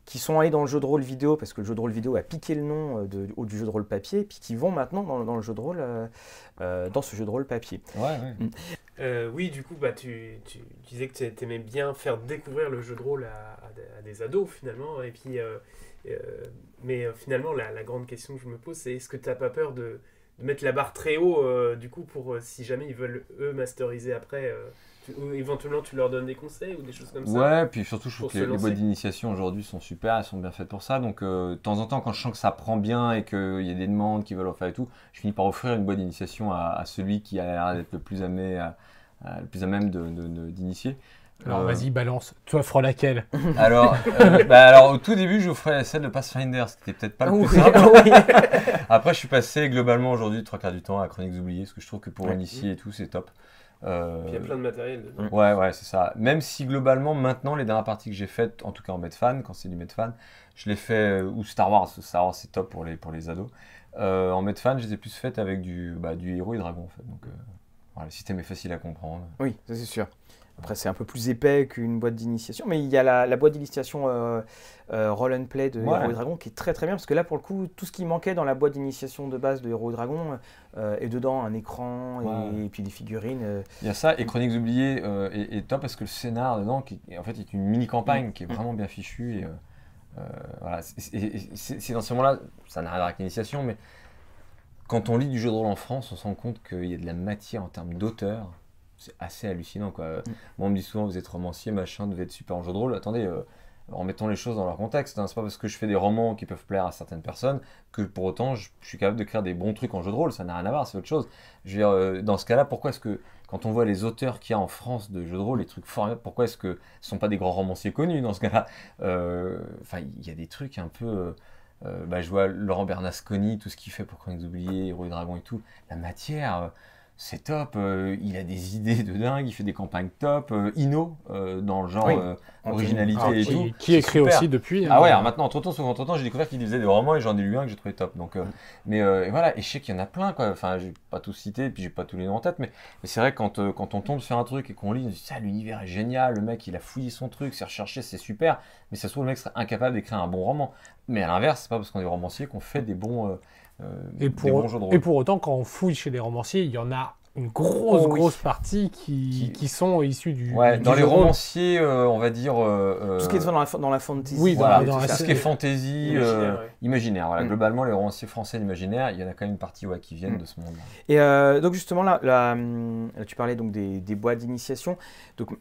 qui sont allés dans le jeu de rôle vidéo, parce que le jeu de rôle vidéo a piqué le nom de, du jeu de rôle papier, puis qui vont maintenant dans, dans le jeu de rôle, euh, euh, dans ce jeu de rôle papier. Ouais, ouais. Mm. Euh, oui, du coup, bah, tu, tu disais que tu aimais bien faire découvrir le jeu de rôle à, à, des- à des ados, finalement. Et puis, euh, euh, mais euh, finalement, la, la grande question que je me pose, c'est est-ce que tu n'as pas peur de, de mettre la barre très haut, euh, du coup, pour euh, si jamais ils veulent, eux, masteriser après, euh, tu- ou éventuellement tu leur donnes des conseils ou des choses comme ça? Ouais, puis surtout, je trouve pour que se les, les lancer. boîtes d'initiation aujourd'hui sont super, elles sont bien faites pour ça. Donc, euh, de temps en temps, quand je sens que ça prend bien et qu'il y a des demandes qui veulent en faire et tout, je finis par offrir une boîte d'initiation à, à celui qui a l'air d'être le plus à, même- à- à- le plus à même de- de- de- d'initier. Alors Euh, vas-y, balance. Tu offres laquelle? Alors, euh, bah, alors, au tout début, j'offrais celle de Pathfinder, ce qui était peut-être pas le Oui, plus simple. oui. Après, je suis passé globalement aujourd'hui, trois quarts du temps, à Chroniques oubliées, parce que je trouve que pour Ouais. initier et tout, c'est top. Euh, Puis il y a plein de matériel dedans. Ouais, ouais, c'est ça. Même si globalement, maintenant, les dernières parties que j'ai faites, en tout cas en Medfan, quand c'est du Medfan, je les fais, ou Star Wars, Star Wars c'est top pour les, pour les ados. Euh, en Medfan, je les ai plus faites avec du, bah, du héros et dragon, en fait. Donc, euh, voilà, le système est facile à comprendre. Oui, ça c'est sûr. Après, c'est un peu plus épais qu'une boîte d'initiation, mais il y a la, la boîte d'initiation euh, euh, Roll and Play de Ouais. Héros et Dragons qui est très très bien, parce que là, pour le coup, tout ce qui manquait dans la boîte d'initiation de base de Héros et Dragons euh, est dedans, un écran et, Ouais. et puis des figurines. euh. Il y a ça, et Chroniques oubliées euh, est, est top parce que le scénar dedans, qui, en fait, est une mini-campagne qui est vraiment bien fichue. Et, euh, euh, voilà. C'est- c'est c'est- c'est dans ce moment-là, ça n'a rien à voir avec l'initiation, mais quand on lit du jeu de rôle en France, on se rend compte qu'il y a de la matière en termes d'auteur. C'est assez hallucinant, quoi. Moi, on me dit souvent, vous êtes romancier, machin, vous devez être super en jeu de rôle. Attendez, euh, remettons les choses dans leur contexte. Hein. C'est pas parce que je fais des romans qui peuvent plaire à certaines personnes que pour autant je, je suis capable de créer des bons trucs en jeu de rôle. Ça n'a rien à voir, c'est autre chose. Je veux dire, euh, dans ce cas-là, pourquoi est-ce que, quand on voit les auteurs qu'il y a en France de jeux de rôle, les trucs formidables, pourquoi est-ce que ce sont pas des grands romanciers connus dans ce cas-là? Euh, Enfin, il y a des trucs un peu. euh, euh, bah, je vois Laurent Bernasconi, tout ce qu'il fait pour Chroniques oubliées, Héros et Dragons et tout. La matière. euh, C'est top, euh, il a des idées de dingue, il fait des campagnes top. Euh, Inno, euh, dans le genre Oui. euh, originalité Alors, et qui, tout. qui c'est écrit super. aussi depuis. Ah hein. ouais, alors maintenant, entre-temps, sauf entre-temps, j'ai découvert qu'il faisait des romans et j'en ai lu un que j'ai trouvé top. Donc, euh, mais euh, et voilà, et je sais qu'il y en a plein, quoi. Enfin, j'ai pas tout cité, puis j'ai pas tous les noms en tête, mais, mais c'est vrai que quand, euh, quand on tombe sur un truc et qu'on lit, on se dit, ça, l'univers est génial, le mec, il a fouillé son truc, c'est recherché, c'est super, mais ça se trouve, le mec serait incapable d'écrire un bon roman. Mais à l'inverse, c'est pas parce qu'on est romancier qu'on fait des bons, euh, euh, Et des pour, bons jeux de rôle. et pour autant, quand on fouille chez les romanciers, il y en a une grosse, Oh oui. grosse partie qui, Qui- qui sont issus du. Ouais, du dans les jeu de rôle. romanciers, euh, on va dire. euh, Tout ce qui est euh, dans la, dans la fantasy. Oui, dans Voilà, la- dans tout la ce qui est série. fantasy, Imaginaire, euh, ouais. imaginaire. Voilà. Mm. Globalement, les romanciers français d'imaginaire, il y en a quand même une partie ouais, qui viennent Mm. de ce monde-là. Et euh, donc justement là, là, hum, tu parlais donc des, des boîtes d'initiation. Donc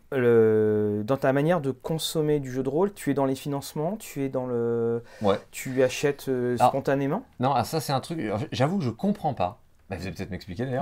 le- dans ta manière de consommer du jeu de rôle, tu es dans les financements, tu es dans le, Ouais. tu achètes euh, Alors- spontanément. Non, ah, ça c'est un truc. alors, J'avoue que je comprends pas. Bah, vous allez peut-être m'expliquer d'ailleurs.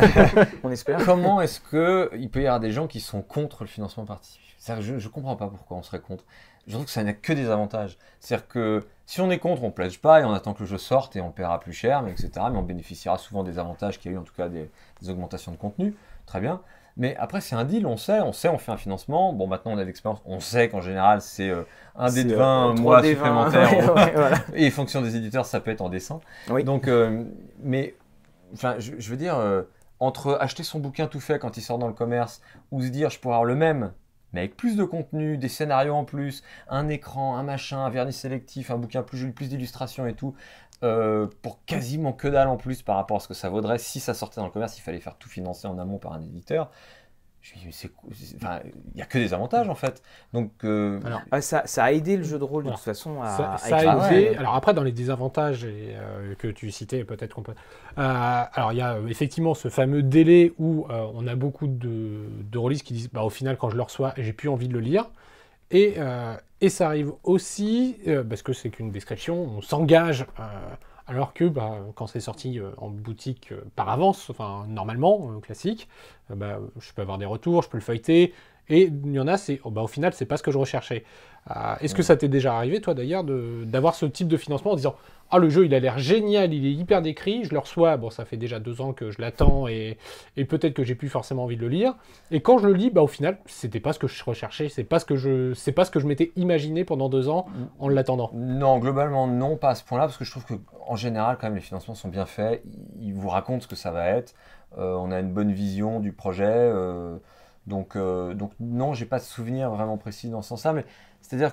On espère. Comment est-ce que il peut y avoir des gens qui sont contre le financement participatif? C'est-à-dire que Je ne comprends pas pourquoi on serait contre. Je trouve que ça n'a que des avantages. C'est-à-dire que si on est contre, on ne pledge pas et on attend que le jeu sorte et on paiera plus cher, mais et cetera. Mais on bénéficiera souvent des avantages qu'il y a eu, en tout cas des, des augmentations de contenu. Très bien. Mais après, c'est un deal, on sait, on sait, on fait un financement. Bon, maintenant on a de l'expérience, on sait qu'en général, c'est euh, un dé de C'est, vingt, euh, un trois mois dés vingt, supplémentaire. ouais, ouais, voilà. Et en fonction des éditeurs, ça peut être en dessin. Oui. Donc, euh, mais enfin, je, je veux dire, euh, entre acheter son bouquin tout fait quand il sort dans le commerce ou se dire je pourrais avoir le même, mais avec plus de contenu, des scénarios en plus, un écran, un machin, un vernis sélectif, un bouquin plus joli, plus d'illustrations et tout, euh, pour quasiment que dalle en plus par rapport à ce que ça vaudrait si ça sortait dans le commerce, il fallait faire tout financer en amont par un éditeur. Je me dis, mais c'est cou- c'est- enfin, il n'y a que des avantages en fait. Donc, euh, Alors, Ah, ça, ça a aidé le jeu de rôle de Voilà. toute façon à, Ça, à ça a éclater. été. ouais. Alors après, dans les désavantages et, euh, que tu citais, peut-être qu'on peut. Euh, alors il y a euh, effectivement ce fameux délai où euh, on a beaucoup de, de releases qui disent, bah, au final, quand je le reçois, j'ai plus envie de le lire. Et, euh, et ça arrive aussi euh, parce que c'est qu'une description, on s'engage. euh, alors que bah, quand c'est sorti euh, en boutique euh, par avance, enfin normalement, euh, classique, euh, bah, je peux avoir des retours, je peux le feuilleter. Et il y en a, c'est oh, bah, au final, c'est pas ce que je recherchais. Euh, Est-ce que ça t'est déjà arrivé, toi d'ailleurs, de- d'avoir ce type de financement en disant ah, le jeu il a l'air génial, il est hyper décrit, je le reçois, bon, ça fait déjà deux ans que je l'attends et, et peut-être que j'ai plus forcément envie de le lire. Et quand je le lis, bah, au final, c'était pas ce que je recherchais, c'est pas ce que je, c'est pas ce que je m'étais imaginé pendant deux ans en l'attendant. non, globalement, non, pas à ce point-là, parce que je trouve qu'en général, quand même, les financements sont bien faits. Ils vous racontent ce que ça va être. Euh, on a une bonne vision du projet. euh, donc, euh, donc, non, j'ai pas de souvenir vraiment précis dans ce sens-là. Mais c'est-à-dire que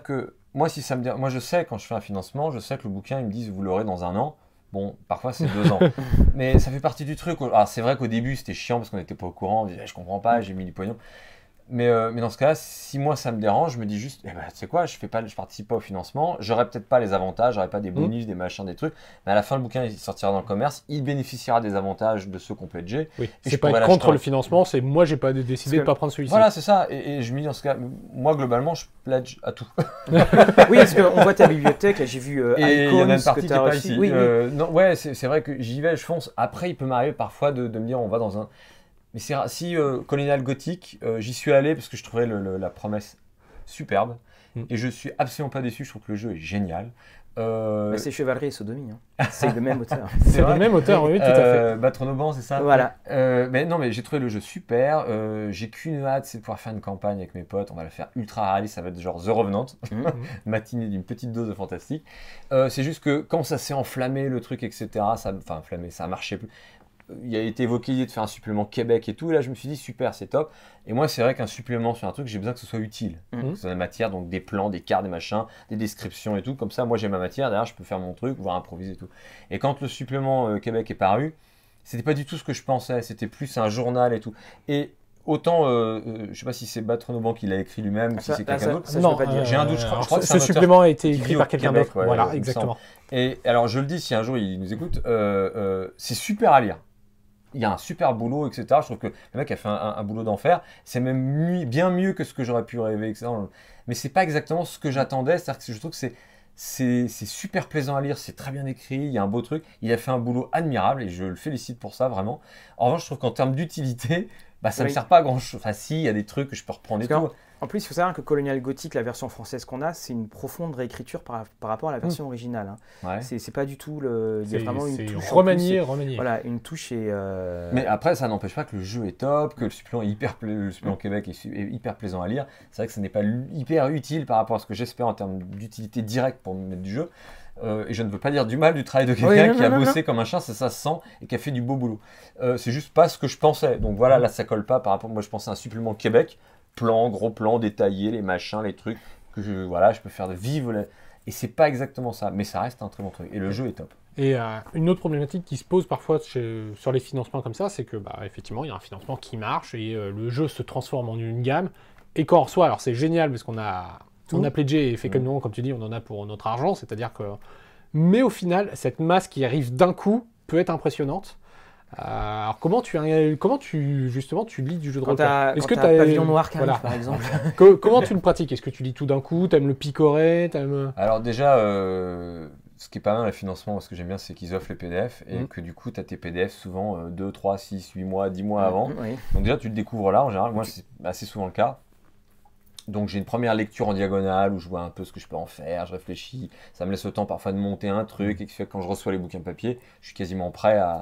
moi, si ça me dit, moi, je sais, quand je fais un financement, je sais que le bouquin, ils me disent, vous l'aurez dans un an. Bon, parfois, c'est deux ans. Mais ça fait partie du truc. Alors, c'est vrai qu'au début, c'était chiant parce qu'on n'était pas au courant. On disait, je comprends pas, j'ai mis du pognon. Mais, euh, mais dans ce cas-là, si moi ça me dérange, je me dis juste, eh ben, tu sais quoi, je fais pas, je participe pas au financement, j'aurai peut-être pas les avantages, j'aurai pas des bonus, mmh. des machins, des trucs, mais à la fin le bouquin il sortira dans le commerce, il bénéficiera des avantages de ceux qu'on pledge. Oui, c'est pas être contre le financement, c'est moi j'ai pas décidé que... de pas prendre celui-ci. Voilà, c'est ça, et, et je me dis dans ce cas, moi globalement je pledge à tout. Oui, parce qu'on voit ta bibliothèque, là j'ai vu euh, et il y en a une partie que qui est pas reçu. ici. Oui, euh, oui. Non, ouais, c'est vrai que j'y vais, je fonce. Après, il peut m'arriver parfois de, de me dire, on va dans un. Mais c'est si euh, Colonial Gothic, euh, j'y suis allé parce que je trouvais le, le, la promesse superbe mm. et je suis absolument pas déçu. Je trouve que le jeu est génial. Euh... Bah, c'est Chevalerie et Sodomie. Hein. C'est le même auteur. C'est le même auteur, oui, tout à fait. Euh, Batronoban, c'est ça. Voilà. Euh, mais non, mais j'ai trouvé le jeu super. Euh, j'ai qu'une hâte, c'est de pouvoir faire une campagne avec mes potes. On va la faire ultra réaliste. Ça va être genre The Revenant, mm. matinée d'une petite dose de fantastique. Euh, c'est juste que quand ça s'est enflammé, le truc, et cetera. Ça, enfin, enflammé, ça marchait plus. Il a été évoqué l'idée de faire un supplément Québec et tout, et là je me suis dit super, c'est top. Et moi c'est vrai qu'un supplément sur un truc, j'ai besoin que ce soit utile. Mmh. Que ce soit de la matière, donc des plans, des cartes, des machins, des descriptions et tout. Comme ça, moi j'ai ma matière, derrière je peux faire mon truc, voire improviser et tout. Et quand le supplément euh, Québec est paru, c'était pas du tout ce que je pensais, c'était plus un journal et tout. Et autant, euh, euh, je sais pas si c'est Batronoban qui l'a écrit lui-même ou si c'est quelqu'un d'autre. Non, euh, j'ai un doute, je crois, je crois que ce supplément a été écrit par quelqu'un d'autre. Ouais, voilà, ouais, exactement. Et alors je le dis, si un jour il nous écoute, euh, euh, c'est super à lire. Il y a un super boulot, et cetera. Je trouve que le mec a fait un, un, un boulot d'enfer. C'est même mi- bien mieux que ce que j'aurais pu rêver, et cetera. Mais c'est pas exactement ce que j'attendais. C'est-à-dire que je trouve que c'est, c'est, c'est super plaisant à lire, c'est très bien écrit, il y a un beau truc. Il a fait un boulot admirable et je le félicite pour ça, vraiment. En revanche, je trouve qu'en termes d'utilité, bah, ça ne oui. me sert pas à grand-chose. Enfin, si, il y a des trucs que je peux reprendre et tout. En plus, il faut savoir que Colonial Gothic, la version française qu'on a, c'est une profonde réécriture par, par rapport à la version mmh. originale. Hein. Ouais. C'est, c'est pas du tout le. Il y a vraiment une touche. Remanié, remanié. Voilà, une touche et. Euh... Mais après, ça n'empêche pas que le jeu est top, que le supplément, est hyper pla... le supplément mmh. Québec est, est hyper plaisant à lire. C'est vrai que ça n'est pas hyper utile par rapport à ce que j'espère en termes d'utilité directe pour me mettre du jeu. Euh, et je ne veux pas dire du mal du travail de quelqu'un oui, non, qui non, a non, bossé non. comme un chien, ça, ça se sent, et qui a fait du beau boulot. Euh, c'est juste pas ce que je pensais. Donc voilà, là, ça colle pas par rapport. Moi, je pensais à un supplément Québec. Plan, gros plan, détaillé, les machins, les trucs que je, voilà, je peux faire de vivre. La... Et c'est pas exactement ça, mais ça reste un très bon truc. Et le jeu est top. Et euh, une autre problématique qui se pose parfois chez, sur les financements comme ça, c'est que bah, effectivement, il y a un financement qui marche et euh, le jeu se transforme en une gamme. Et quand on reçoit, alors c'est génial parce qu'on a, on a pledgé et fait mmh. comme nous, comme tu dis, on en a pour notre argent, c'est-à-dire que. Mais au final, cette masse qui arrive d'un coup peut être impressionnante. Euh, alors comment tu comment tu justement tu lis du jeu de rôle? Est-ce que tu as Pavillon Noir qui arrive, voilà. par exemple? Comment tu le pratiques? Est-ce que tu lis tout d'un coup? T'aimes le picorer? T'aimes... Alors déjà, euh, ce qui est pas mal le financement, ce que j'aime bien, c'est qu'ils offrent les P D F et mmh. que du coup tu as tes P D F souvent euh, deux, trois, six, huit mois, dix mois avant. Mmh, oui. Donc déjà tu le découvres là en général. Moi c'est assez souvent le cas. Donc j'ai une première lecture en diagonale où je vois un peu ce que je peux en faire, je réfléchis. Ça me laisse le temps parfois de monter un truc et qui fait que quand je reçois les bouquins papier, je suis quasiment prêt à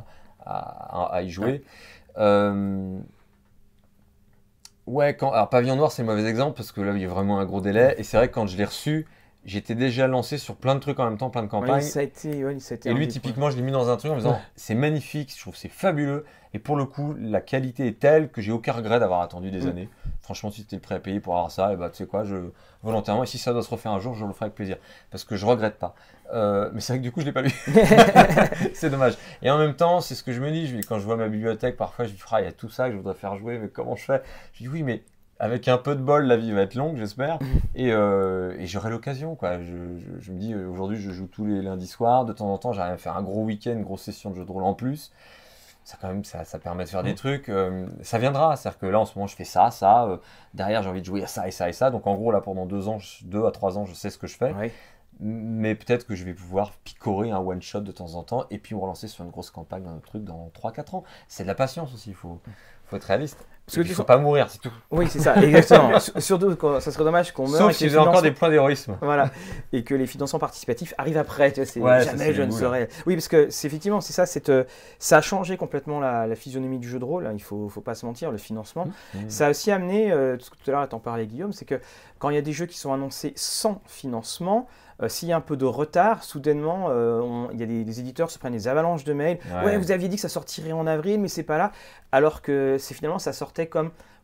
À, à y jouer. Euh... Ouais, quand... alors Pavillon Noir c'est le mauvais exemple parce que là il y a vraiment un gros délai et c'est vrai que quand je l'ai reçu, j'étais déjà lancé sur plein de trucs en même temps, plein de campagnes. Oui, ça a été, oui, ça a été et lui typiquement je l'ai mis dans un truc en me disant ouais. c'est magnifique, je trouve que c'est fabuleux et pour le coup la qualité est telle que j'ai aucun regret d'avoir attendu des mmh. années. Franchement si tu étais prêt à payer pour avoir ça, et bah tu sais quoi, je volontairement et si ça doit se refaire un jour je le ferai avec plaisir parce que je regrette pas. Euh, mais c'est vrai que du coup je l'ai pas lu. C'est dommage. Et en même temps c'est ce que je me dis, je, quand je vois ma bibliothèque parfois je me dis ah, il y a tout ça que je voudrais faire jouer mais comment je fais? Je dis oui mais avec un peu de bol la vie va être longue j'espère et, euh, et j'aurai l'occasion quoi. Je, je, je me dis aujourd'hui je joue tous les lundis soirs, de temps en temps j'arrive à faire un gros week-end, une grosse session de jeu de rôle en plus. Ça, quand même, ça, ça permet de faire des trucs, euh, ça viendra, c'est-à-dire que là en ce moment je fais ça, ça, euh, derrière j'ai envie de jouer à ça et ça et ça, donc en gros là pendant deux ans, je, deux à trois ans je sais ce que je fais, oui. Mais peut-être que je vais pouvoir picorer un one-shot de temps en temps et puis me relancer sur une grosse campagne dans un truc dans trois quatre ans. C'est de la patience aussi, il faut, faut être réaliste. Il ne faut pas mourir, c'est tout. Oui, c'est ça, exactement. Surtout, quand, ça serait dommage qu'on meure. Sauf si j'ai encore des points d'héroïsme. Voilà, et que les financements participatifs arrivent après. Tu vois, c'est ouais, jamais ça, je ne serais. Oui, parce que c'est effectivement, c'est ça, c'est, euh, ça a changé complètement la, la physionomie du jeu de rôle. Il ne faut, faut pas se mentir, le financement. Mmh. Ça a aussi amené, euh, tout à l'heure, t'en parlais Guillaume, c'est que quand il y a des jeux qui sont annoncés sans financement, Euh, s'il y a un peu de retard, soudainement, euh, on, il y a des, des éditeurs qui se prennent des avalanches de mails. Ouais. ouais, vous aviez dit que ça sortirait en avril, mais c'est pas là. Alors que c'est finalement, ça sortait comme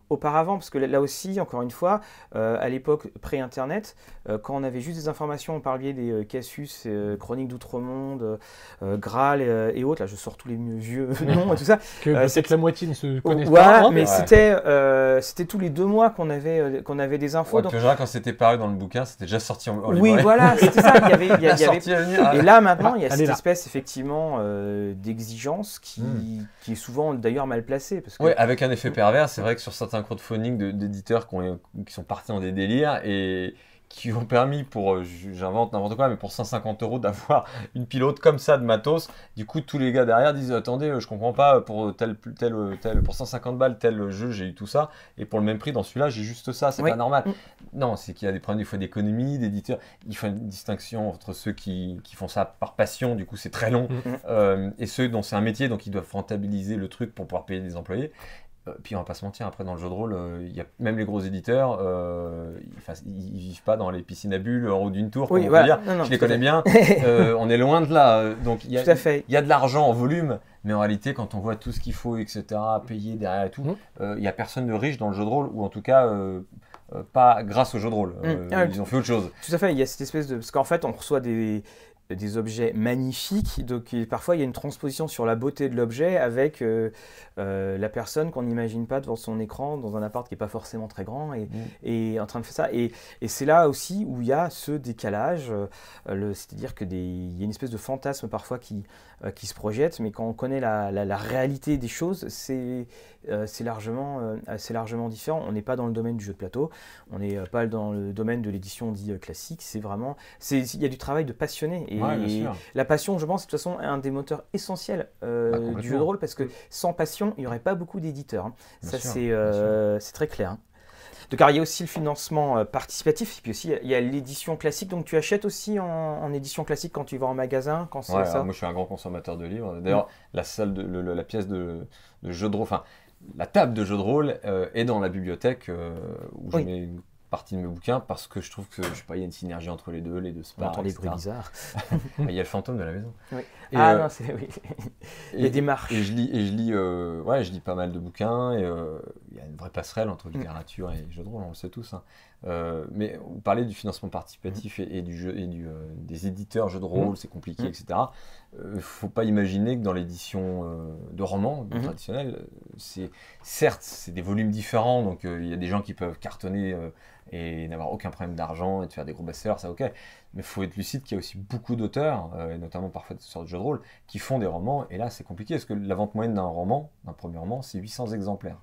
auparavant, parce que là aussi, encore une fois, euh, à l'époque pré-internet, euh, quand on avait juste des informations, on parlait des euh, Cassius, euh, Chroniques d'Outre-Monde, euh, Graal euh, et autres, là je sors tous les vieux noms et tout ça. Que Euh, peut-être c'est- la moitié ne se connaissent Voilà, pas. hein. mais Ouais. c'était euh, c'était tous les deux mois qu'on avait, euh, qu'on avait des infos. Ouais, donc- puis en général, quand c'était paru dans le bouquin, c'était déjà sorti en, en Oui, livret. voilà, c'était ça. Il y avait, il y a- La il y avait- sortie à venir. ah, Et là, maintenant, il y a Ah, elle cette est là. espèce, effectivement, euh, d'exigence qui, Hmm. qui est souvent, d'ailleurs, mal placée. Parce que... Ouais, avec un effet pervers, c'est vrai que sur certains crowdfunding de- d'éditeurs qui, ont- qui sont partis dans des délires et qui ont permis pour, euh, j'invente n'importe quoi, mais pour cent cinquante euros d'avoir une pilote comme ça de matos, du coup tous les gars derrière disent attendez, euh, je comprends pas, pour tel, tel, tel, pour cent cinquante balles tel jeu j'ai eu tout ça, et pour le même prix dans celui-là j'ai juste ça, c'est Oui. pas normal. Mm. Non, c'est qu'il y a des problèmes des fois d'économie, d'éditeurs, il faut une distinction entre ceux qui, qui font ça par passion, du coup c'est très long, Mm. euh, et ceux dont c'est un métier, donc ils doivent rentabiliser le truc pour pouvoir payer des employés. Euh, puis on va pas se mentir, après dans le jeu de rôle, euh, il y a même les gros éditeurs, euh, ils, enfin, ils, ils vivent pas dans les piscines à bulles en haut d'une tour, Oui, comme on voilà. peut dire. Non, non, Je les tout à connais fait. bien, euh, on est loin de là. euh, Donc il y a, Tout à fait. il y a de l'argent en volume, mais en réalité, quand on voit tout ce qu'il faut, et cetera, payer derrière et tout, Mhm. euh, il y a personne de riche dans le jeu de rôle, ou en tout cas euh, euh, pas grâce au jeu de rôle. Euh, Mhm. Ah, ils ont fait autre chose. Tout à fait. Il y a cette espèce de. Parce qu'en fait, on reçoit des, des objets magnifiques. Donc, et parfois, il y a une transposition sur la beauté de l'objet avec euh, euh, la personne qu'on n'imagine pas devant son écran, dans un appart qui n'est pas forcément très grand, et, Mhm. et en train de faire ça. Et, et c'est là aussi où il y a ce décalage. euh, le- C'est-à-dire qu'il y a une espèce de fantasme parfois qui, euh, qui se projette, mais quand on connaît la, la- la réalité des choses, c'est euh, c'est largement, euh, c'est largement différent. On n'est pas dans le domaine du jeu de plateau, on n'est euh, pas dans le domaine de l'édition dit euh, classique. C'est vraiment, c'est- il y a du travail de passionné. Et, Ouais, bien sûr. la passion, je pense, de toute façon, est un des moteurs essentiels euh, Bah, du complètement. jeu de rôle, parce que sans passion, il n'y aurait pas beaucoup d'éditeurs. hein. Bien Ça, sûr, c'est bien euh, c'est très clair. hein. Donc, alors, il y a aussi le financement euh, participatif, et puis aussi il y a l'édition classique. Donc, tu achètes aussi en, en édition classique quand tu vas en magasin, quand c'est Ouais, ça. alors moi je suis un grand consommateur de livres. D'ailleurs, la salle, de, le- le- la pièce de, de jeu de rôle, enfin la table de jeu de rôle euh, est dans la bibliothèque euh, où je Oui. mets une partie de mes bouquins parce que je trouve que je sais pas, il y a une synergie entre les deux, les deux On spas, entend des et cetera. bruits bizarres. Il y a le fantôme de la maison. Oui. Et, ah euh, non, c'est oui. et- Il y a des marches. Et je lis, et je lis, euh, ouais, je lis pas mal de bouquins. Et euh, il y a une vraie passerelle entre Mm. littérature et jeu de rôle, on le sait tous. hein. Euh, mais vous parlez du financement participatif et, et du jeu et du, euh, des éditeurs jeux de rôle, Mm. c'est compliqué, Mm. et cetera. Il ne faut pas imaginer que dans l'édition euh, de romans Mhm. traditionnelle, euh, c'est certes c'est des volumes différents, donc euh, il y a des gens qui peuvent cartonner euh, et n'avoir aucun problème d'argent et de faire des gros best-sellers, ça ok. Mais il faut être lucide qu'il y a aussi beaucoup d'auteurs, euh, et notamment parfois sur de jeux de rôle, qui font des romans, et là c'est compliqué, parce que la vente moyenne d'un roman, d'un premier roman, c'est huit cents exemplaires.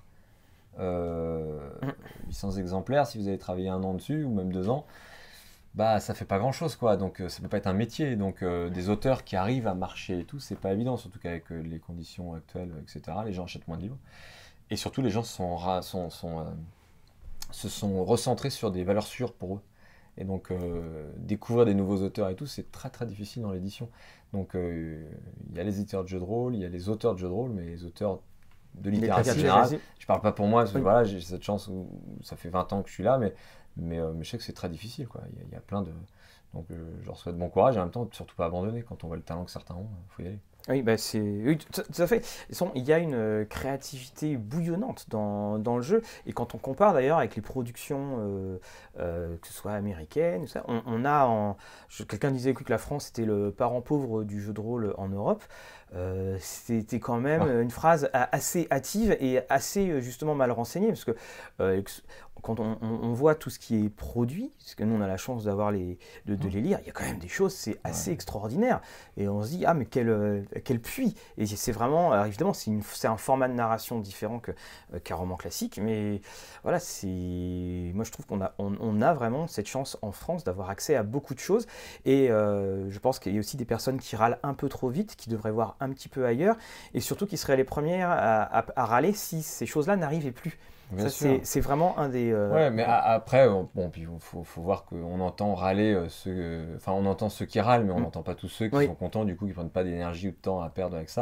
Euh, Mhm. huit cents exemplaires, si vous avez travaillé un an dessus, ou même deux ans, bah ça fait pas grand chose quoi, donc euh, ça peut pas être un métier, donc euh, des auteurs qui arrivent à marcher et tout, c'est pas évident, surtout qu'avec euh, les conditions actuelles, et cetera, les gens achètent moins de livres, et surtout les gens sont, ra- sont, sont, euh, se sont recentrés sur des valeurs sûres pour eux, et donc euh, découvrir des nouveaux auteurs et tout, c'est très très difficile dans l'édition, donc euh, il y a les éditeurs de jeux de rôle, il y a les auteurs de jeux de rôle, mais les auteurs de Les littérature littératures générale, générale. je parle pas pour moi, parce que Oui. voilà, j'ai cette chance où ça fait vingt ans que je suis là, mais, mais, euh, mais je sais que c'est très difficile. Quoi. Il, y a, il y a plein de. Donc euh, je leur souhaite bon courage et en même temps, surtout pas abandonner. Quand on voit le talent que certains ont, il faut y aller. Oui, bah c'est... oui, tout, tout à fait. Ils sont- Il y a une euh, créativité bouillonnante dans, dans le jeu. Et quand on compare d'ailleurs avec les productions, euh, euh, que ce soit américaines, tout ça, on, on a en... je- quelqu'un disait que la France était le parent pauvre du jeu de rôle en Europe. Euh, c'était quand même Ah. une phrase a- assez hâtive et assez euh, justement mal renseignée. Parce que euh, quand on, on- on voit tout ce qui est produit, parce que nous on a la chance d'avoir les, de, de les lire, il y a quand même des choses, c'est assez Ouais. extraordinaire. Et on se dit, ah mais quel, euh, quel puits. Et c'est vraiment, alors évidemment, c'est une- c'est un format de narration différent que, euh, qu'un roman classique, mais voilà, c'est, moi je trouve qu'on a, on, on a vraiment cette chance en France d'avoir accès à beaucoup de choses. Et euh, je pense qu'il y a aussi des personnes qui râlent un peu trop vite, qui devraient voir un petit peu ailleurs, et surtout qui seraient les premières à, à- à râler si ces choses-là n'arrivaient plus. Bien Ça, sûr. c'est, c'est vraiment un des... euh, Ouais, mais a- après, on- bon, puis il faut, faut voir qu'on entend râler euh, ceux, euh, enfin, on entend ceux qui râlent, mais on Mm. n'entend pas tous ceux qui Oui. sont contents, du coup, qui prennent pas d'énergie ou de temps à perdre avec ça.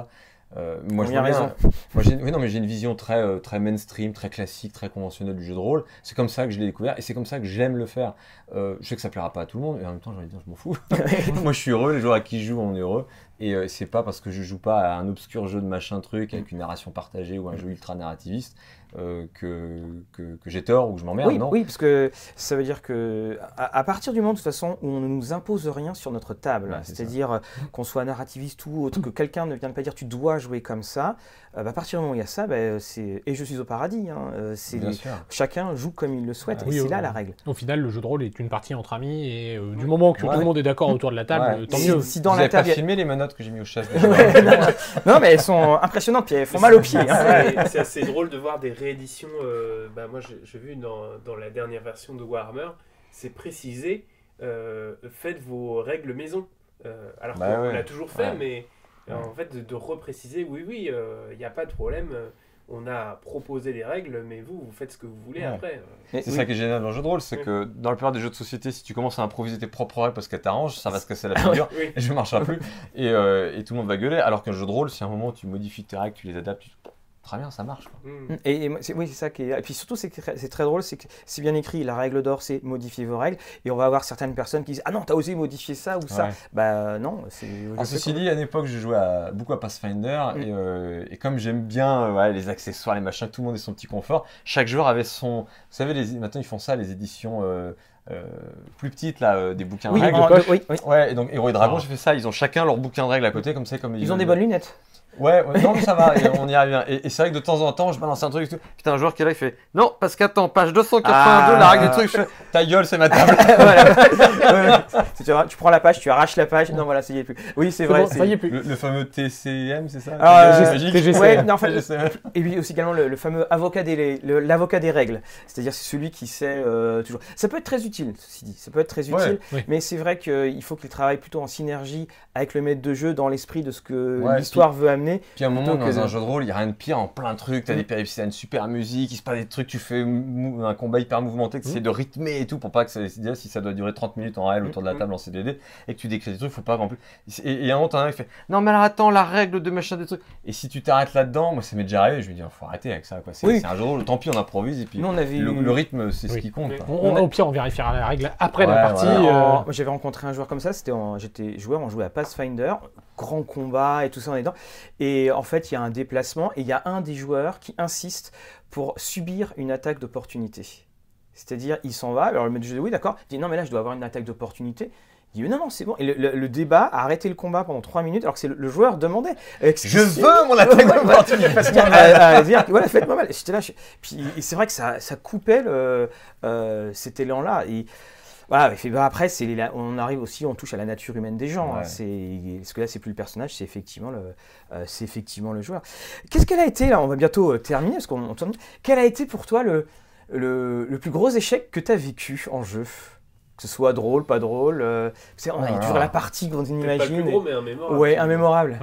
Euh, moi, je Il y a vois bien- raison. moi, j'ai, oui, non, mais j'ai une vision très, euh, très mainstream, très classique, très conventionnelle du jeu de rôle. C'est comme ça que je l'ai découvert et c'est comme ça que j'aime le faire. Euh, je sais que ça plaira pas à tout le monde et en même temps, j'ai envie de dire, je m'en fous. Moi, je suis heureux. Les joueurs à qui je joue, on est heureux. Et euh, c'est pas parce que je joue pas à un obscur jeu de machin truc avec une narration partagée ou un jeu ultra narrativiste euh, que, que, que j'ai tort ou que je m'emmerde. Oui, non. oui, parce que ça veut dire que à, à partir du moment de toute façon où on ne nous impose rien sur notre table, Ouais, c'est c'est-à-dire euh, qu'on soit narrativiste ou autre, que quelqu'un ne vienne pas dire tu dois jouer comme ça, euh, bah, à partir du moment où il y a ça, bah, c'est et je suis au paradis. Hein, euh, c'est Bien sûr. chacun joue comme il le souhaite Ah, et oui, c'est oui, là oui. la règle. Au final, le jeu de rôle est une partie entre amis et euh, du moment que Ouais. tout le monde est d'accord autour de la table, Ouais. euh, tant Si- mieux. Si dans Vous la avez pas table, il y a- filmé les menottes que j'ai mis au chasse Ouais, non, non, mais elles sont impressionnantes puis elles font mal aux pieds. hein. C'est c'est assez drôle de voir des rééditions. euh, bah, moi, j'ai j'ai vu dans, dans la dernière version de Warhammer, c'est précisé euh, faites vos règles maison. Euh, alors Bah qu'on ouais. l'a toujours fait, Ouais. mais euh, Ouais. en fait, de, de repréciser oui, oui, il n'y a pas de problème. euh, On a proposé les règles, mais vous, vous faites ce que vous voulez Ouais. après. euh. Mais C'est oui. ça qui est génial dans le jeu de rôle, c'est Oui. que dans la plupart des jeux de société, si tu commences à improviser tes propres règles parce qu'elles t'arrangent, ça va se casser la Ah ouais. figure Oui. et je ne marchera plus et, euh, et tout le monde va gueuler. Alors qu'un jeu de rôle, si à un moment tu modifies tes règles, tu les adaptes, tu... très bien, ça marche. Quoi. Mm. Et, et moi, c'est- oui, c'est ça qui est. Et puis surtout, c'est que c'est très drôle, c'est que c'est bien écrit. La règle d'or, c'est modifier vos règles. Et on va avoir certaines personnes qui disent ah non, t'as osé modifier ça ou ça. Ouais. Bah non, c'est. Alors, je fais ceci comme- dit, à l'époque, je jouais à, beaucoup à Pathfinder Mm. et, euh, et comme j'aime bien euh, ouais, les accessoires, les machins, tout le monde ait son petit confort, chaque joueur avait son. Vous savez, les... maintenant ils font ça, les éditions euh, euh, plus petites là, euh, des bouquins Oui, de règles. en- poche. oui, oui. Ouais, et donc Héros et Dragons, Ah. j'ai fait ça, ils ont chacun leur bouquin de règles à côté, comme ça, comme Ils ont des bonnes lunettes. Ouais, ouais, non, mais ça va, et on y arrive bien. Et, et c'est vrai que de temps en temps, je balance un truc et tout. Putain, un joueur qui est là, il fait non, parce qu'attends, page deux cent quatre-vingt-deux, Ah. la règle du truc, je fais ta gueule, c'est ma table. Voilà. Ouais, ouais. C'est- tu, tu prends la page, tu arraches la page. Non, voilà, ça y est plus. Oui, c'est C'est vrai. bon, c'est- ça y est plus. Le, le fameux T C M, c'est ça Ah, T G C euh, magique. T G C. Ouais, non, en fait, T G C M. et puis aussi également le, le fameux avocat des, le- l'avocat des règles. C'est-à-dire c'est celui qui sait euh, toujours. Ça peut être très utile, ceci dit. Ça peut être très Ouais. utile, Oui. mais c'est vrai qu'il faut qu'il travaille plutôt en synergie avec le maître de jeu dans l'esprit de ce que Ouais, l'histoire veut amener. Puis à un moment, Plutôt que dans un de- jeu de rôle, il n'y a rien de pire en plein truc. T'as Mm. des péripéties, t'as une super musique, il se passe des trucs, tu fais mou- un combat hyper mouvementé, que tu essaies de rythmer et tout pour pas que ça. Déjà, si ça doit durer trente minutes en réel autour de la Mm. table en C D D et que tu décris des trucs, faut pas qu'en plus. Et, et à un moment, t'en as un qui fait non, mais alors attends, la règle de machin des trucs. Et si tu t'arrêtes là-dedans, moi ça m'est déjà arrivé, je me dis, faut arrêter avec ça. Quoi. C'est, Oui. c'est un jeu de rôle, tant pis, on improvise et puis Nous, on avait le, eu- le rythme, c'est ce Oui. qui compte. Oui. quoi. On- on- au pire, on vérifiera la règle après Ouais, la partie. voilà. euh, En- moi, j'avais rencontré un joueur comme ça, c'était en- j'étais joueur, on jouait à Pathfinder, grand combat et tout ça en dedans. Et en fait, il y a un déplacement et il y a un des joueurs qui insiste pour subir une attaque d'opportunité. C'est-à-dire, il s'en va, alors le maître de jeu dit oui, d'accord, il dit non, mais là, je dois avoir une attaque d'opportunité. Il dit non, non, c'est bon. Et le, le- le débat a arrêté le combat pendant trois minutes, alors que c'est le, le joueur demandait. Je veux mon attaque Ouais, ouais, d'opportunité. parce qu'il y a à, à dire, voilà, faites-moi mal. J'étais là, je- puis et c'est vrai que ça, ça coupait le, euh, cet élan-là. Et voilà, et puis, bah, après, c'est les- on arrive aussi, on touche à la nature humaine des gens. Ouais. Hein. C'est, parce que là, c'est plus le personnage, c'est effectivement le, euh, c'est effectivement le joueur. Qu'est-ce qu'elle a été là? On va bientôt euh, terminer, parce qu'on on tourne. Quel a été pour toi le, le, le plus gros échec que tu as vécu en jeu? Que ce soit drôle, pas drôle. Euh, c'est, on a Oh là toujours là. la partie qu'on Peut-être pas le imagine. plus gros, mais un mémoire. Ouais, immémorable.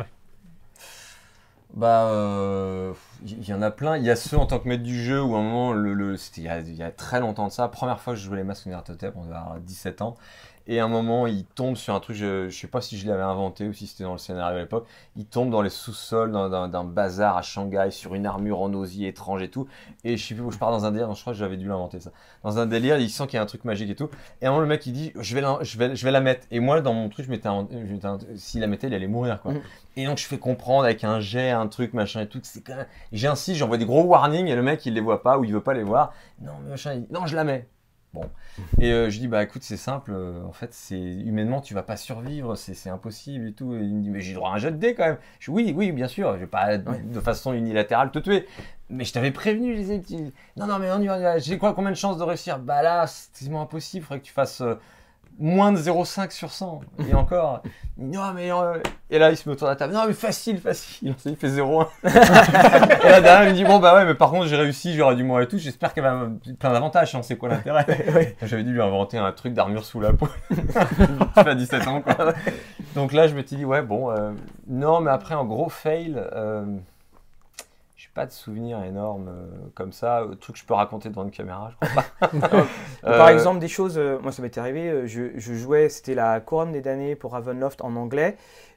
Bah, euh, il y en a plein. Il y a ceux en tant que maître du jeu où à un moment, le, le- c'était il y, a, il y a très longtemps de ça. Première fois que je jouais les Masques Nyarlathotep, on devait avoir dix-sept ans. Et à un moment, il tombe sur un truc, je, je sais pas si je l'avais inventé ou si c'était dans le scénario à l'époque. Il tombe dans les sous-sols d'un, d'un, d'un bazar à Shanghai sur une armure en osier étrange et tout. Et je sais plus où je pars dans un délire. Non, je crois que j'avais dû l'inventer ça. Dans un délire, il sent qu'il y a un truc magique et tout. Et à un moment, le mec il dit, je vais la, je vais, je vais la mettre. Et moi, dans mon truc, je m'étais, invent- je m'étais invent- s'il la mettait, il allait mourir quoi. Mhm. Et donc je fais comprendre avec un jet, un truc, machin et tout, que c'est quand même... J'insiste, j'envoie des gros warnings et le mec il les voit pas ou il veut pas les voir. Non, mais machin, il dit, non, je la mets. Bon. Et euh, je dis, bah écoute, c'est simple, euh, en fait, c'est humainement, tu vas pas survivre, c'est, c'est impossible et tout. Et il me dit, mais j'ai droit à un jet de dés quand même. Je dis, oui, oui, bien sûr, je vais pas Ouais. de façon unilatérale te tuer. Mais je t'avais prévenu, je disais, tu- non, non, mais on y va, on y va. J'ai quoi, combien de chances de réussir? Bah là, c'est quasiment impossible, il faudrait que tu fasses. euh, moins de zéro virgule cinq sur cent. Et encore, non mais... euh, Et là, il se met autour de la table. Non mais facile, facile. Il fait zéro virgule un. Et là, derrière, il me dit, bon bah ouais, mais par contre, j'ai réussi, j'aurais dû mourir et tout. J'espère qu'elle va plein d'avantages, hein, c'est quoi l'intérêt? Ouais. J'avais dû lui inventer un truc d'armure sous la peau. Tu as dix-sept ans, quoi. Donc là, je me suis dit, ouais, bon... euh, non, mais après, en gros fail... Euh, j'ai pas de souvenirs énormes euh, comme ça, euh, truc que je peux raconter devant une caméra, je crois pas. Par Euh, exemple, des choses, euh, moi ça m'était arrivé, euh, je, je jouais, c'était la Couronne des damnés pour Ravenloft en anglais.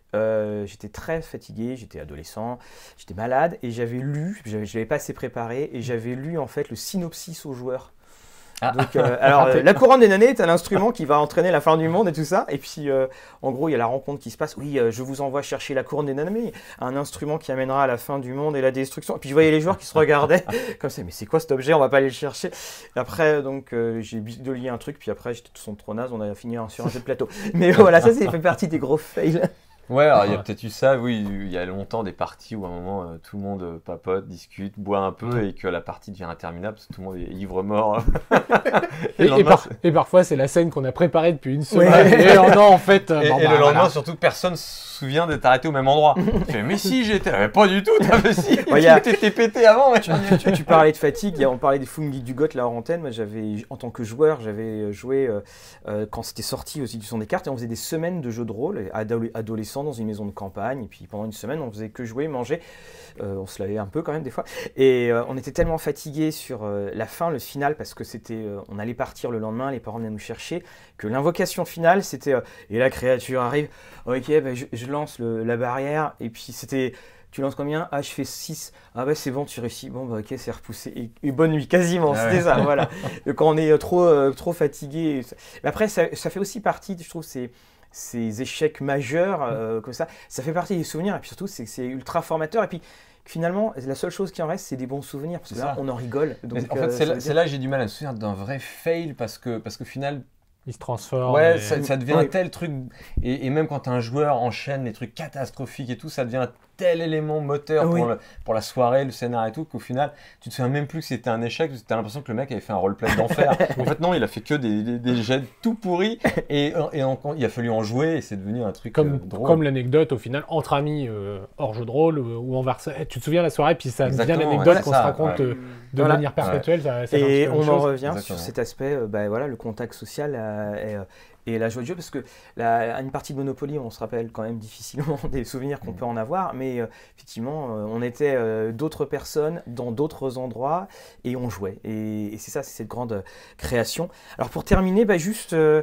euh, j'étais très fatigué, j'étais adolescent, j'étais malade et j'avais lu, je l'avais pas assez préparé et j'avais lu en fait le synopsis aux joueurs. Ah. Donc, euh, alors, euh, la couronne des damnés est un instrument qui va entraîner la fin du monde et tout ça. Et puis, euh, en gros, il y a la rencontre qui se passe. Oui, euh, je vous envoie chercher la couronne des damnés, un instrument qui amènera à la fin du monde et la destruction. Et puis, je voyais les joueurs qui se regardaient comme ça. Mais c'est quoi cet objet? On va pas aller le chercher. Et après, donc, euh, j'ai bidouillé un truc. Puis après, j'étais tout son trop naze. On a fini sur un jeu de plateau. Mais voilà, ça, ça fait partie des gros fails. Ouais, alors il y a peut-être eu ça, oui, il y a longtemps des parties où à un moment euh, tout le monde euh, papote, discute, boit un peu et que la partie devient interminable parce que tout le monde est ivre-mort. et, et, et, par, et parfois c'est la scène qu'on a préparée depuis une semaine ouais. et oh non en fait... Et, bon, et bah, le lendemain voilà. surtout personne se souvient d'être arrêté au même endroit. Tu fais mais si j'étais, mais pas du tout, t'avais si, ouais, tu a... t'étais pété avant. Mais... tu, tu, tu parlais de fatigue, on parlait des Fungi du Goth là en antenne, moi j'avais, en tant que joueur, j'avais joué euh, euh, quand c'était sorti aux éditions des cartes et on faisait des semaines de jeux de rôle, adolescents dans une maison de campagne. Et puis pendant une semaine, on faisait que jouer, manger. Euh, on se lavait un peu quand même des fois. Et euh, on était tellement fatigués sur euh, la fin, le final, parce que c'était, euh, on allait partir le lendemain, les parents venaient nous chercher, que l'invocation finale, c'était euh, et la créature arrive. Ok, bah, je, je lance le, la barrière. Et puis c'était, tu lances combien? Ah, je fais six. Ah bah c'est bon, tu réussis. Bon bah ok, c'est repoussé. Et, et bonne nuit, quasiment. Ah c'était ouais. ça, voilà. Quand on est trop, euh, trop fatigué. Mais après, ça, ça fait aussi partie, je trouve, c'est ces échecs majeurs euh, comme ça, ça fait partie des souvenirs et puis surtout c'est que c'est ultra formateur et puis finalement la seule chose qui en reste c'est des bons souvenirs parce que là on en rigole. Donc, en fait euh, c'est là, dire... là que j'ai du mal à me souvenir d'un vrai fail parce que parce qu'au final il se transforme. Ouais, et... ça, ça devient oui. un tel truc et, et même quand un joueur enchaîne les trucs catastrophiques et tout, ça devient un tel élément moteur oui. pour, le, pour la soirée, le scénario et tout, qu'au final, tu te souviens même plus que c'était un échec, tu as l'impression que le mec avait fait un roleplay d'enfer. En fait, non, il a fait que des, des, des jets tout pourris et, et en, il a fallu en jouer et c'est devenu un truc comme, euh, drôle. Comme l'anecdote, au final, entre amis, euh, hors jeu de rôle, euh, ou en Versailles. Tu te souviens la soirée, puis ça devient l'anecdote ouais, qu'on ça, se raconte ouais. euh, de voilà. manière perpétuelle. Ouais. Ça, ça et on en chose. revient Exactement. sur cet aspect, euh, bah, voilà, le contact social euh, est, euh, et la joie de jeu, parce que la, une partie de Monopoly, on se rappelle quand même difficilement des souvenirs qu'on mmh. peut en avoir, mais euh, effectivement, euh, on était euh, d'autres personnes dans d'autres endroits et on jouait. Et, et c'est ça, c'est cette grande création. Alors pour terminer, bah, juste, euh,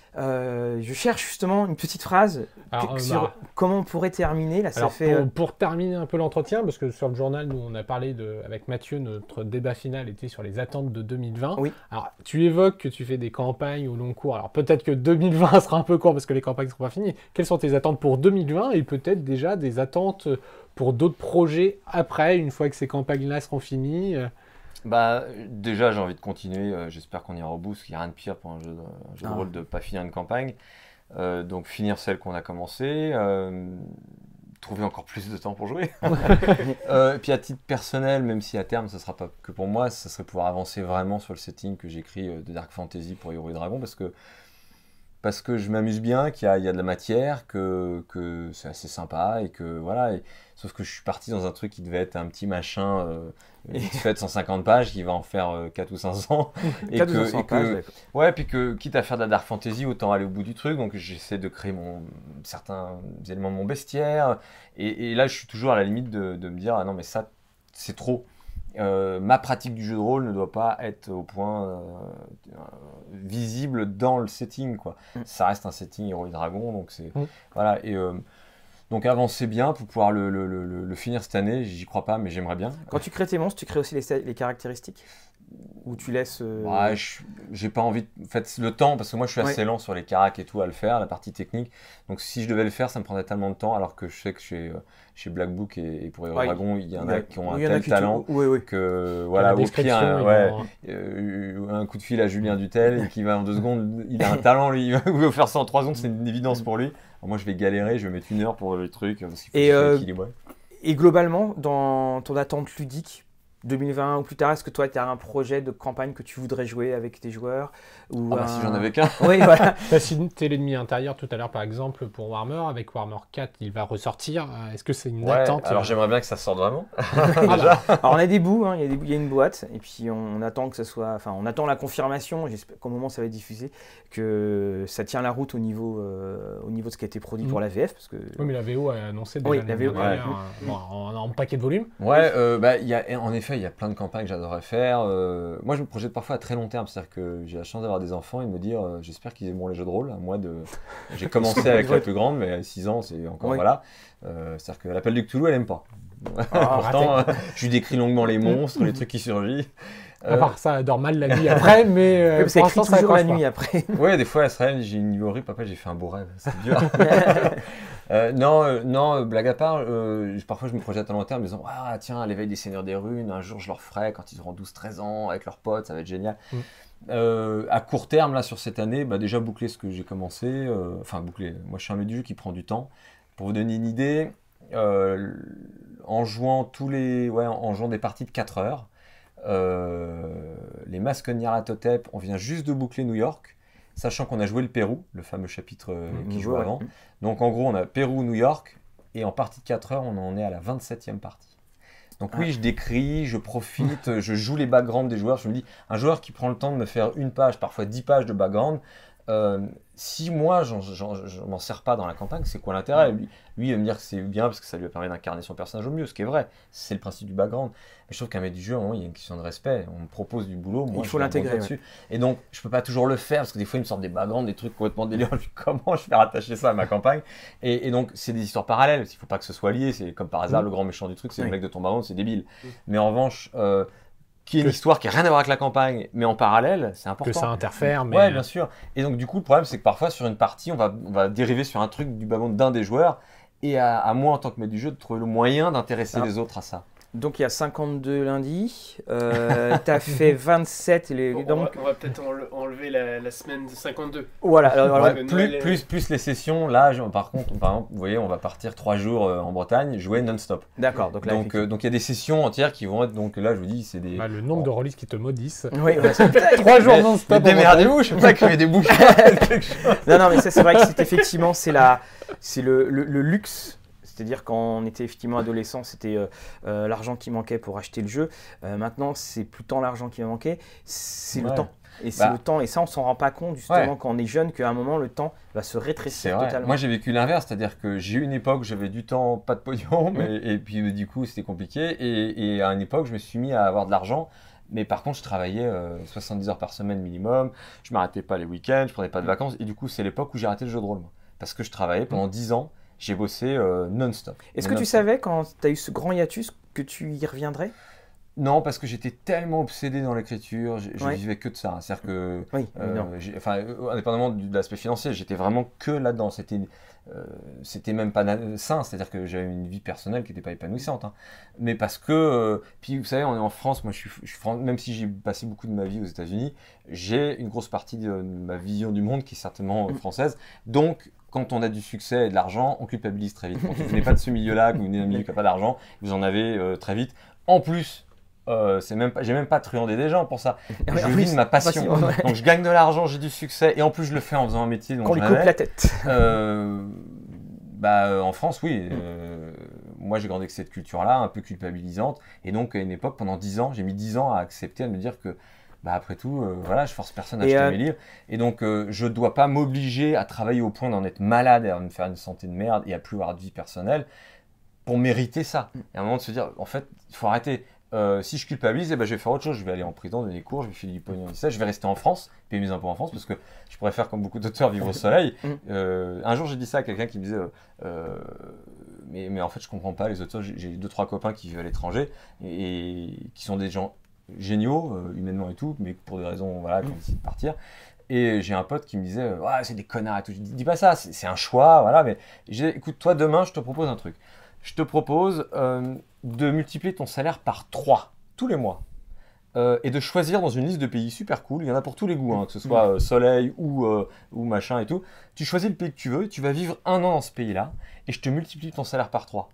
euh, je cherche justement une petite phrase Alors, sur bah, comment on pourrait terminer. Là, alors, ça fait, pour, euh... pour terminer un peu l'entretien, parce que sur le journal, nous on a parlé de, avec Mathieu, notre débat final était sur les attentes de deux mille vingt. Oui. Alors tu évoques que tu fais des campagnes au long cours. Alors peut-être que deux mille vingt sera un peu court parce que les campagnes ne seront pas finies. Quelles sont tes attentes pour deux mille vingt et peut-être déjà des attentes pour d'autres projets après, une fois que ces campagnes-là seront finies? Bah, déjà, j'ai envie de continuer. Euh, j'espère qu'on ira au bout, parce qu'il n'y a rien de pire pour un jeu de, un jeu de ah. rôle de ne pas finir une campagne. Euh, donc, finir celle qu'on a commencée. Euh, trouver encore plus de temps pour jouer. euh, puis, à titre personnel, même si à terme, ça ne sera pas que pour moi, ça serait pouvoir avancer vraiment sur le setting que j'écris de Dark Fantasy pour Héros et Dragons, parce que, parce que je m'amuse bien, qu'il y a, il y a de la matière, que, que c'est assez sympa, et que voilà. Et, sauf que je suis parti dans un truc qui devait être un petit machin euh, vite fait de cent cinquante pages, qui va en faire euh, quatre ou cinq cents. et quatre que, ou cinq cents pages, que, ouais, puis que quitte à faire de la Dark Fantasy, autant aller au bout du truc. Donc j'essaie de créer mon, certains éléments de mon bestiaire. Et, et là, je suis toujours à la limite de, de me dire, ah non, mais ça, c'est trop. Euh, ma pratique du jeu de rôle ne doit pas être au point euh, euh, visible dans le setting, quoi. Mm. Ça reste un setting Héros et Dragons, donc c'est mm. voilà. Et euh, donc avancer bien pour pouvoir le, le, le, le finir cette année. J'y crois pas, mais j'aimerais bien. Quand tu crées tes monstres, tu crées aussi les, les caractéristiques ou tu laisses euh... ouais, je, j'ai pas envie de... en fait le temps, parce que moi je suis assez ouais. lent sur les caracs et tout à le faire, la partie technique, donc si je devais le faire ça me prendrait tellement de temps, alors que je sais que chez, chez Black Book et, et pour Héros ouais, Dragon il y en a qui ont un tel talent oui, oui. que voilà, au pire un, ouais, vont... euh, un coup de fil à Julien Dutel et qui va en deux secondes, il a un talent lui, il va faire ça en trois secondes, c'est une évidence pour lui. Alors moi je vais galérer, je vais mettre une heure pour le truc parce qu'il faut et, que euh, équilibré. Et globalement dans ton attente ludique deux mille vingt ou plus tard, est-ce que toi tu as un projet de campagne que tu voudrais jouer avec tes joueurs ou ah bah un... si j'en avais qu'un. Oui, voilà. Tu as cité l'ennemi intérieur tout à l'heure par exemple pour Warhammer, avec Warhammer quatre il va ressortir, est-ce que c'est une ouais, attente? Alors j'aimerais bien que ça sorte vraiment. Déjà. Alors on a des bouts, hein, il, y a des bouts, il y a une boîte et puis on attend que ça soit, enfin on attend la confirmation, j'espère qu'au moment où ça va être diffusé, que ça tient la route au niveau, euh, au niveau de ce qui a été produit mmh. pour la V F. Parce que... Oui mais la V O a annoncé déjà oui, la V O, ouais. un, bon, en, en paquet de volumes. Ouais, euh, bah, y a, en effet effet, il y a plein de campagnes que j'adorerais faire. Euh, moi, je me projette parfois à très long terme. C'est-à-dire que j'ai la chance d'avoir des enfants et de me dire, euh, j'espère qu'ils aimeront les jeux de rôle. Moi, de... j'ai commencé avec la plus grande, mais à six ans, c'est encore, Oui. voilà. Euh, c'est-à-dire que l'appel du Cthulhu, elle aime pas. Ah, Pourtant, euh, je lui décris longuement les monstres, les trucs qui surgissent. À part ça, elle dort mal la nuit après, mais euh, Oui, parce qu'elle pour crie l'instant, ça toujours la accroche nuit après. Ouais, des fois, elle se réveille, j'ai une nuit horrible, papa, j'ai fait un beau rêve, c'est dur. Euh, non, euh, non, euh, blague à part, euh, parfois je me projette à long terme en me disant, ah tiens, à l'éveil des Seigneurs des Runes, un jour je leur ferai quand ils auront douze treize ans, avec leurs potes, ça va être génial. Mm. Euh, à court terme, là, sur cette année, bah, déjà boucler ce que j'ai commencé, euh, enfin boucler, moi je suis un mec du jeu qui prend du temps. Pour vous donner une idée, euh, en jouant tous les, ouais, en jouant des parties de quatre heures, euh, les Masques Nyarlathotep, on vient juste de boucler New York, sachant qu'on a joué le Pérou, le fameux chapitre euh, Mmh, qui ouais. joue avant. Donc en gros, on a Pérou, New York, et en partie de quatre heures, on en est à la vingt-septième partie. Donc oui, Ah. je décris, je profite, je joue les backgrounds des joueurs. Je me dis, un joueur qui prend le temps de me faire une page, parfois dix pages de background, euh, si moi, j'en- j'en- je m'en sers pas dans la campagne, c'est quoi l'intérêt? Lui, lui, il va me dire que c'est bien parce que ça lui permet d'incarner son personnage au mieux, ce qui est vrai. C'est le principe du background. Mais je trouve qu'un maître du jeu, à un moment, il y a une question de respect. On me propose du boulot, moi, Il faut je vais rebondir l'intégrer, dessus. Et donc, je peux pas toujours le faire parce que des fois, il me sort des backgrounds, des trucs complètement délirants. Je dis, comment je vais rattacher ça à ma campagne? Et, et donc, c'est des histoires parallèles. Il faut pas que ce soit lié. C'est comme par hasard, Mm. le grand méchant du truc, c'est Oui. le mec de ton background, c'est débile. Mm. Mais en revanche, euh, qui est une Que- histoire qui n'a rien à voir avec la campagne, mais en parallèle, c'est important. que ça interfère, mais Ouais, bien sûr. Et donc, du coup, le problème, c'est que parfois, sur une partie, on va, on va dériver sur un truc du background d'un des joueurs. Et à, à moi, en tant que maître du jeu, de trouver le moyen d'intéresser Ah. les autres à ça. Donc il y a cinquante-deux lundis, euh, tu as fait vingt-sept. Et les, Bon, on donc, va, on va peut-être enle- enlever la, la semaine de cinquante-deux. voilà, alors, alors, Ouais, le plus, Noël est- plus, plus les sessions, là, je- par contre, par exemple, vous voyez, on va partir trois jours euh, en Bretagne, jouer non-stop. d'accord, donc là, Donc, euh, donc il y a des sessions entières qui vont être, donc là, je vous dis, c'est des... bah, le nombre de rôlistes qui te maudissent. oui, ouais, c'est- Trois jours Mais- non-stop. mais en Bretagne. démerdez-vous, je sais pas, créer des bouches. non, non, mais ça c'est vrai que c'est effectivement c'est la, c'est le, le, le luxe. C'est-à-dire quand on était effectivement adolescent, c'était euh, euh, l'argent qui manquait pour acheter le jeu. Euh, maintenant, c'est plus tant l'argent qui va manquer, c'est le Ouais. temps. Et c'est Bah. le temps, et ça on s'en rend pas compte justement Ouais. quand on est jeune, qu'à un moment le temps va se C'est rétrécir vrai. totalement. Moi, j'ai vécu l'inverse, c'est-à-dire que j'ai eu une époque où j'avais du temps, pas de pognon, mais, et puis euh, du coup, c'était compliqué. Et, et à une époque, je me suis mis à avoir de l'argent. Mais par contre, je travaillais euh, soixante-dix heures par semaine minimum. Je m'arrêtais pas les week-ends, je prenais pas de vacances. Et du coup, c'est l'époque où j'ai arrêté le jeu de rôle. Moi. Parce que je travaillais pendant dix ans. J'ai bossé euh, non-stop. Est-ce que tu Non-stop. savais quand tu as eu ce grand hiatus que tu y reviendrais? Non, parce que j'étais tellement obsédé dans l'écriture, je, je Ouais. vivais que de ça. C'est-à-dire que, Oui, euh, évidemment. j'ai- enfin, euh, indépendamment du- de l'aspect financier, j'étais vraiment que là-dedans. C'était, euh, c'était même pas na- sain, c'est-à-dire que j'avais une vie personnelle qui n'était pas épanouissante. Hein. Mais parce que, euh, puis vous savez, on est en France, moi je suis, je suis fran- même si j'ai passé beaucoup de ma vie aux États-Unis, j'ai une grosse partie de ma vision du monde qui est certainement euh, Mm. française. Donc, quand on a du succès et de l'argent, on culpabilise très vite. Quand vous venez pas de ce milieu-là, que vous venez d'un milieu qui n'a pas d'argent, vous en avez euh, très vite. En plus, euh, c'est même pas, j'ai même pas truandé des gens pour ça. Ah ouais, Je en vis plus, de ma passion. passion, ouais. Donc je gagne de l'argent, j'ai du succès, et en plus je le fais en faisant un métier dont Qu'on je lui coupe rêvais. la tête. Euh, bah, euh, en France, oui. Euh, moi, j'ai grandi avec cette culture-là, un peu culpabilisante. Et donc, à une époque, pendant dix ans, j'ai mis dix ans à accepter, à me dire que, bah, après tout, euh, voilà, je force personne à Et, acheter euh, mes livres. Et donc, euh, je ne dois pas m'obliger à travailler au point d'en être malade et à me faire une santé de merde et à plus avoir de vie personnelle pour mériter ça. Et à un moment de se dire, en fait, il faut arrêter. Euh, si je culpabilise, eh ben, je vais faire autre chose. Je vais aller en prison, donner des cours, je vais filer du pognon, et ça. Je vais rester en France, payer mes impôts en France, parce que je pourrais faire comme beaucoup d'auteurs, vivre au soleil. Mm. Euh, un jour, j'ai dit ça à quelqu'un qui me disait, euh, euh, mais, mais en fait, je comprends pas les auteurs. J'ai j'ai deux, trois copains qui vivent à l'étranger et, et qui sont des gens géniaux, euh, humainement et tout, mais pour des raisons, voilà, qui ont décidé de partir. Et j'ai un pote qui me disait, euh, ouais, c'est des connards et tout. Je dis, dis pas ça, c'est c'est un choix, voilà. Mais j'ai dit, écoute, toi, demain, je te propose un truc. Je te propose euh, de multiplier ton salaire par trois tous les mois euh, et de choisir dans une liste de pays super cool. Il y en a pour tous les goûts, hein, que ce soit euh, soleil ou, euh, ou machin et tout. Tu choisis le pays que tu veux, tu vas vivre un an dans ce pays-là et je te multiplie ton salaire par trois.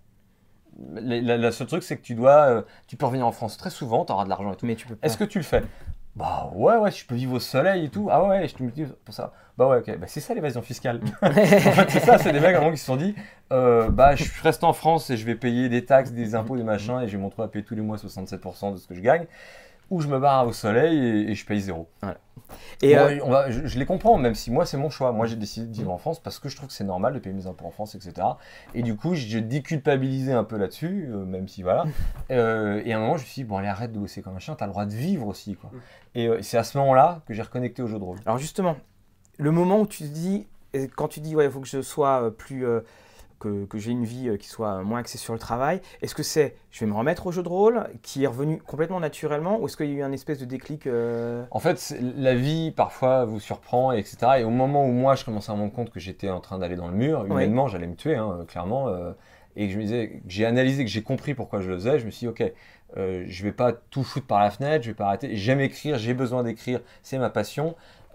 La, la, la seule truc, c'est que tu dois, euh, tu peux revenir en France très souvent, tu auras de l'argent et tout. Mais tu peux pas. Est-ce que tu le fais? Bah ouais, ouais, je peux vivre au soleil et tout. Ah ouais, je te multiplie pour ça. Bah ouais, ok. Bah c'est ça l'évasion fiscale. En fait, c'est ça, c'est des mecs à un moment qui se sont dit, euh, bah je reste en France et je vais payer des taxes, des impôts, des machins et je vais me retrouver à payer tous les mois soixante-sept pour cent de ce que je gagne. ou je me barre au soleil et, et je paye zéro. Voilà. Et bon, euh, on va, je, je les comprends, même si moi c'est mon choix. Moi j'ai décidé de vivre en France parce que je trouve que c'est normal de payer mes impôts en France, et cetera. Et du coup, je déculpabilisais un peu là-dessus, euh, même si voilà. Euh, et à un moment, je me suis dit, bon, allez, arrête de bosser comme un chien, t'as le droit de vivre aussi, quoi. Et euh, c'est à ce moment-là que j'ai reconnecté au jeu de rôle. Alors justement, le moment où tu te dis, quand tu dis, ouais, il faut que je sois plus. Euh, que, que j'ai une vie qui soit moins axée sur le travail, est-ce que c'est, je vais me remettre au jeu de rôle, qui est revenu complètement naturellement, ou est-ce qu'il y a eu un espèce de déclic euh... En fait, la vie, parfois, vous surprend, et cetera. Et au moment où moi, je commençais à me rendre compte que j'étais en train d'aller dans le mur, humainement, oui. j'allais me tuer, hein, clairement, euh, et que je me disais, que j'ai analysé, que j'ai compris pourquoi je le faisais, je me suis dit, ok, euh, je vais pas tout foutre par la fenêtre, je vais pas arrêter, j'aime écrire, j'ai besoin d'écrire, c'est ma passion,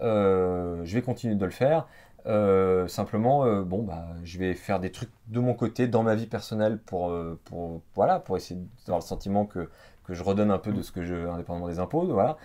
euh, je vais continuer de le faire. Euh, simplement, euh, bon, bah, je vais faire des trucs de mon côté, dans ma vie personnelle, pour, euh, pour, voilà, pour essayer d'avoir le sentiment que, que je redonne un peu de ce que je, indépendamment des impôts, voilà.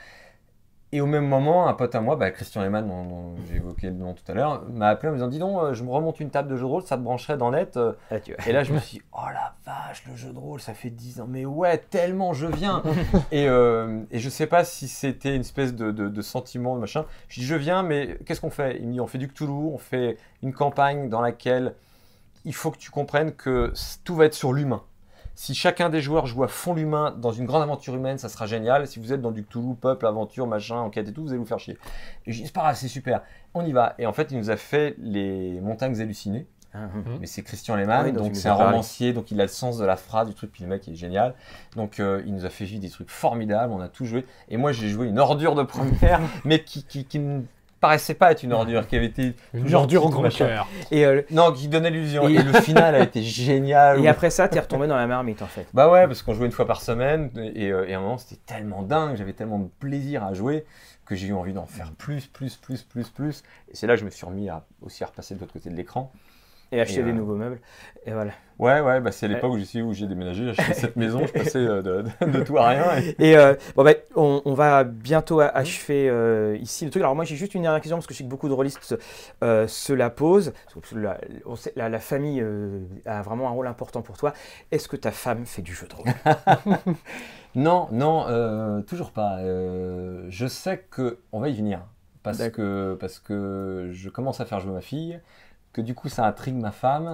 Et au même moment, un pote à moi, bah, Christian Lehmann, dont, dont j'ai évoqué le nom tout à l'heure, m'a appelé en me disant, dis donc, je me remonte une table de jeu de rôle, ça te brancherait dans net. Ah, tu et là, je me suis dit, oh la vache, le jeu de rôle, ça fait dix ans, mais ouais, tellement je viens. et, euh, et je sais pas si c'était une espèce de, de, de sentiment, de machin. Je dis, je viens, mais qu'est-ce qu'on fait? Il me dit, on fait du Cthulhu, on fait une campagne dans laquelle il faut que tu comprennes que tout va être sur l'humain. Si chacun des joueurs joue à fond l'humain dans une grande aventure humaine, ça sera génial. Si vous êtes dans du Cthulhu, peuple, aventure, machin, enquête et tout, vous allez vous faire chier. Et je dis, c'est pas grave, c'est super, on y va. Et en fait, il nous a fait les Montagnes hallucinées. Mmh. Mais c'est Christian Lehmann, oui, donc, donc c'est un romancier, donc il a le sens de la phrase, du truc, puis le mec est génial. Donc euh, il nous a fait vivre des trucs formidables, on a tout joué. Et moi, j'ai joué une ordure de première, mais qui, qui, qui ne paraissait pas être une ordure, qui avait été une ordure au grand cœur. Et euh, non, qui donnait l'illusion. Et... et le final a été génial. Et après ça, t'es retombé dans la marmite en fait. Bah ouais, parce qu'on jouait une fois par semaine et, et, et à un moment c'était tellement dingue, j'avais tellement de plaisir à jouer que j'ai eu envie d'en faire plus, plus, plus, plus, plus. Et c'est là que je me suis remis à aussi à repasser de l'autre côté de l'écran. Et acheter et des euh... nouveaux meubles. Et voilà. Ouais, ouais, bah c'est à l'époque ouais. où, où j'ai déménagé, j'ai acheté cette maison, je passais de, de, de tout à rien. Et, et euh, bon, bah, on, on va bientôt achever euh, ici le truc. Alors moi j'ai juste une dernière question parce que je sais que beaucoup de rôlistes euh, se la posent. La, on sait, la, la famille euh, a vraiment un rôle important pour toi. Est-ce que ta femme fait du jeu de rôle? Non, non, euh, toujours pas. Euh, je sais qu'on va y venir parce que, parce que je commence à faire jouer ma fille, que du coup ça intrigue ma femme,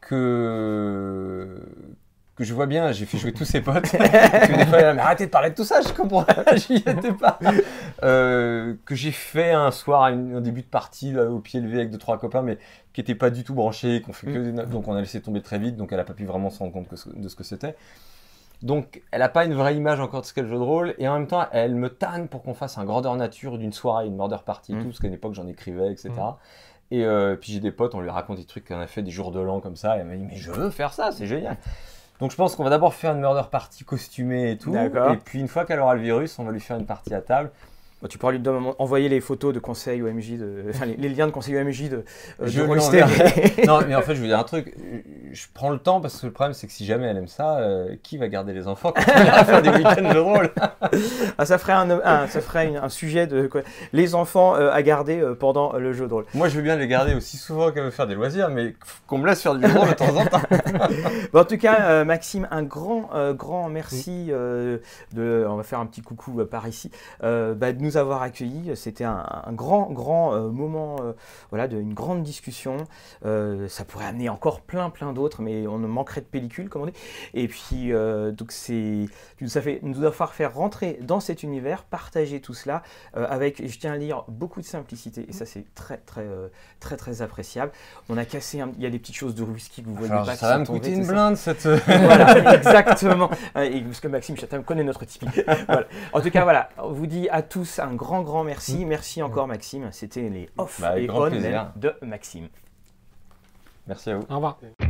que, que je vois bien, j'ai fait jouer tous ses potes, que des fois, elle, mais arrêtez de parler de tout ça, je comprends, j'y étais pas. Euh, que j'ai fait un soir, un début de partie là, au pied levé avec deux trois copains, mais qui n'étaient pas du tout branchés, qu'on fait que, donc on a laissé tomber très vite, donc elle n'a pas pu vraiment se rendre compte que, de ce que c'était. Donc elle n'a pas une vraie image encore de ce qu'est le jeu de rôle, et en même temps elle me tanne pour qu'on fasse un grandeur nature d'une soirée, une murder party, et tout, parce qu'à l'époque j'en écrivais, et cetera. Mmh. Et euh, puis j'ai des potes, on lui raconte des trucs qu'on a fait des jours de l'an comme ça, et elle m'a dit mais je veux faire ça, c'est génial. Donc je pense qu'on va d'abord faire une murder party costumée et tout, et puis une fois qu'elle aura le virus, on va lui faire une partie à table. Bah, tu pourras lui envoyer les photos de conseils O M J, de, enfin les, les liens de conseils O M J de, euh, je de lui Non, mais en fait, je veux dire un truc. Je prends le temps parce que le problème, c'est que si jamais elle aime ça, euh, qui va garder les enfants quand on ira faire des week-ends de rôle? Ah, ça ferait un, un, ça ferait une, un sujet de quoi, les enfants euh, à garder euh, pendant le jeu de rôle. Moi, je veux bien les garder aussi souvent qu'elle veut faire des loisirs, mais qu'on me laisse faire du jeu de rôle de temps en temps. Bon, en tout cas, euh, Maxime, un grand, euh, grand merci. Euh, de, on va faire un petit coucou euh, par ici. Euh, bah, de nous avoir accueillis, c'était un, un grand grand euh, moment, euh, voilà, de, une grande discussion. Euh, ça pourrait amener encore plein plein d'autres, mais on ne manquerait de pellicule, comme on dit. Et puis euh, donc c'est, tu nous as fait, nous a faire rentrer dans cet univers, partager tout cela euh, avec, je tiens à dire, beaucoup de simplicité. Et ça c'est très très euh, très très appréciable. On a cassé, un, il y a des petites choses de whisky que vous voyez Alors, pas. Ça va me coûter une blinde cette. Voilà, exactement. Et parce que Maxime Chatham connaît notre Tipeee. Voilà. En tout cas, voilà, on vous dit à tous un grand, grand merci. Merci encore, Maxime. C'était les off bah, et on de Maxime. Merci à vous. Au revoir.